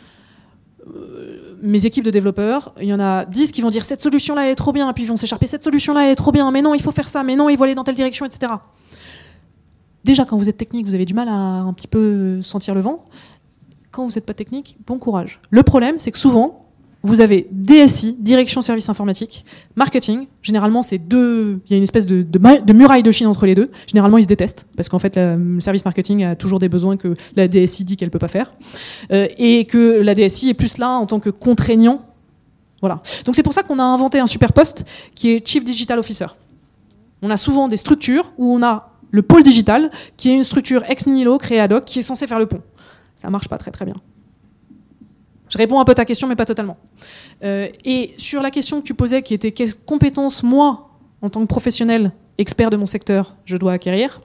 Mes équipes de développeurs, il y en a 10 qui vont dire cette solution-là elle est trop bien, et puis ils vont s'écharper, cette solution-là elle est trop bien, mais non, il faut faire ça, mais non, il faut aller dans telle direction, etc. Déjà, quand vous êtes technique, vous avez du mal à un petit peu sentir le vent. Quand vous n'êtes pas technique, bon courage. Le problème, c'est que souvent, vous avez DSI, direction service informatique, marketing. Généralement, c'est deux. Il y a une espèce de muraille de Chine entre les deux. Généralement, ils se détestent parce qu'en fait, le service marketing a toujours des besoins que la DSI dit qu'elle peut pas faire, et que la DSI est plus là en tant que contraignant. Voilà. Donc c'est pour ça qu'on a inventé un super poste qui est Chief Digital Officer. On a souvent des structures où on a le pôle digital, qui est une structure ex nihilo créée ad hoc, qui est censée faire le pont. Ça marche pas très très bien. Je réponds un peu à ta question, mais pas totalement. Et sur la question que tu posais, qui était quelles compétences, moi, en tant que professionnel, expert de mon secteur, je dois acquérir,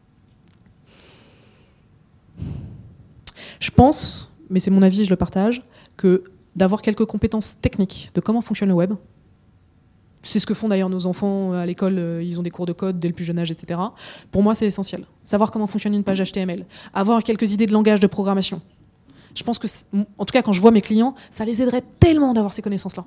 je pense, mais c'est mon avis, je le partage, que d'avoir quelques compétences techniques de comment fonctionne le web, c'est ce que font d'ailleurs nos enfants à l'école, ils ont des cours de code dès le plus jeune âge, etc. Pour moi, c'est essentiel. Savoir comment fonctionne une page HTML, avoir quelques idées de langage de programmation. Je pense que, en tout cas, quand je vois mes clients, ça les aiderait tellement d'avoir ces connaissances-là.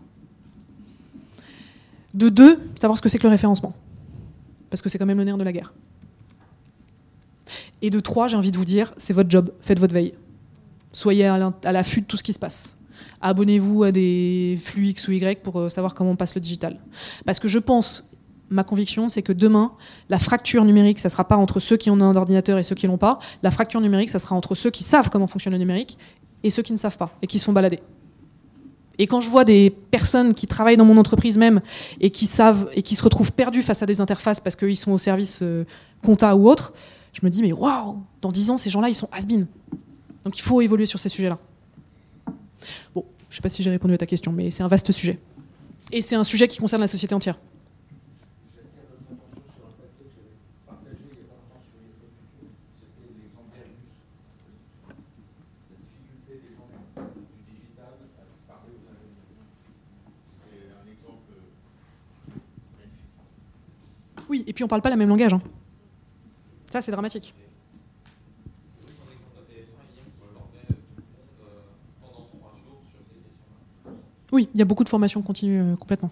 De deux, savoir ce que c'est que le référencement. Parce que c'est quand même le nerf de la guerre. Et de trois, j'ai envie de vous dire, c'est votre job, faites votre veille. Soyez à l'affût de tout ce qui se passe. Abonnez-vous à des flux X ou Y pour savoir comment passe le digital. Parce que je pense, ma conviction, c'est que demain, la fracture numérique, ça ne sera pas entre ceux qui ont un ordinateur et ceux qui ne l'ont pas. La fracture numérique, ça sera entre ceux qui savent comment fonctionne le numérique et ceux qui ne savent pas et qui se font balader. Et quand je vois des personnes qui travaillent dans mon entreprise même et qui savent et qui se retrouvent perdus face à des interfaces parce qu'ils sont au service compta ou autre, je me dis mais waouh, dans 10 ans, ces gens-là, ils sont has-been. Donc il faut évoluer sur ces sujets-là. Bon, je ne sais pas si j'ai répondu à ta question, mais c'est un vaste sujet. Et c'est un sujet qui concerne la société entière. Oui, et puis on ne parle pas le même langage. Hein. Ça, c'est dramatique. Oui, il y a beaucoup de formations continues complètement.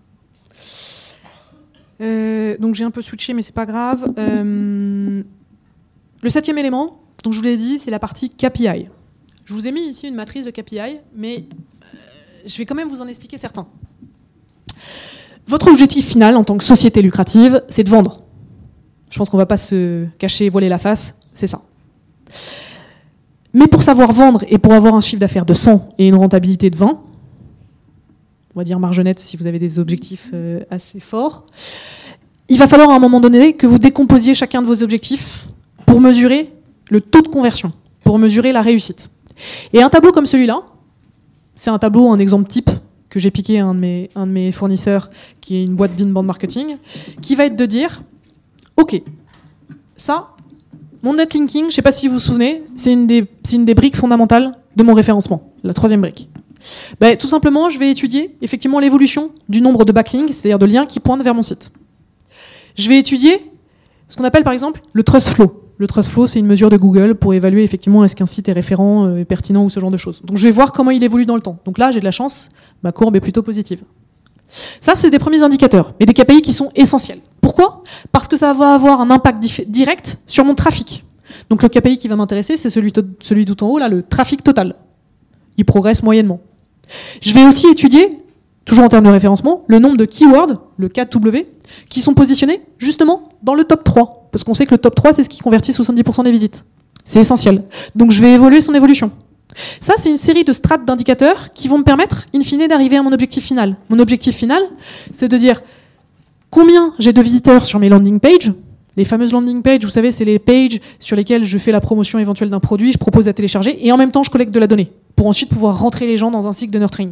Donc j'ai un peu switché, mais c'est pas grave. Le 7e élément, donc je vous l'ai dit, c'est la partie KPI. Je vous ai mis ici une matrice de KPI, mais je vais quand même vous en expliquer certains. Votre objectif final en tant que société lucrative, c'est de vendre. Je pense qu'on ne va pas se cacher, voiler la face, c'est ça. Mais pour savoir vendre et pour avoir un chiffre d'affaires de 100 et une rentabilité de 20, on va dire marge nette si vous avez des objectifs assez forts, il va falloir à un moment donné que vous décomposiez chacun de vos objectifs pour mesurer le taux de conversion, pour mesurer la réussite. Et un tableau comme celui-là, c'est un tableau, un exemple type, que j'ai piqué à un de mes fournisseurs, qui est une boîte d'inbound marketing, qui va être de dire, ok, ça, mon netlinking, je ne sais pas si vous vous souvenez, c'est une des briques fondamentales de mon référencement, la 3e brique. Ben, tout simplement, je vais étudier effectivement l'évolution du nombre de backlinks, c'est-à-dire de liens qui pointent vers mon site. Je vais étudier ce qu'on appelle par exemple le trust flow. Le trust flow, c'est une mesure de Google pour évaluer effectivement est-ce qu'un site est référent, est pertinent ou ce genre de choses. Donc je vais voir comment il évolue dans le temps. Donc là, j'ai de la chance, ma courbe est plutôt positive. Ça, c'est des premiers indicateurs, mais des KPI qui sont essentiels. Pourquoi ? Parce que ça va avoir un impact direct sur mon trafic. Donc le KPI qui va m'intéresser, c'est celui tout en haut, là, le trafic total. Il progresse moyennement. Je vais aussi étudier, toujours en termes de référencement, le nombre de keywords, le KW, qui sont positionnés justement dans le top 3. Parce qu'on sait que le top 3, c'est ce qui convertit 70% des visites. C'est essentiel. Donc je vais évoluer son évolution. Ça, c'est une série de strates d'indicateurs qui vont me permettre, in fine, d'arriver à mon objectif final. Mon objectif final, c'est de dire combien j'ai de visiteurs sur mes landing pages. Les fameuses landing pages, vous savez, c'est les pages sur lesquelles je fais la promotion éventuelle d'un produit, je propose à télécharger, et en même temps, je collecte de la donnée, pour ensuite pouvoir rentrer les gens dans un cycle de nurturing.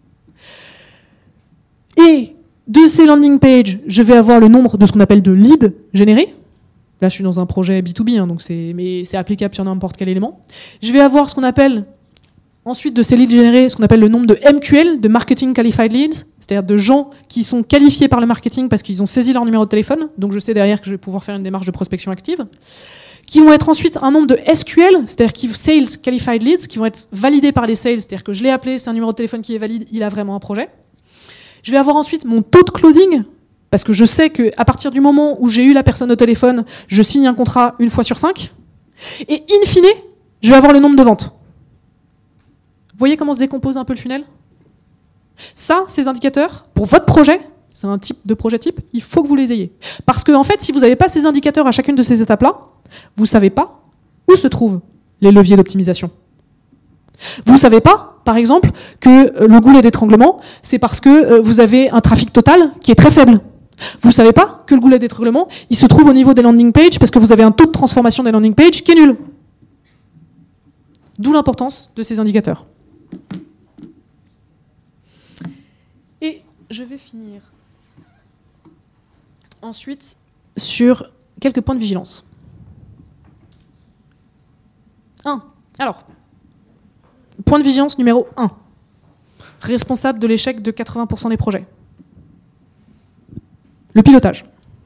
Et de ces landing pages, je vais avoir le nombre de ce qu'on appelle de leads générés. Là, je suis dans un projet B2B, hein, mais c'est applicable sur n'importe quel élément. Je vais avoir ce qu'on appelle, ensuite de ces leads générés ce qu'on appelle le nombre de MQL, de Marketing Qualified Leads, c'est-à-dire de gens qui sont qualifiés par le marketing parce qu'ils ont saisi leur numéro de téléphone, donc je sais derrière que je vais pouvoir faire une démarche de prospection active, qui vont être ensuite un nombre de SQL, c'est-à-dire Sales Qualified Leads, qui vont être validés par les sales, c'est-à-dire que je l'ai appelé, c'est un numéro de téléphone qui est valide, il a vraiment un projet. Je vais avoir ensuite mon taux de closing, parce que je sais qu'à partir du moment où j'ai eu la personne au téléphone, je signe un contrat 1 fois sur 5, et in fine, je vais avoir le nombre de ventes. Vous voyez comment se décompose un peu le funnel ? Ça, ces indicateurs, pour votre projet, c'est un type de projet type, il faut que vous les ayez. Parce que, en fait, si vous n'avez pas ces indicateurs à chacune de ces étapes-là, vous ne savez pas où se trouvent les leviers d'optimisation. Vous ne savez pas, par exemple, que le goulet d'étranglement, c'est parce que vous avez un trafic total qui est très faible. Vous ne savez pas que le goulet d'étranglement, il se trouve au niveau des landing pages parce que vous avez un taux de transformation des landing pages qui est nul. D'où l'importance de ces indicateurs. Et je vais finir ensuite sur quelques points de vigilance. Alors, point de vigilance numéro 1. Responsable de l'échec de 80% des projets. Le pilotage.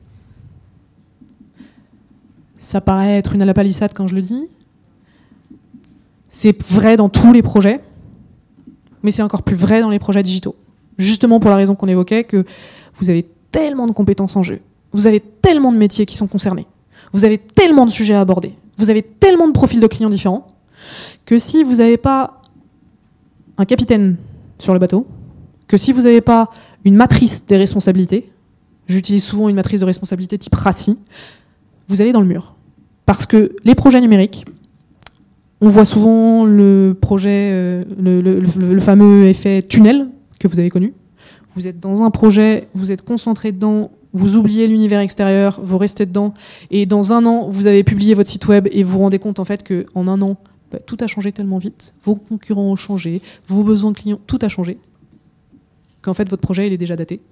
Ça paraît être une à la palissade quand je le dis. C'est vrai dans tous les projets, mais c'est encore plus vrai dans les projets digitaux. Justement pour la raison qu'on évoquait, que vous avez tellement de compétences en jeu, vous avez tellement de métiers qui sont concernés, vous avez tellement de sujets à aborder, vous avez tellement de profils de clients différents, que si vous n'avez pas un capitaine sur le bateau, que si vous n'avez pas une matrice des responsabilités, j'utilise souvent une matrice de responsabilité type RACI, vous allez dans le mur. Parce que les projets numériques, on voit souvent le projet, le fameux effet tunnel que vous avez connu. Vous êtes dans un projet, vous êtes concentré dedans, vous oubliez l'univers extérieur, vous restez dedans, et dans 1 an, vous avez publié votre site web et vous vous rendez compte en fait qu'en 1 an, tout a changé tellement vite, vos concurrents ont changé, vos besoins clients, tout a changé, qu'en fait votre projet il est déjà daté.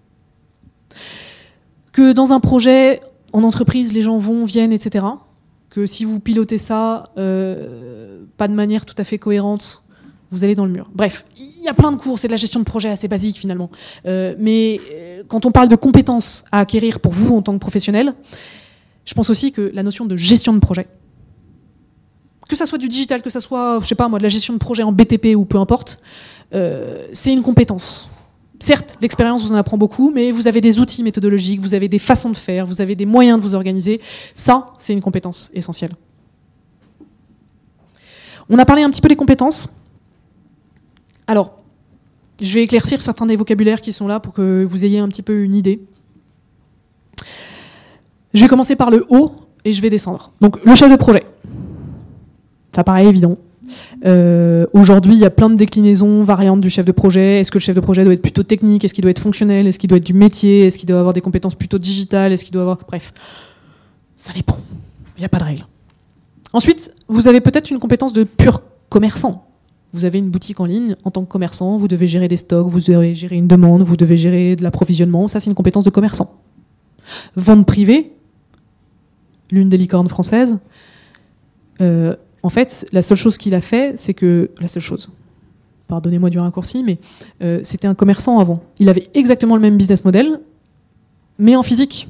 Que dans un projet, en entreprise, les gens vont, viennent, etc. Que si vous pilotez ça pas de manière tout à fait cohérente, vous allez dans le mur. Bref, il y a plein de cours, c'est de la gestion de projet assez basique finalement. Mais quand on parle de compétences à acquérir pour vous en tant que professionnel, je pense aussi que la notion de gestion de projet, que ça soit du digital, que ça soit, je sais pas moi, de la gestion de projet en BTP ou peu importe, c'est une compétence. Certes, l'expérience vous en apprend beaucoup, mais vous avez des outils méthodologiques, vous avez des façons de faire, vous avez des moyens de vous organiser. Ça, c'est une compétence essentielle. On a parlé un petit peu des compétences. Alors, je vais éclaircir certains des vocabulaires qui sont là pour que vous ayez un petit peu une idée. Je vais commencer par le haut et je vais descendre. Donc, le chef de projet. Ça paraît évident. Aujourd'hui, il y a plein de déclinaisons, variantes du chef de projet. Est-ce que le chef de projet doit être plutôt technique? Est-ce qu'il doit être fonctionnel? Est-ce qu'il doit être du métier? Est-ce qu'il doit avoir des compétences plutôt digitales? Est-ce qu'il doit avoir... Bref, ça dépend. Il n'y a pas de règle. Ensuite, vous avez peut-être une compétence de pur commerçant. Vous avez une boutique en ligne. En tant que commerçant, vous devez gérer des stocks, vous devez gérer une demande, vous devez gérer de l'approvisionnement. Ça, c'est une compétence de commerçant. Vente privée, l'une des licornes françaises. En fait, la seule chose qu'il a fait, c'est que... La seule chose, pardonnez-moi du raccourci, mais c'était un commerçant avant. Il avait exactement le même business model, mais en physique.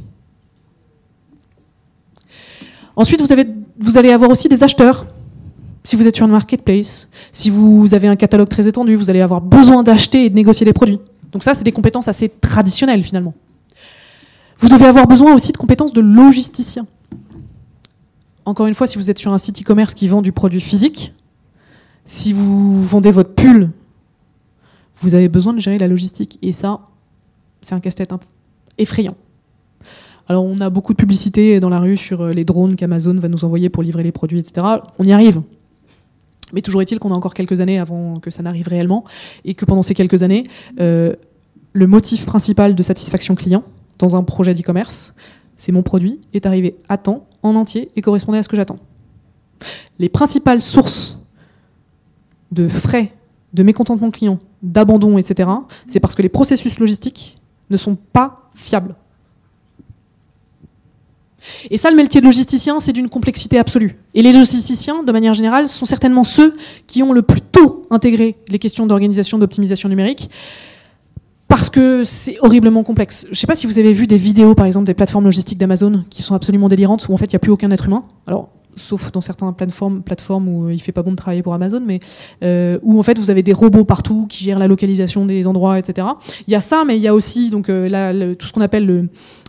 Ensuite, vous allez avoir aussi des acheteurs. Si vous êtes sur une marketplace, si vous avez un catalogue très étendu, vous allez avoir besoin d'acheter et de négocier des produits. Donc ça, c'est des compétences assez traditionnelles, finalement. Vous devez avoir besoin aussi de compétences de logisticien. Encore une fois, si vous êtes sur un site e-commerce qui vend du produit physique, si vous vendez votre pull, vous avez besoin de gérer la logistique. Et ça, c'est un casse-tête effrayant. Alors, on a beaucoup de publicité dans la rue sur les drones qu'Amazon va nous envoyer pour livrer les produits, etc. On y arrive. Mais toujours est-il qu'on a encore quelques années avant que ça n'arrive réellement, et que pendant ces quelques années, le motif principal de satisfaction client dans un projet d'e-commerce, c'est mon produit est arrivé à temps, en entier, et correspondait à ce que j'attends. Les principales sources de frais, de mécontentement client, d'abandon, etc., c'est parce que les processus logistiques ne sont pas fiables. Et ça, le métier de logisticien, c'est d'une complexité absolue. Et les logisticiens, de manière générale, sont certainement ceux qui ont le plus tôt intégré les questions d'organisation, d'optimisation numérique, parce que c'est horriblement complexe. Je ne sais pas si vous avez vu des vidéos, par exemple, des plateformes logistiques d'Amazon, qui sont absolument délirantes, où en fait, il n'y a plus aucun être humain. Alors, sauf dans certaines plateformes où il ne fait pas bon de travailler pour Amazon, mais où en fait, vous avez des robots partout qui gèrent la localisation des endroits, etc. Il y a ça, mais il y a aussi donc, tout ce qu'on appelle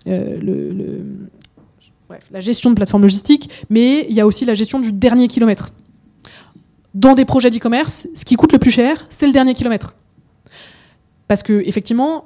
la gestion de plateforme logistique, mais il y a aussi la gestion du dernier kilomètre. Dans des projets d'e-commerce, ce qui coûte le plus cher, c'est le dernier kilomètre. Parce que effectivement,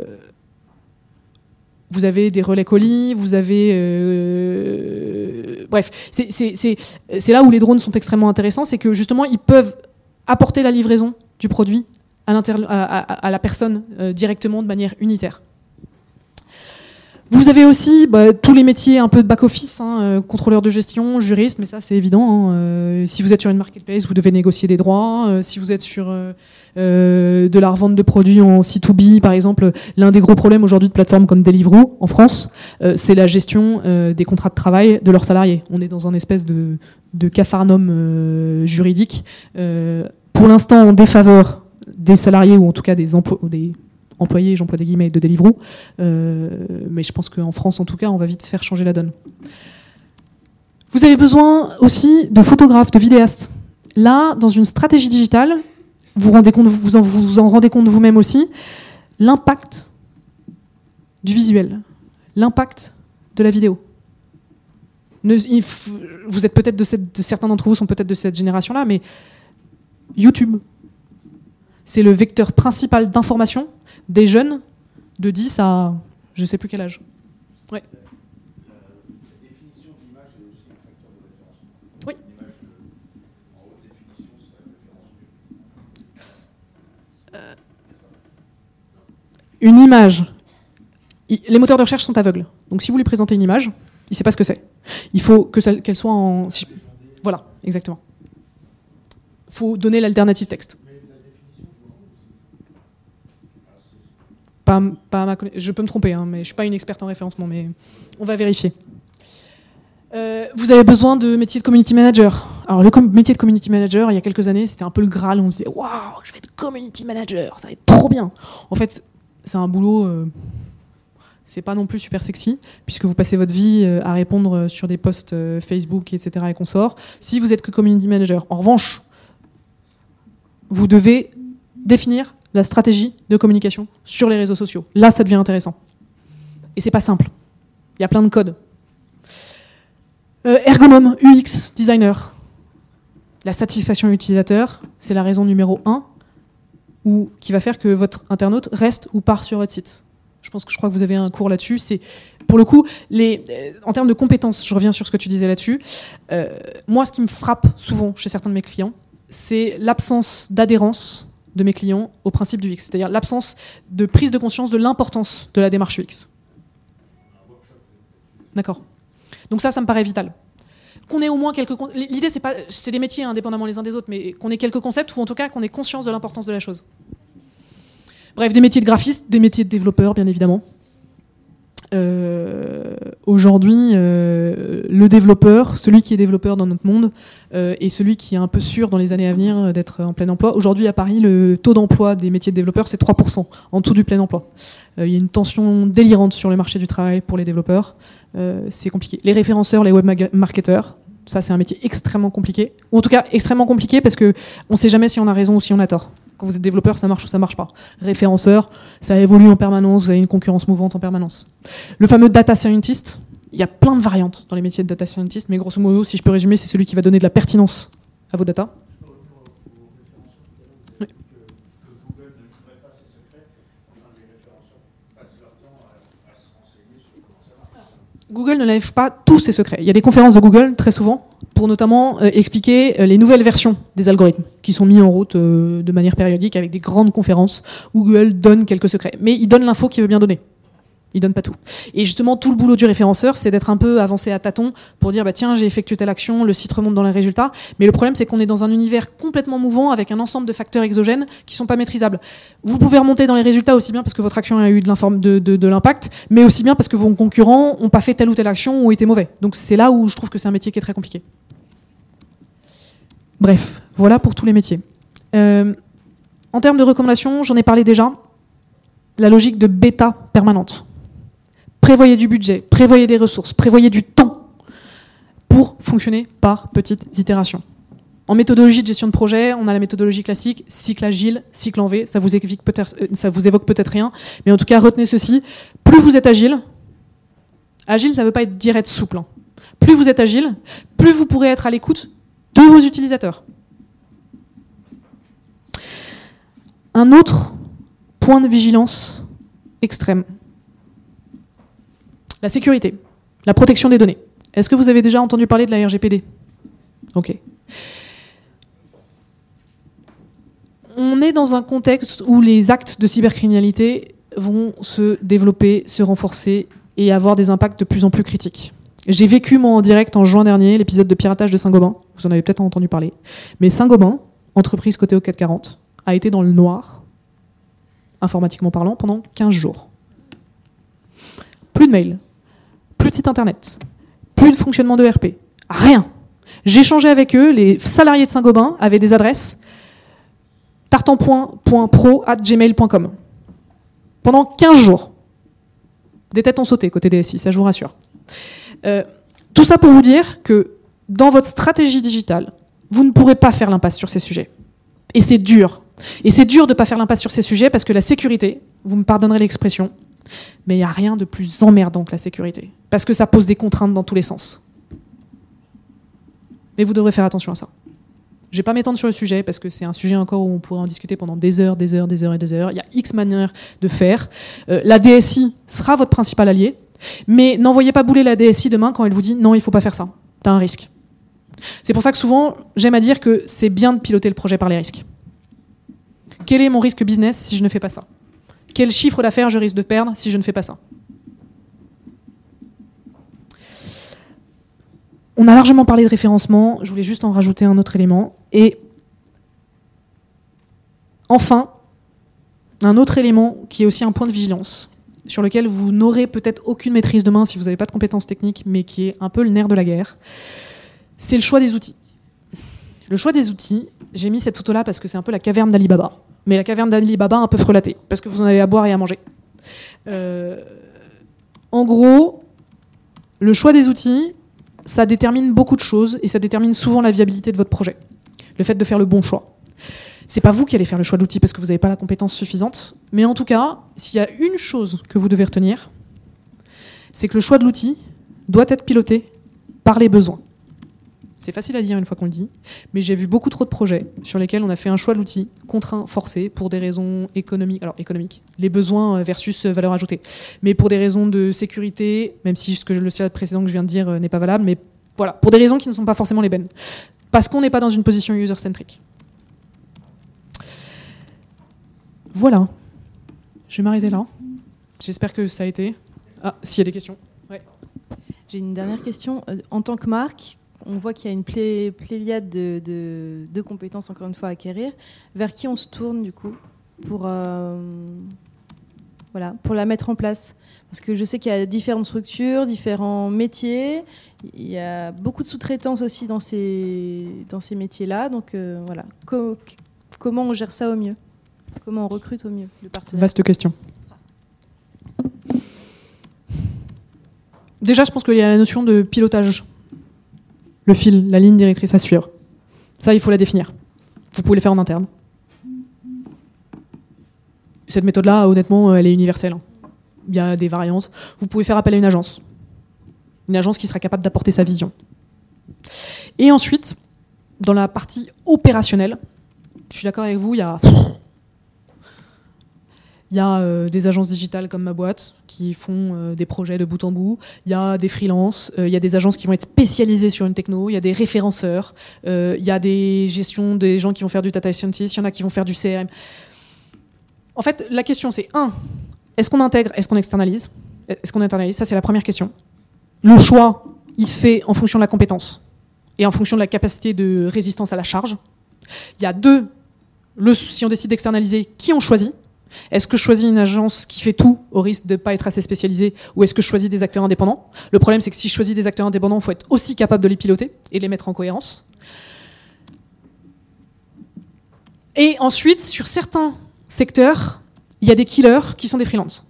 vous avez des relais colis, vous avez... Bref, c'est là où les drones sont extrêmement intéressants, c'est que justement, ils peuvent apporter la livraison du produit à la personne directement de manière unitaire. Vous avez aussi tous les métiers un peu de back-office, contrôleur de gestion, juriste, mais ça c'est évident. Si vous êtes sur une marketplace, vous devez négocier des droits. Si vous êtes sur de la revente de produits en C2B, par exemple, l'un des gros problèmes aujourd'hui de plateformes comme Deliveroo en France, c'est la gestion des contrats de travail de leurs salariés. On est dans un espèce de capharnaüm juridique, pour l'instant en défaveur des salariés ou en tout cas des employés, j'emploie des guillemets, de Deliveroo, mais je pense qu'en France, en tout cas, on va vite faire changer la donne. Vous avez besoin aussi de photographes, de vidéastes. Là, dans une stratégie digitale, vous en rendez compte vous-même aussi, l'impact du visuel, l'impact de la vidéo. Vous êtes peut-être certains d'entre vous sont peut-être de cette génération-là, mais YouTube, c'est le vecteur principal d'information des jeunes de 10 à je ne sais plus quel âge. Ouais. La définition de l'image est aussi un facteur de référencement. Oui. Une image en haute définition, c'est la référence mieux. Une image. Les moteurs de recherche sont aveugles. Donc si vous lui présentez une image, il ne sait pas ce que c'est. Il faut qu'elle soit en... Voilà, exactement. Il faut donner l'alternative texte. Je peux me tromper, mais je ne suis pas une experte en référencement, mais on va vérifier. Vous avez besoin de métier de community manager. Alors le métier de community manager, il y a quelques années, c'était un peu le Graal. On se disait, waouh, je vais être community manager, ça va être trop bien. En fait, c'est un boulot, c'est pas non plus super sexy, puisque vous passez votre vie à répondre sur des posts Facebook, etc. et consorts. Si vous êtes que community manager, en revanche, vous devez définir la stratégie de communication sur les réseaux sociaux. Là, ça devient intéressant. Et c'est pas simple. Il y a plein de codes. Ergonome, UX, designer. La satisfaction utilisateur, c'est la raison numéro 1 qui va faire que votre internaute reste ou part sur votre site. Je crois que vous avez un cours là-dessus. C'est, pour le coup, en termes de compétences, je reviens sur ce que tu disais là-dessus. Moi, ce qui me frappe souvent chez certains de mes clients, c'est l'absence d'adhérence de mes clients au principe du UX, c'est-à-dire l'absence de prise de conscience de l'importance de la démarche UX. D'accord. Donc ça me paraît vital. Qu'on ait au moins quelques... L'idée, c'est des métiers indépendamment les uns des autres, mais qu'on ait quelques concepts, ou en tout cas qu'on ait conscience de l'importance de la chose. Bref, des métiers de graphiste, des métiers de développeur, bien évidemment. Aujourd'hui, le développeur, celui qui est développeur dans notre monde, et celui qui est un peu sûr dans les années à venir d'être en plein emploi. Aujourd'hui, à Paris, le taux d'emploi des métiers de développeurs, c'est 3%, en dessous du plein emploi. Il y a une tension délirante sur le marché du travail pour les développeurs. C'est compliqué. Les référenceurs, les webmarketeurs, ça c'est un métier extrêmement compliqué. Ou en tout cas, extrêmement compliqué parce qu'on ne sait jamais si on a raison ou si on a tort. Quand vous êtes développeur, ça marche ou ça marche pas. Référenceur, ça évolue en permanence, vous avez une concurrence mouvante en permanence. Le fameux data scientist, il y a plein de variantes dans les métiers de data scientist, mais grosso modo, si je peux résumer, c'est celui qui va donner de la pertinence à vos data. Oui. Google ne livrait pas ses secrets, enfin les référenceurs passent leur temps à se renseigner sur comment ça marche. Google ne livre pas tous ses secrets. Il y a des conférences de Google, très souvent, pour notamment expliquer les nouvelles versions des algorithmes qui sont mis en route de manière périodique avec des grandes conférences où Google donne quelques secrets. Mais il donne l'info qu'il veut bien donner. Il donne pas tout. Et justement, tout le boulot du référenceur, c'est d'être un peu avancé à tâtons pour dire, bah tiens, j'ai effectué telle action, le site remonte dans les résultats. Mais le problème, c'est qu'on est dans un univers complètement mouvant avec un ensemble de facteurs exogènes qui sont pas maîtrisables. Vous pouvez remonter dans les résultats aussi bien parce que votre action a eu de l'impact, mais aussi bien parce que vos concurrents ont pas fait telle ou telle action ou été mauvais. Donc c'est là où je trouve que c'est un métier qui est très compliqué. Bref, voilà pour tous les métiers. En termes de recommandations, j'en ai parlé déjà. La logique de bêta permanente. Prévoyez du budget, prévoyez des ressources, prévoyez du temps pour fonctionner par petites itérations. En méthodologie de gestion de projet, on a la méthodologie classique, cycle agile, cycle en V, ça vous évoque peut-être rien, mais en tout cas retenez ceci, plus vous êtes agile, agile ça ne veut pas dire être souple, hein. Plus vous êtes agile, plus vous pourrez être à l'écoute de vos utilisateurs. Un autre point de vigilance extrême. La sécurité, la protection des données. Est-ce que vous avez déjà entendu parler de la RGPD ? Ok. On est dans un contexte où les actes de cybercriminalité vont se développer, se renforcer et avoir des impacts de plus en plus critiques. J'ai vécu, moi, en direct, en juin dernier, l'épisode de piratage de Saint-Gobain. Vous en avez peut-être entendu parler. Mais Saint-Gobain, entreprise cotée au CAC 40, a été dans le noir, informatiquement parlant, pendant 15 jours. Plus de mails. Plus de site internet, plus de fonctionnement de RP, rien. J'échangeais avec eux, les salariés de Saint-Gobain avaient des adresses tartan.pro@gmail.com. Pendant 15 jours. Des têtes ont sauté côté DSI, ça je vous rassure. Tout ça pour vous dire que dans votre stratégie digitale, vous ne pourrez pas faire l'impasse sur ces sujets. Et c'est dur. Et c'est dur de ne pas faire l'impasse sur ces sujets parce que la sécurité, vous me pardonnerez l'expression, mais il n'y a rien de plus emmerdant que la sécurité. Parce que ça pose des contraintes dans tous les sens. Mais vous devrez faire attention à ça. Je ne vais pas m'étendre sur le sujet, parce que c'est un sujet encore où on pourrait en discuter pendant des heures. Il y a X manières de faire. La DSI sera votre principal allié, mais n'envoyez pas bouler la DSI demain quand elle vous dit « non, il ne faut pas faire ça, tu as un risque ». C'est pour ça que souvent, j'aime à dire que c'est bien de piloter le projet par les risques. Quel est mon risque business si je ne fais pas ça ? Quel chiffre d'affaires je risque de perdre si je ne fais pas ça ? On a largement parlé de référencement, je voulais juste en rajouter un autre élément. Et enfin, un autre élément qui est aussi un point de vigilance, sur lequel vous n'aurez peut-être aucune maîtrise demain si vous n'avez pas de compétences techniques, mais qui est un peu le nerf de la guerre, c'est le choix des outils. Le choix des outils, j'ai mis cette photo-là parce que c'est un peu la caverne d'Ali Baba. Mais la caverne d'Ali Baba un peu frelatée, parce que vous en avez à boire et à manger. En gros, le choix des outils, ça détermine beaucoup de choses et ça détermine souvent la viabilité de votre projet. Le fait de faire le bon choix. C'est pas vous qui allez faire le choix de l'outil parce que vous n'avez pas la compétence suffisante, mais en tout cas, s'il y a une chose que vous devez retenir, c'est que le choix de l'outil doit être piloté par les besoins. C'est facile à dire une fois qu'on le dit, mais j'ai vu beaucoup trop de projets sur lesquels on a fait un choix de l'outil contraint, forcé, pour des raisons économiques. Alors économiques, les besoins versus valeur ajoutée. Mais pour des raisons de sécurité, même si le slide précédent que je viens de dire n'est pas valable, mais voilà, pour des raisons qui ne sont pas forcément les bonnes. Parce qu'on n'est pas dans une position user-centric. Voilà. Je vais m'arrêter là. J'espère que ça a été. Ah, s'il y a des questions. Ouais. J'ai une dernière question. En tant que marque, on voit qu'il y a une pléiade de compétences, encore une fois, à acquérir. Vers qui on se tourne, du coup, pour la mettre en place ? Parce que je sais qu'il y a différentes structures, différents métiers. Il y a beaucoup de sous-traitance aussi dans ces métiers-là. Donc, voilà. Comment on gère ça au mieux ? Comment on recrute au mieux le partenaire ? Vaste question. Déjà, je pense qu'il y a la notion de pilotage. Le fil, la ligne directrice à suivre. Ça, il faut la définir. Vous pouvez le faire en interne. Cette méthode-là, honnêtement, elle est universelle. Il y a des variantes. Vous pouvez faire appel à une agence. Une agence qui sera capable d'apporter sa vision. Et ensuite, dans la partie opérationnelle, je suis d'accord avec vous, il y a des agences digitales comme ma boîte qui font des projets de bout en bout. Il y a des freelances, il y a des agences qui vont être spécialisées sur une techno, il y a des référenceurs, il y a des gestions des gens qui vont faire du data scientist, il y en a qui vont faire du CRM. En fait, la question c'est est-ce qu'on intègre, est-ce qu'on externalise ? Est-ce qu'on internalise? Ça, c'est la première question. Le choix, il se fait en fonction de la compétence et en fonction de la capacité de résistance à la charge. Il y a deux, si on décide d'externaliser, qui on choisit? Est-ce que je choisis une agence qui fait tout au risque de ne pas être assez spécialisée, ou est-ce que je choisis des acteurs indépendants? Le problème, c'est que si je choisis des acteurs indépendants, il faut être aussi capable de les piloter et de les mettre en cohérence. Et ensuite, sur certains secteurs, il y a des killers qui sont des freelances.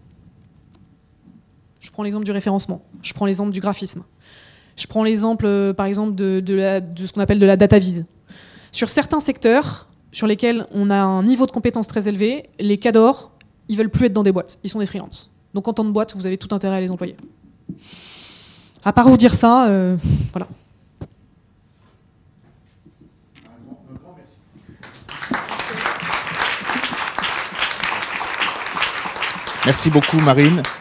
Je prends l'exemple du référencement, je prends l'exemple du graphisme, je prends l'exemple, par exemple, de ce qu'on appelle de la data vise. Sur certains secteurs sur lesquels on a un niveau de compétence très élevé, les cadors, ils veulent plus être dans des boîtes, ils sont des freelances. Donc en tant que boîte, vous avez tout intérêt à les employer. À part vous dire ça, voilà. Un grand merci. Merci beaucoup, Marine.